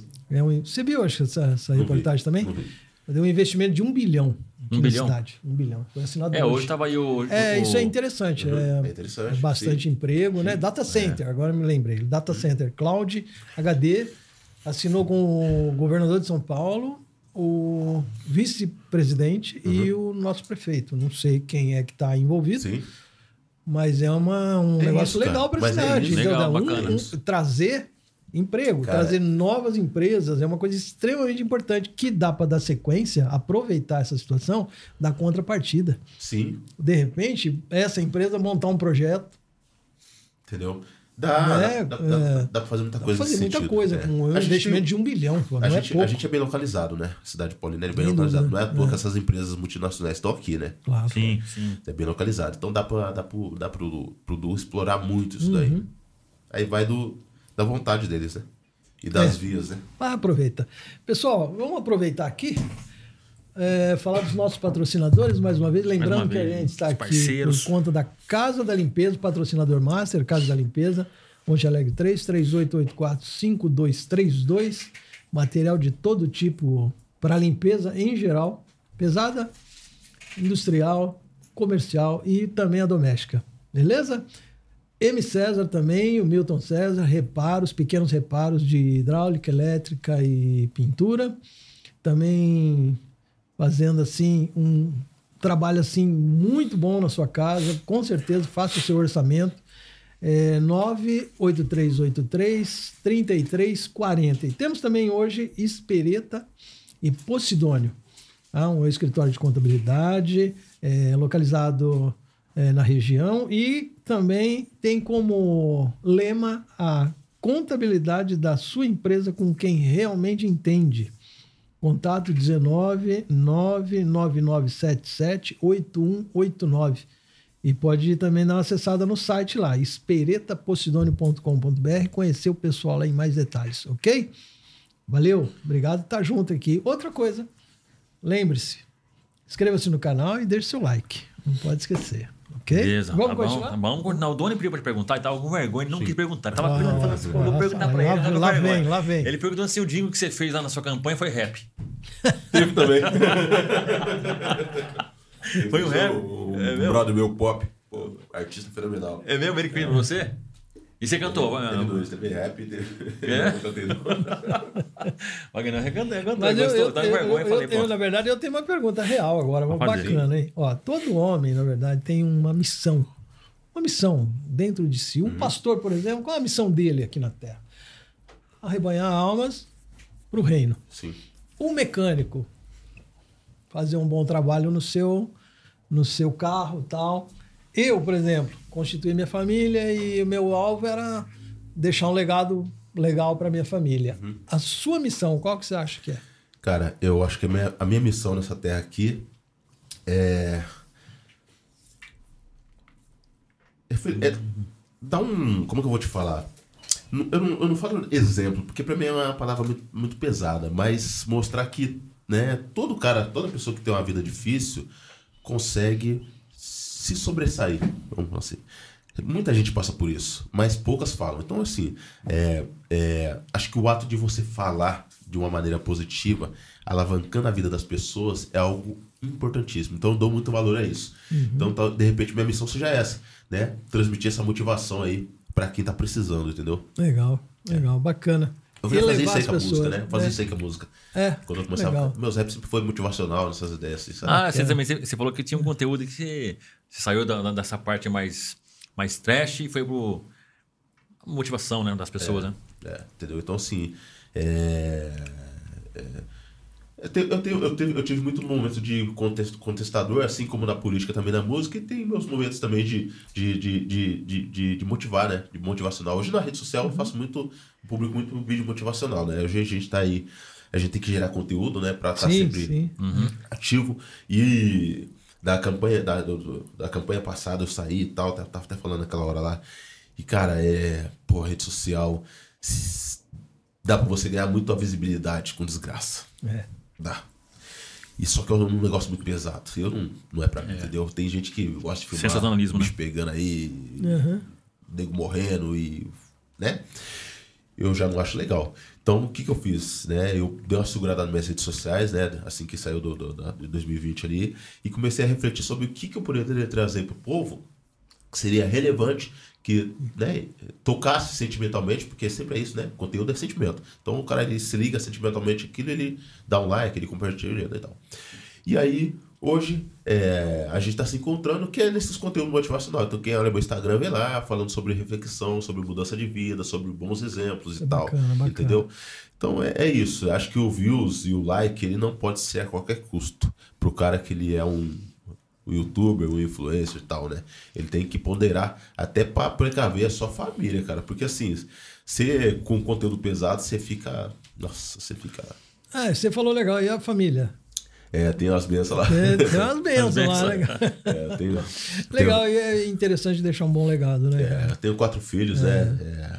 Você viu, acho, essa reportagem também? Deu um investimento de 1 bilhão. 1 bilhão? Cidade. 1 bilhão. Foi assinado hoje estava aí o... Isso é interessante. É interessante. Bastante emprego, né? Data Center, agora me lembrei. Data Center Cloud HD assinou com o governador de São Paulo, o vice-presidente e o nosso prefeito. Não sei quem é que está envolvido. Sim. Mas é um negócio legal para a cidade. Legal, bacana. Trazer emprego, trazer novas empresas é uma coisa extremamente importante que dá para dar sequência, aproveitar essa situação da contrapartida. Sim. De repente, essa empresa montar um projeto. Entendeu? Dá para fazer muita coisa nesse sentido. Muita coisa, com um investimento de 1 bilhão. Pô, a gente é bem localizado, né? A cidade de Paulínia é bem localizada. Não é à toa que essas empresas multinacionais estão aqui, né? Claro. Sim. É bem localizado. Então dá pro Du explorar muito isso daí. Aí vai da vontade deles, né? E das vias, né? Aproveita. Pessoal, vamos aproveitar aqui. Falar dos nossos patrocinadores, mais uma vez. Lembrando que a gente está aqui por conta da Casa da Limpeza, patrocinador master, Casa da Limpeza, Monte Alegre 338845232. Material de todo tipo para limpeza em geral, pesada, industrial, comercial e também a doméstica. Beleza? M. César também, o Milton César, pequenos reparos de hidráulica, elétrica e pintura. Também fazendo assim um trabalho assim muito bom na sua casa, com certeza, faça o seu orçamento. 98383-3340. E temos também hoje Espereta e Posidônio, um escritório de contabilidade localizado na região e também tem como lema a contabilidade da sua empresa com quem realmente entende. Contato 19-99977-8189. E pode também dar uma acessada no site lá, esperetaposidonio.com.br, conhecer o pessoal lá em mais detalhes, ok? Valeu, obrigado por estar junto aqui. Outra coisa, lembre-se, inscreva-se no canal e deixe seu like, não pode esquecer. Okay? Beleza. Vamos continuar? Vamos continuar. O Doni pediu para te perguntar e estava com vergonha, ele não quis perguntar. Ele estava perguntando assim, vou perguntar para ele. Lá vem. Ele perguntou se o jingle que você fez lá na sua campanha foi rap. Teve também. Foi um rap? Um brother meu pop, artista fenomenal. É mesmo? Ele que fez pra você? E você cantou? Teve rap, Wagner cantou, mas gostou, tá com vergonha, na verdade, eu tenho uma pergunta real agora, bacana, hein? Ó, todo homem, na verdade, tem uma missão dentro de si. Um pastor, por exemplo, qual é a missão dele aqui na Terra? Arrebanhar almas para o reino. Sim. Um mecânico, fazer um bom trabalho no seu carro e tal. Eu, por exemplo, constituí minha família e o meu alvo era deixar um legado legal para minha família. A sua missão, qual que você acha que é? Cara, eu acho que a minha missão nessa terra aqui é dar um... Como que eu vou te falar? Eu não falo exemplo, porque pra mim é uma palavra muito, muito pesada, mas mostrar que, né, toda pessoa que tem uma vida difícil consegue se sobressair, vamos falar assim. Muita gente passa por isso, mas poucas falam. Então, assim, acho que o ato de você falar de uma maneira positiva, alavancando a vida das pessoas, é algo importantíssimo. Então, eu dou muito valor a isso. Então, de repente, minha missão seja essa, né? Transmitir essa motivação aí pra quem tá precisando, entendeu? Legal, bacana. Eu vim fazer isso aí com a pessoas, música, né? Fazer isso aí com a música. Quando eu começava, meus raps sempre foi motivacional nessas ideias, assim, sabe? Você também você falou que tinha um conteúdo que você saiu dessa parte mais trash e foi pro motivação, né, das pessoas, né? Entendeu? Então, assim, eu tive muito momento de contestador, assim como na política também na música, e tem meus momentos também de motivar, né? De motivacional. Hoje na rede social eu faço publico muito vídeo motivacional, né? Hoje a gente tá aí, a gente tem que gerar conteúdo, né? Pra estar sempre ativo. E da campanha passada eu saí e tal, tava até falando naquela hora lá. E, cara, rede social dá pra você ganhar muito a visibilidade com desgraça. Dá. E só que é um negócio muito pesado. Não é pra mim, entendeu? Tem gente que gosta de filmar sensacionalismo, bicho né? pegando aí, nego morrendo e... né? Eu já não acho legal. Então, o que eu fiz, né? Eu dei uma segurada nas minhas redes sociais, né? Assim que saiu de 2020 ali, e comecei a refletir sobre o que eu poderia trazer pro povo que seria relevante, que, né, tocasse sentimentalmente, porque sempre é isso, né? O conteúdo é sentimento. Então, o cara, ele se liga sentimentalmente aquilo, ele dá um like, ele compartilha e tal. E aí, hoje, a gente tá se encontrando, que é nesses conteúdos motivacionais. Então, quem olha meu Instagram, vê lá, falando sobre reflexão, sobre mudança de vida, sobre bons exemplos e tal. Bacana. Entendeu? Então, é isso. Acho que o views e o like, ele não pode ser a qualquer custo pro cara que ele é o youtuber, o influencer e tal, né? Ele tem que ponderar até pra precaver a sua família, cara. Porque, assim, você com conteúdo pesado, você fica... Nossa, você fica... você falou legal. E a família? Tem umas bênçãos lá. Tem umas bênçãos lá, legal. Legal, e é interessante deixar um bom legado, né? Eu tenho 4 filhos, né?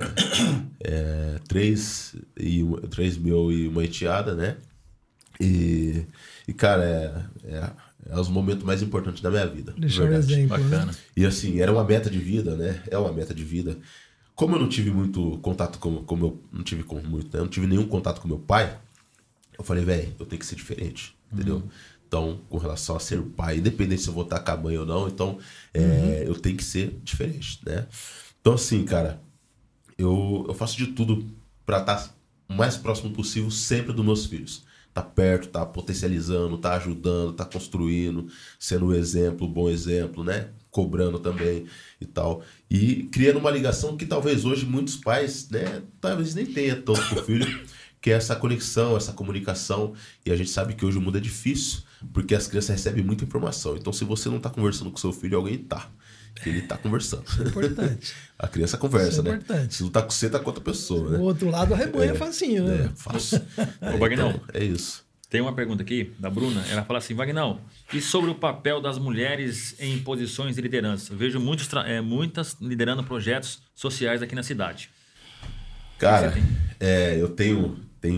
3 meu e uma enteada, né? E cara, é os momentos mais importantes da minha vida. Deixar um exemplo. Bacana. Né? E assim, era uma meta de vida, né? É uma meta de vida. Como eu não tive muito contato não tive nenhum contato com meu pai, eu falei, velho, eu tenho que ser diferente, entendeu? Então, com relação a ser pai, independente se eu vou estar com a mãe ou não, então eu tenho que ser diferente, né? Então, assim, cara, eu faço de tudo pra estar o mais próximo possível sempre dos meus filhos. Tá perto, tá potencializando, tá ajudando, tá construindo, sendo um exemplo, um bom exemplo, né? Cobrando também e tal. E criando uma ligação que talvez hoje muitos pais, né? Talvez nem tenha tanto com o filho, que é essa conexão, essa comunicação. E a gente sabe que hoje o mundo é difícil, porque as crianças recebem muita informação. Então, se você não tá conversando com seu filho, alguém tá. Ele tá conversando. Isso é importante. A criança conversa, né? Importante. Se não tá com você, tá com outra pessoa, né? O outro lado arrebanha facinho, né? Fácil. Ô, Vagnão, então, é isso. Tem uma pergunta aqui da Bruna. Ela fala assim, Vagnão, e sobre o papel das mulheres em posições de liderança? Eu vejo muitas liderando projetos sociais aqui na cidade. Cara, eu tenho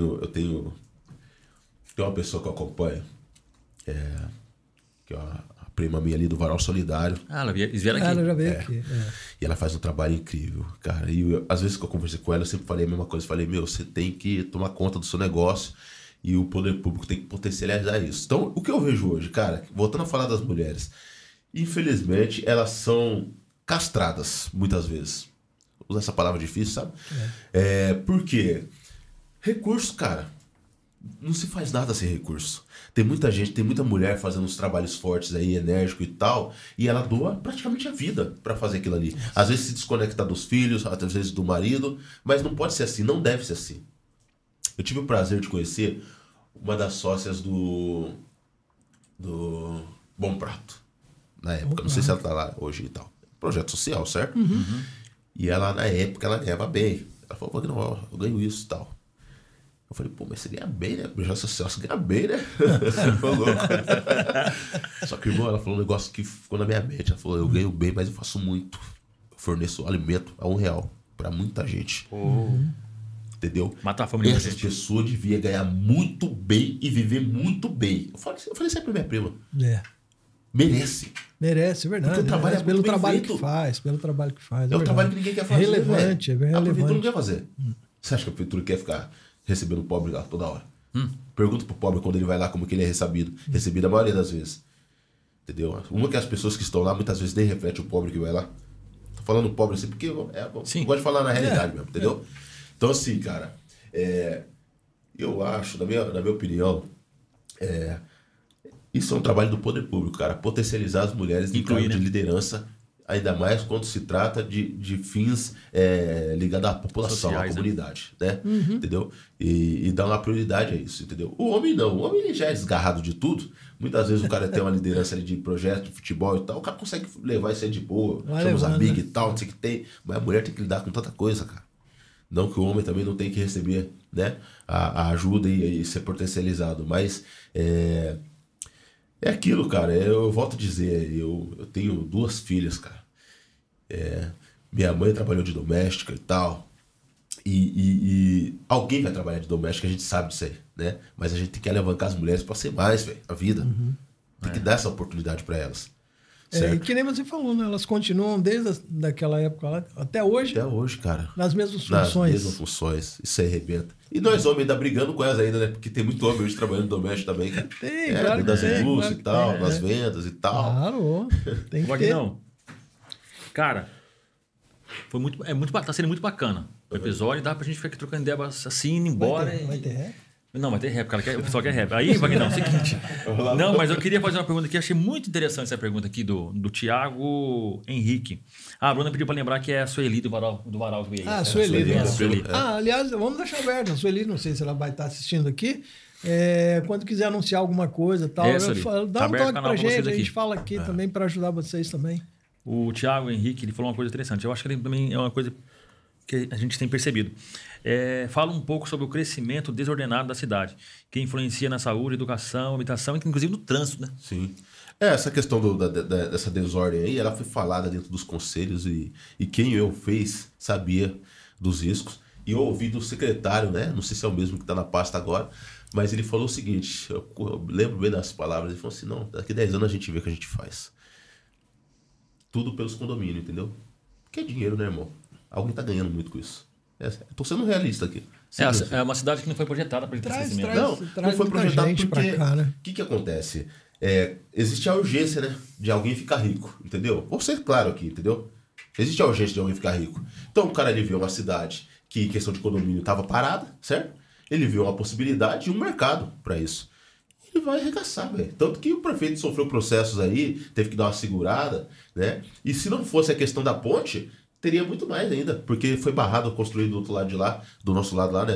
uma pessoa que eu acompanho, que é a prima minha ali do Varal Solidário. Eles vieram aqui. Ela já veio aqui. E ela faz um trabalho incrível, cara. E às vezes que eu conversei com ela, eu sempre falei a mesma coisa. Falei, você tem que tomar conta do seu negócio e o poder público tem que potencializar isso. Então, o que eu vejo hoje, cara, voltando a falar das mulheres, infelizmente, elas são castradas, muitas vezes. Usar essa palavra difícil, sabe? Por quê? Recurso, cara. Não se faz nada sem recurso. Tem muita gente, tem muita mulher fazendo uns trabalhos fortes aí, enérgico e tal, e ela doa praticamente a vida pra fazer aquilo ali. Às vezes se desconecta dos filhos, às vezes do marido, mas não pode ser assim, não deve ser assim. Eu tive o prazer de conhecer uma das sócias do Bom Prato, na época. Não sei se ela tá lá hoje e tal. Projeto social, certo? E ela, na época, ela ganhava bem. Ela falou, não, eu ganho isso e tal. Eu falei, pô, mas você ganha bem, né? Projeto social, você ganha bem, né? Falou. Só que, irmão, ela falou um negócio que ficou na minha mente. Ela falou, eu ganho bem, mas eu faço muito. Eu forneço alimento a R$1 pra muita gente. Entendeu? Matar a fome da Essas gente. pessoas deviam ganhar muito bem e viver muito bem. Eu falei sempre pra minha prima. Merece. Merece, é verdade. Porque o trabalho é pelo muito bem trabalho feito. que faz, pelo trabalho que faz. É o trabalho que ninguém quer fazer. Relevante, velho. é A prefeitura não relevante. quer fazer. Você acha que a prefeitura quer ficar recebendo o pobre lá toda hora? Pergunta pro pobre quando ele vai lá como que ele é recebido a maioria das vezes. Entendeu? Uma que as pessoas que estão lá muitas vezes nem refletem o pobre que vai lá. Tô falando pobre assim porque eu gosto de falar na realidade mesmo, entendeu? Então assim, cara, eu acho, na minha opinião, isso é um trabalho do poder público, cara, potencializar as mulheres em cargo de liderança, ainda mais quando se trata de fins ligados à população, sociais, à comunidade, né? Entendeu? E dar uma prioridade a isso, entendeu? O homem não, o homem ele já é desgarrado de tudo. Muitas vezes o cara tem uma liderança ali de projeto, de futebol e tal, o cara consegue levar isso aí de boa, chama os amigos e tal, não sei o que tem, mas a mulher tem que lidar com tanta coisa, cara. Não que o homem também não tem que receber, né, a ajuda e ser potencializado, mas é aquilo, cara. Eu volto a dizer, eu tenho 2 filhas, cara. Minha mãe trabalhou de doméstica e tal. E alguém vai trabalhar de doméstica, a gente sabe disso aí, né? Mas a gente tem que alavancar as mulheres para ser mais, velho, a vida. Tem que dar essa oportunidade para elas. E que nem você falou, né? Elas continuam desde daquela época lá, até hoje. Até hoje, cara. Nas mesmas funções. Nas mesmas funções. Isso aí arrebenta. E nós homens ainda brigando com elas ainda, né? Porque tem muito homem hoje trabalhando doméstico também, cara. Tem, claro que das tem. indústrias e tal, nas vendas e tal. Claro, tem que ter. Não. Cara, tá sendo muito bacana o episódio. Dá pra gente ficar aqui trocando ideia assim, indo embora. Vai ter rap? Não, vai ter rap, cara. O pessoal quer rap. Aí, Wagner, é o seguinte. Não, mas eu queria fazer uma pergunta aqui. Achei muito interessante essa pergunta aqui do Thiago Henrique. A Bruna pediu pra lembrar que é a Sueli do Varal que veio aí. Sueli. Aliás, vamos deixar aberto. A Sueli, não sei se ela vai estar assistindo aqui. Quando quiser anunciar alguma coisa e tal, dá um toque pra gente. A gente fala aqui também para ajudar vocês também. O Thiago Henrique, ele falou uma coisa interessante. Eu acho que ele também é uma coisa que a gente tem percebido. Fala um pouco sobre o crescimento desordenado da cidade, que influencia na saúde, educação, habitação, inclusive no trânsito, né? Sim. Essa questão dessa desordem aí, ela foi falada dentro dos conselhos e quem eu fez sabia dos riscos. E eu ouvi do secretário, né? Não sei se é o mesmo que está na pasta agora, mas ele falou o seguinte, eu lembro bem das palavras, ele falou assim, não, daqui 10 anos a gente vê o que a gente faz. Tudo pelos condomínios, entendeu? Porque é dinheiro, né, irmão? Alguém tá ganhando muito com isso. Tô sendo realista aqui. É uma cidade que não foi projetada para esse crescimento. Não foi projetada porque... né? O que acontece? Existe a urgência, né? De alguém ficar rico, entendeu? Vou ser claro aqui, entendeu? Existe a urgência de alguém ficar rico. Então o cara, ele viu uma cidade que, em questão de condomínio, estava parada, certo? Ele viu uma possibilidade e um mercado para isso. Ele vai arregaçar, velho. Tanto que o prefeito sofreu processos aí, teve que dar uma segurada, né? E se não fosse a questão da ponte, teria muito mais ainda, porque foi barrado construir do outro lado de lá, do nosso lado lá, né?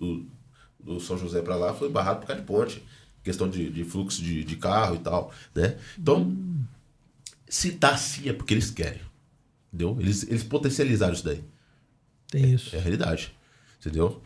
Do São José para lá, foi barrado por causa de ponte. Questão de fluxo de carro e tal, né? Então, se tá assim é porque eles querem, entendeu? Eles potencializaram isso daí. Tem isso. É a realidade, entendeu?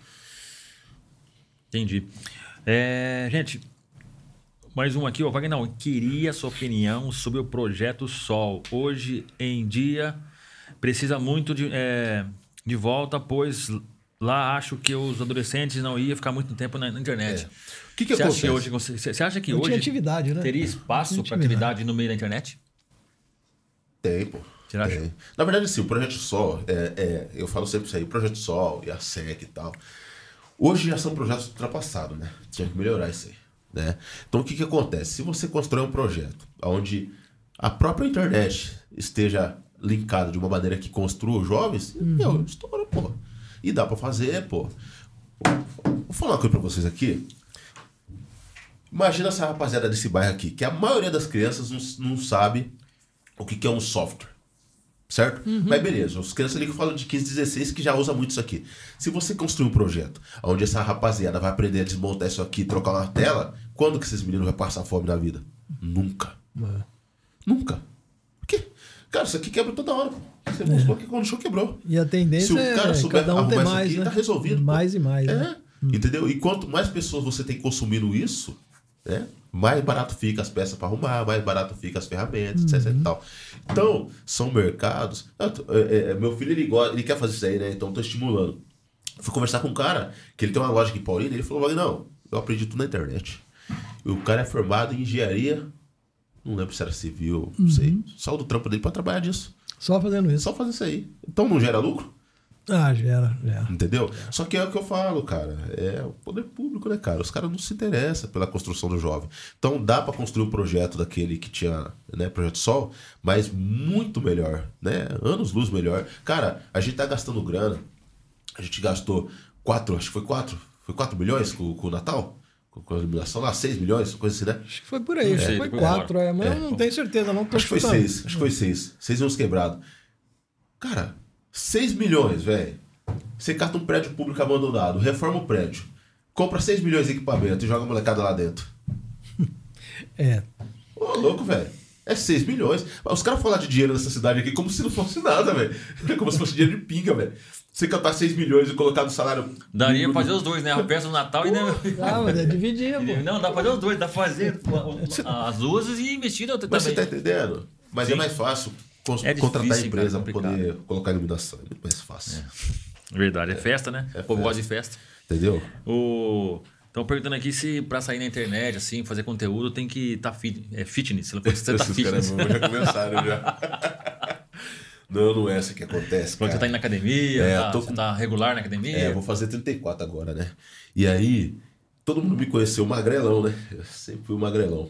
Entendi. Gente, mais um aqui, ó. Wagner, não, queria sua opinião sobre o Projeto Sol. Hoje em dia precisa muito de volta, pois lá acho que os adolescentes não iam ficar muito tempo na internet. O que acontece? Você acha que Não hoje tinha atividade, né? teria espaço para atividade no meio da internet? Tem, pô. Você acha? Tem. Na verdade, sim, o Projeto Sol, eu falo sempre isso aí, o Projeto Sol e a SEC e tal. Hoje já são projetos ultrapassados, né? Tinha que melhorar isso aí, né? Então, o que acontece? Se você constrói um projeto onde a própria internet esteja linkada de uma maneira que construa os jovens, estoura, pô. E dá pra fazer, pô. Vou falar uma coisa pra vocês aqui. Imagina essa rapaziada desse bairro aqui, que a maioria das crianças não sabe o que é um software. Certo? Mas beleza, as crianças ali que falam de 15, 16 que já usam muito isso aqui. Se você construir um projeto onde essa rapaziada vai aprender a desmontar isso aqui, trocar uma tela, quando que esses meninos vão passar fome na vida? Nunca. Nunca. quê? Cara, isso aqui quebra toda hora. Você mostrou que quando o show quebrou. E a tendência Se o cara souber cada um ter arrumar mais, isso aqui, né? tá resolvido. Mais e mais. Né? Entendeu? E quanto mais pessoas você tem consumindo isso, né? Mais barato fica as peças para arrumar, mais barato fica as ferramentas, etc e tal. Então, são mercados... meu filho, ele quer fazer isso aí, né? Então, eu tô estimulando. Fui conversar com um cara, que ele tem uma loja aqui em Paulínia, ele falou, não, eu aprendi tudo na internet. E o cara é formado em engenharia, não lembro se era civil, não sei. Saiu do trampo dele para trabalhar disso. Só fazendo isso. Só fazer isso aí. Então, não gera lucro? Ah, gera. Entendeu? Só que é o que eu falo, cara. É o poder público, né, cara? Os caras não se interessam pela construção do jovem. Então dá pra construir um projeto daquele que tinha, né, Projeto Sol, mas muito melhor, né? Anos-luz melhor. Cara, a gente tá gastando grana. A gente gastou 4 milhões com o Natal? Com a iluminação lá, 6 milhões, coisa assim, né? Acho que foi por aí, acho que foi 4, mas eu não tenho certeza, não tô Acho que foi 6, acho que foi 6. 6 milhões quebrados. Cara, 6 milhões, velho. Você cata um prédio público abandonado, reforma o prédio, compra 6 milhões de equipamento e joga a molecada lá dentro. Ô, louco, velho. É 6 milhões. Os caras falam de dinheiro nessa cidade aqui como se não fosse nada, velho. Como se fosse dinheiro de pinga, velho. Você catar 6 milhões e colocar no salário... Daria pra fazer os dois, né? A peça do Natal e... Ah, mas é dividir, pô. Não, dá pra fazer os dois. Dá pra fazer as luzes e investir também. Mas você tá entendendo? Mas sim, é mais fácil contratar a empresa pra poder colocar iluminação. É muito mais fácil. Verdade. É festa, né? O povo gosta de festa. Entendeu? Estão perguntando aqui se pra sair na internet, assim, fazer conteúdo, tem que estar fitness. Você tá fitness. Já começaram já. Não é essa que acontece, cara. Você tá indo na academia, você tá regular na academia? Vou fazer 34 agora, né? E aí, todo mundo me conheceu magrelão, né? Eu sempre fui magrelão.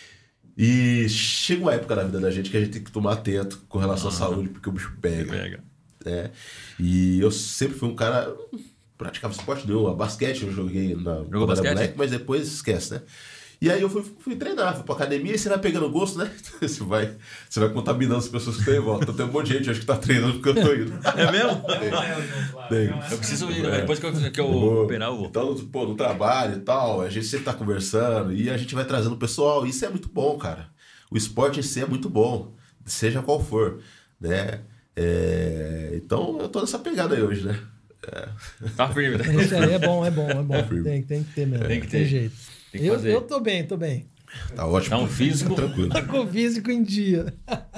E chega uma época na vida da gente que a gente tem que tomar atento com relação à saúde, porque o bicho pega. Né? E eu sempre fui um cara... praticava esporte nenhum. Basquete eu joguei na moleque, mas depois esquece, né? E aí eu fui treinar, fui pra academia e você vai pegando gosto, né? Você vai contaminando as pessoas que estão em volta. Tem um monte de gente acho que tá treinando porque eu tô indo. É mesmo? Eu preciso ir, depois que eu operar eu vou. Então, no trabalho e tal, a gente sempre tá conversando e a gente vai trazendo o pessoal. Isso é muito bom, cara. O esporte em si é muito bom, seja qual for, né? Então eu tô nessa pegada aí hoje, né? Tá firme, né? Isso aí é bom. Tem que ter mesmo. Tem que ter. Tem jeito. Eu tô bem. Tá ótimo. Tá um físico. Tranquilo. Tá com o físico em dia.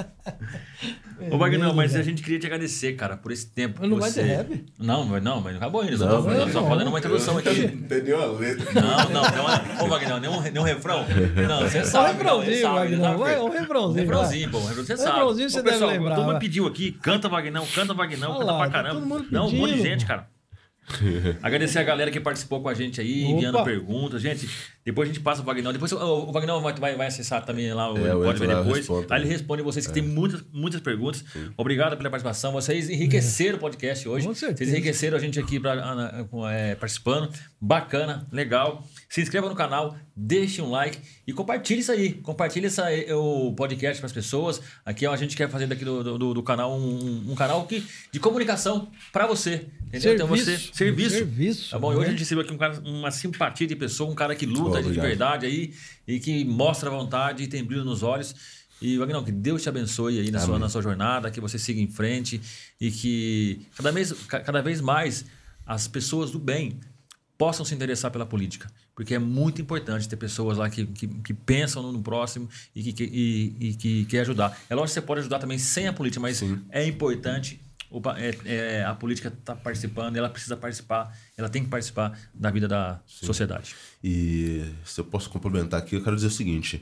Ô, Wagner, mas a gente queria te agradecer, cara, por esse tempo. Mas não vai ter rap? Não, mas não acabou ainda. Só fazendo uma introdução aqui. Não tem nenhuma letra. Não. Ô, Wagner, nenhum refrão? Não, você sabe. Um refrãozinho, Wagner. Um refrãozinho. Refrãozinho, pô. Você sabe. Refrãozinho você deve lembrar. Todo mundo pediu aqui, canta Wagner, canta pra caramba. Não, um monte de gente, cara. Agradecer a galera que participou com a gente aí, enviando perguntas. Gente, depois a gente passa o Wagner. Depois o Wagner vai acessar também lá, pode ver depois. Aí ele responde vocês que tem muitas perguntas. Sim. Obrigado pela participação. Vocês enriqueceram o podcast hoje. Vocês enriqueceram a gente aqui participando. Bacana, legal. Se inscreva no canal, deixe um like e compartilhe isso aí. Compartilhe o podcast para as pessoas. Aqui a gente quer fazer daqui do canal um canal de comunicação para você. Entendeu? Então serviço. Tá bom? E hoje a gente recebeu aqui uma simpatia de pessoa, um cara que luta de verdade aí e que mostra vontade e tem brilho nos olhos. E, Wagner, que Deus te abençoe aí na sua jornada, que você siga em frente e que cada vez mais as pessoas do bem possam se interessar pela política. Porque é muito importante ter pessoas lá que pensam no próximo e que quer ajudar. É lógico que você pode ajudar também sem a política, mas é importante a política está participando, ela precisa participar, ela tem que participar da vida da sociedade. E se eu posso complementar aqui, eu quero dizer o seguinte.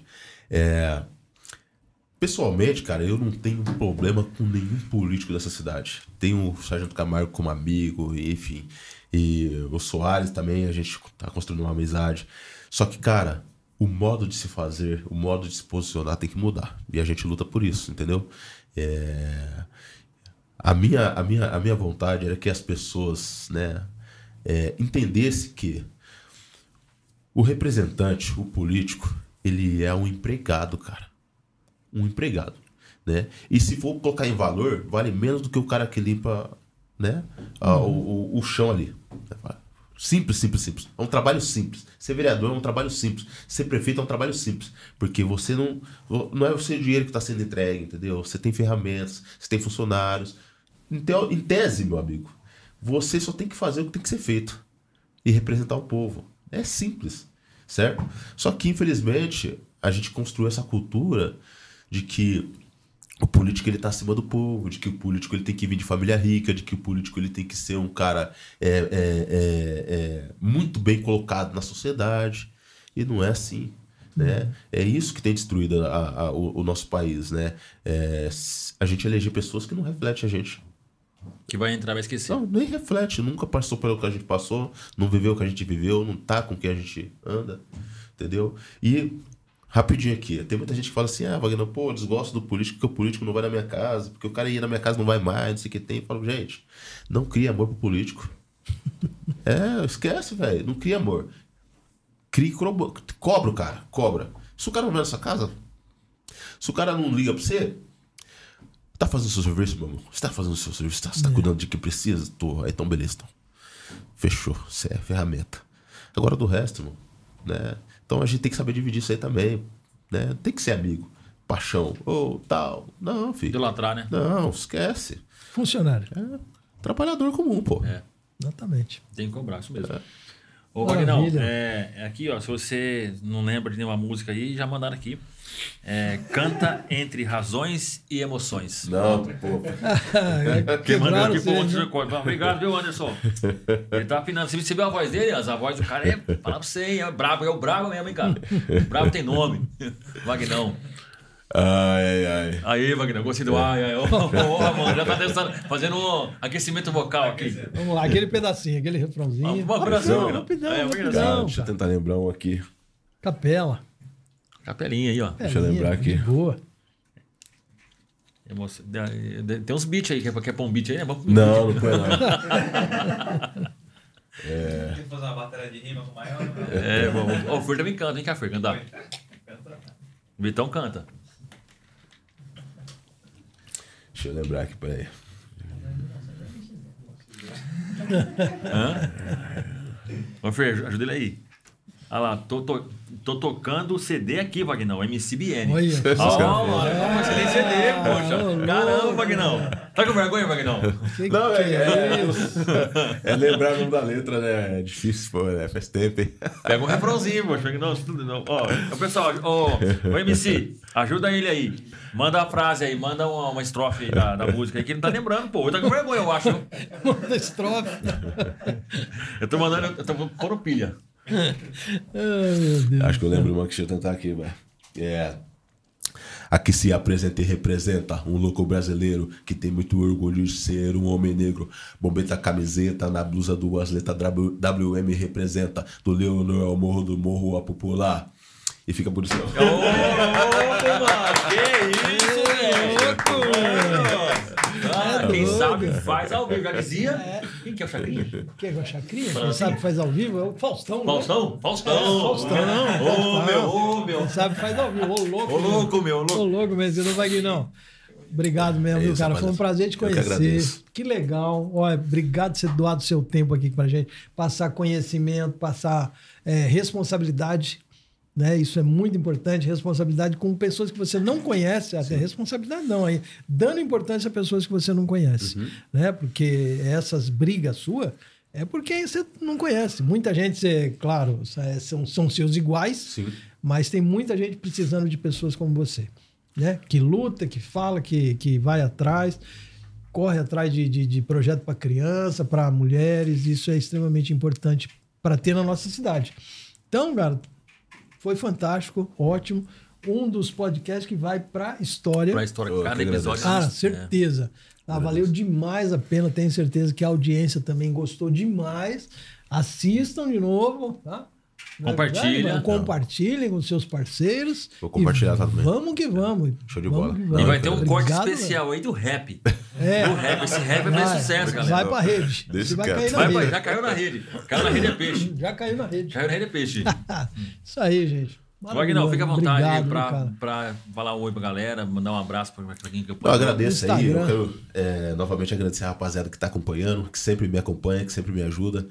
Pessoalmente, cara, eu não tenho problema com nenhum político dessa cidade. Tenho o Sargento Camargo como amigo, enfim. E o Soares também, a gente tá construindo uma amizade. Só que, cara, o modo de se fazer, o modo de se posicionar tem que mudar. E a gente luta por isso, entendeu? A minha vontade era que as pessoas, né, entendessem que o representante, o político, ele é um empregado, cara. Um empregado, né? E se for colocar em valor, vale menos do que o cara que limpa, né, o chão ali. Simples, simples, simples. É um trabalho simples. Ser vereador é um trabalho simples. Ser prefeito é um trabalho simples. Porque você não é o seu dinheiro que está sendo entregue, entendeu? Você tem ferramentas, você tem funcionários. Em tese, meu amigo, você só tem que fazer o que tem que ser feito. E representar o povo. É simples, certo? Só que, infelizmente, a gente construiu essa cultura de que o político ele tá acima do povo, de que o político ele tem que vir de família rica, de que o político ele tem que ser um cara muito bem colocado na sociedade. E não é assim, né? É isso que tem destruído o nosso país, né? A gente eleger pessoas que não refletem a gente. Que vai entrar, vai esquecer. Não, nem reflete, nunca passou pelo que a gente passou, não viveu o que a gente viveu, não tá com o que a gente anda, entendeu? E rapidinho aqui, tem muita gente que fala assim, Wagner, pô, eu desgosto do político porque o político não vai na minha casa, porque o cara ia na minha casa não vai mais, não sei o que tem. Eu falo, gente, não cria amor pro político. Esquece, velho, não cria amor. Cobra o cara, cobra. Se o cara não vai na sua casa, se o cara não liga pra você, tá fazendo o seu serviço, meu irmão? Você tá fazendo o seu serviço? Você tá cuidando de quem precisa? Tô. Aí, então, beleza. Então. Fechou. Você é ferramenta. Agora, do resto, irmão, né? Então, a gente tem que saber dividir isso aí também, né? Tem que ser amigo. Paixão. Ou tal. Não, filho. Idolatrar, né? Não, esquece. Funcionário. Trabalhador comum, pô. Exatamente. Tem que cobrar, isso mesmo. Ô, Maravilha. Wagner, aqui, ó, se você não lembra de nenhuma música aí, já mandaram aqui. Canta entre razões e emoções. Não, pô. Quem mandou aqui foi o você, outro recorde. Obrigado, viu, Anderson? Ele tá afinando. Você viu a voz dele? A voz do cara fala pra você, hein? É o brabo mesmo, hein, cara? O brabo tem nome. Vagnão. Ai. Aí, Wagner, gostei do ai. Mano, já tá testando, fazendo um aquecimento vocal aqui. Vamos lá, aquele pedacinho, aquele refrãozinho. Rapidão. Deixa eu tentar lembrar um aqui. Capela. Capelinha aí, ó. Deixa eu lembrar aqui. De boa. Tem uns beats aí, quer pôr um beat aí, né? Vamos Não põe não. Tem que fazer uma bateria de rima com o maior. Bom. O Fer também canta, vem cá, Fer, cantar. O Vitão canta. Deixa eu lembrar aqui, peraí. Ô, Fer, ajuda ele aí. Olha lá, tô tocando o CD aqui, Vagnão, MCBN. Olha. Mano, você nem CD, poxa. Caramba, Vagnão. Tá com vergonha, Vagnão? Não, é lembrar o nome da letra, né? É difícil, pô, né? Faz tempo, hein? Pega um refrãozinho, poxa. Não. Ó, pessoal, o MC, ajuda ele aí. Manda a frase aí, manda uma estrofe aí da música aí, que ele não tá lembrando, pô. Tá com vergonha, eu acho. Manda estrofe. Eu tô pondo pilha. Ai, meu Deus. Acho que eu lembro uma que deixa eu tentar aqui, velho. Aqui se apresenta e representa um louco brasileiro que tem muito orgulho de ser um homem negro. Bombeta camiseta, na blusa duas letras WM representa. Do Leonor ao Morro, do Morro a Popular. E fica por isso. Ô, mano, que isso, velho? Quem sabe faz ao vivo. Já dizia. Quem que é o Chacrinha? Quem é o Chacrinha? Quem sabe faz ao vivo? É o Faustão. Faustão? Ô, meu. Quem sabe faz ao vivo. Ô, louco. Ô, louco, meu. Ô, louco mesmo. Não vai vir, não. Obrigado mesmo, viu, cara? Foi um prazer te conhecer. Que legal. Olha, obrigado por você doar do seu tempo aqui pra gente. Passar conhecimento, passar responsabilidade. Né? Isso é muito importante, responsabilidade com pessoas que você não conhece, até responsabilidade não, aí, dando importância a pessoas que você não conhece, né? Porque essas brigas suas é porque você não conhece. Muita gente, claro, são seus iguais, Sim. Mas tem muita gente precisando de pessoas como você, né? Que luta, que fala, que vai atrás, corre atrás de projeto para criança, para mulheres, isso é extremamente importante para ter na nossa cidade. Então, cara, foi fantástico, ótimo. Um dos podcasts que vai para história. Para história, cada episódio. Certeza. Valeu demais a pena. Tenho certeza que a audiência também gostou demais. Assistam de novo, tá? Compartilhem com seus parceiros. Vou compartilhar também. Vamos que vamos. Show de bola. E vai ter um corte especial aí do rap. Do rap. Esse rap vai fazer sucesso, galera. Vai pra rede. Vai cair na rede. Já caiu na rede. Caiu na rede é peixe. Já caiu na rede. Caiu na rede é peixe. Isso aí, gente. Wagner, fica à vontade aí pra falar um oi pra galera, mandar um abraço pra quem que eu posso. Eu agradeço aí. Eu quero novamente agradecer a rapaziada que tá acompanhando, que sempre me acompanha, que sempre me ajuda.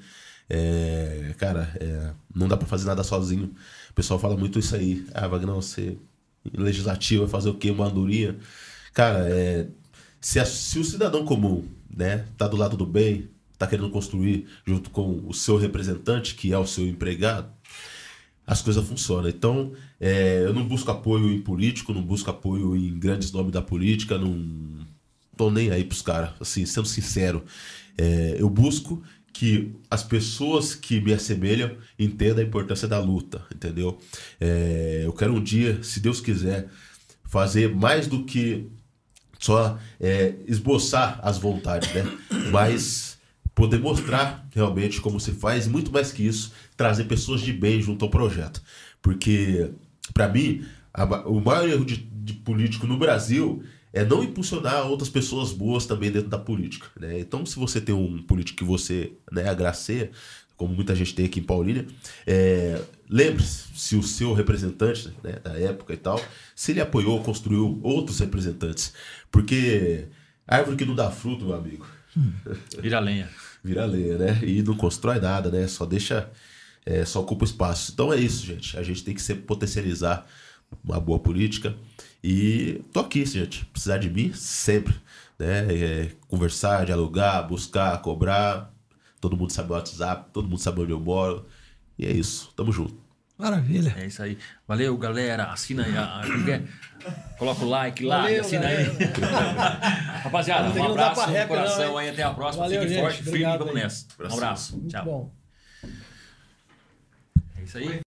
Cara, não dá pra fazer nada sozinho. O pessoal fala muito isso aí. Ah, Wagner, você legislativo vai fazer o quê? Uma andorinha. Cara, se o cidadão comum, né, tá do lado do bem, tá querendo construir junto com o seu representante, que é o seu empregado, as coisas funcionam. Então, eu não busco apoio em político, não busco apoio em grandes nomes da política, não tô nem aí pros caras, assim, sendo sincero. Eu busco que as pessoas que me assemelham entendam a importância da luta, entendeu? Eu quero um dia, se Deus quiser, fazer mais do que só esboçar as vontades, né? Mas poder mostrar realmente como se faz, e muito mais que isso, trazer pessoas de bem junto ao projeto. Porque, para mim, o maior erro de político no Brasil é não impulsionar outras pessoas boas também dentro da política, né? Então, se você tem um político que você, né, agraceia, como muita gente tem aqui em Paulínia, lembre-se, se o seu representante, né, da época e tal, se ele apoiou, construiu outros representantes. Porque árvore que não dá fruto, meu amigo, vira lenha. Vira lenha, né? E não constrói nada, né? Só deixa... só ocupa espaço. Então é isso, gente. A gente tem que sempre potencializar uma boa política. E tô aqui, gente. Precisar de mim, sempre. Né? Conversar, dialogar, buscar, cobrar. Todo mundo sabe o WhatsApp, todo mundo sabe onde eu moro. E é isso. Tamo junto. Maravilha. É isso aí. Valeu, galera. Assina aí. Coloca o like lá, Valeu, assina galera. aí. Rapaziada, um abraço no coração aí. Até a próxima. Valeu, Fique gente. forte, firme e Obrigado vamos aí. nessa. Um abraço. Muito Tchau. bom. É isso aí.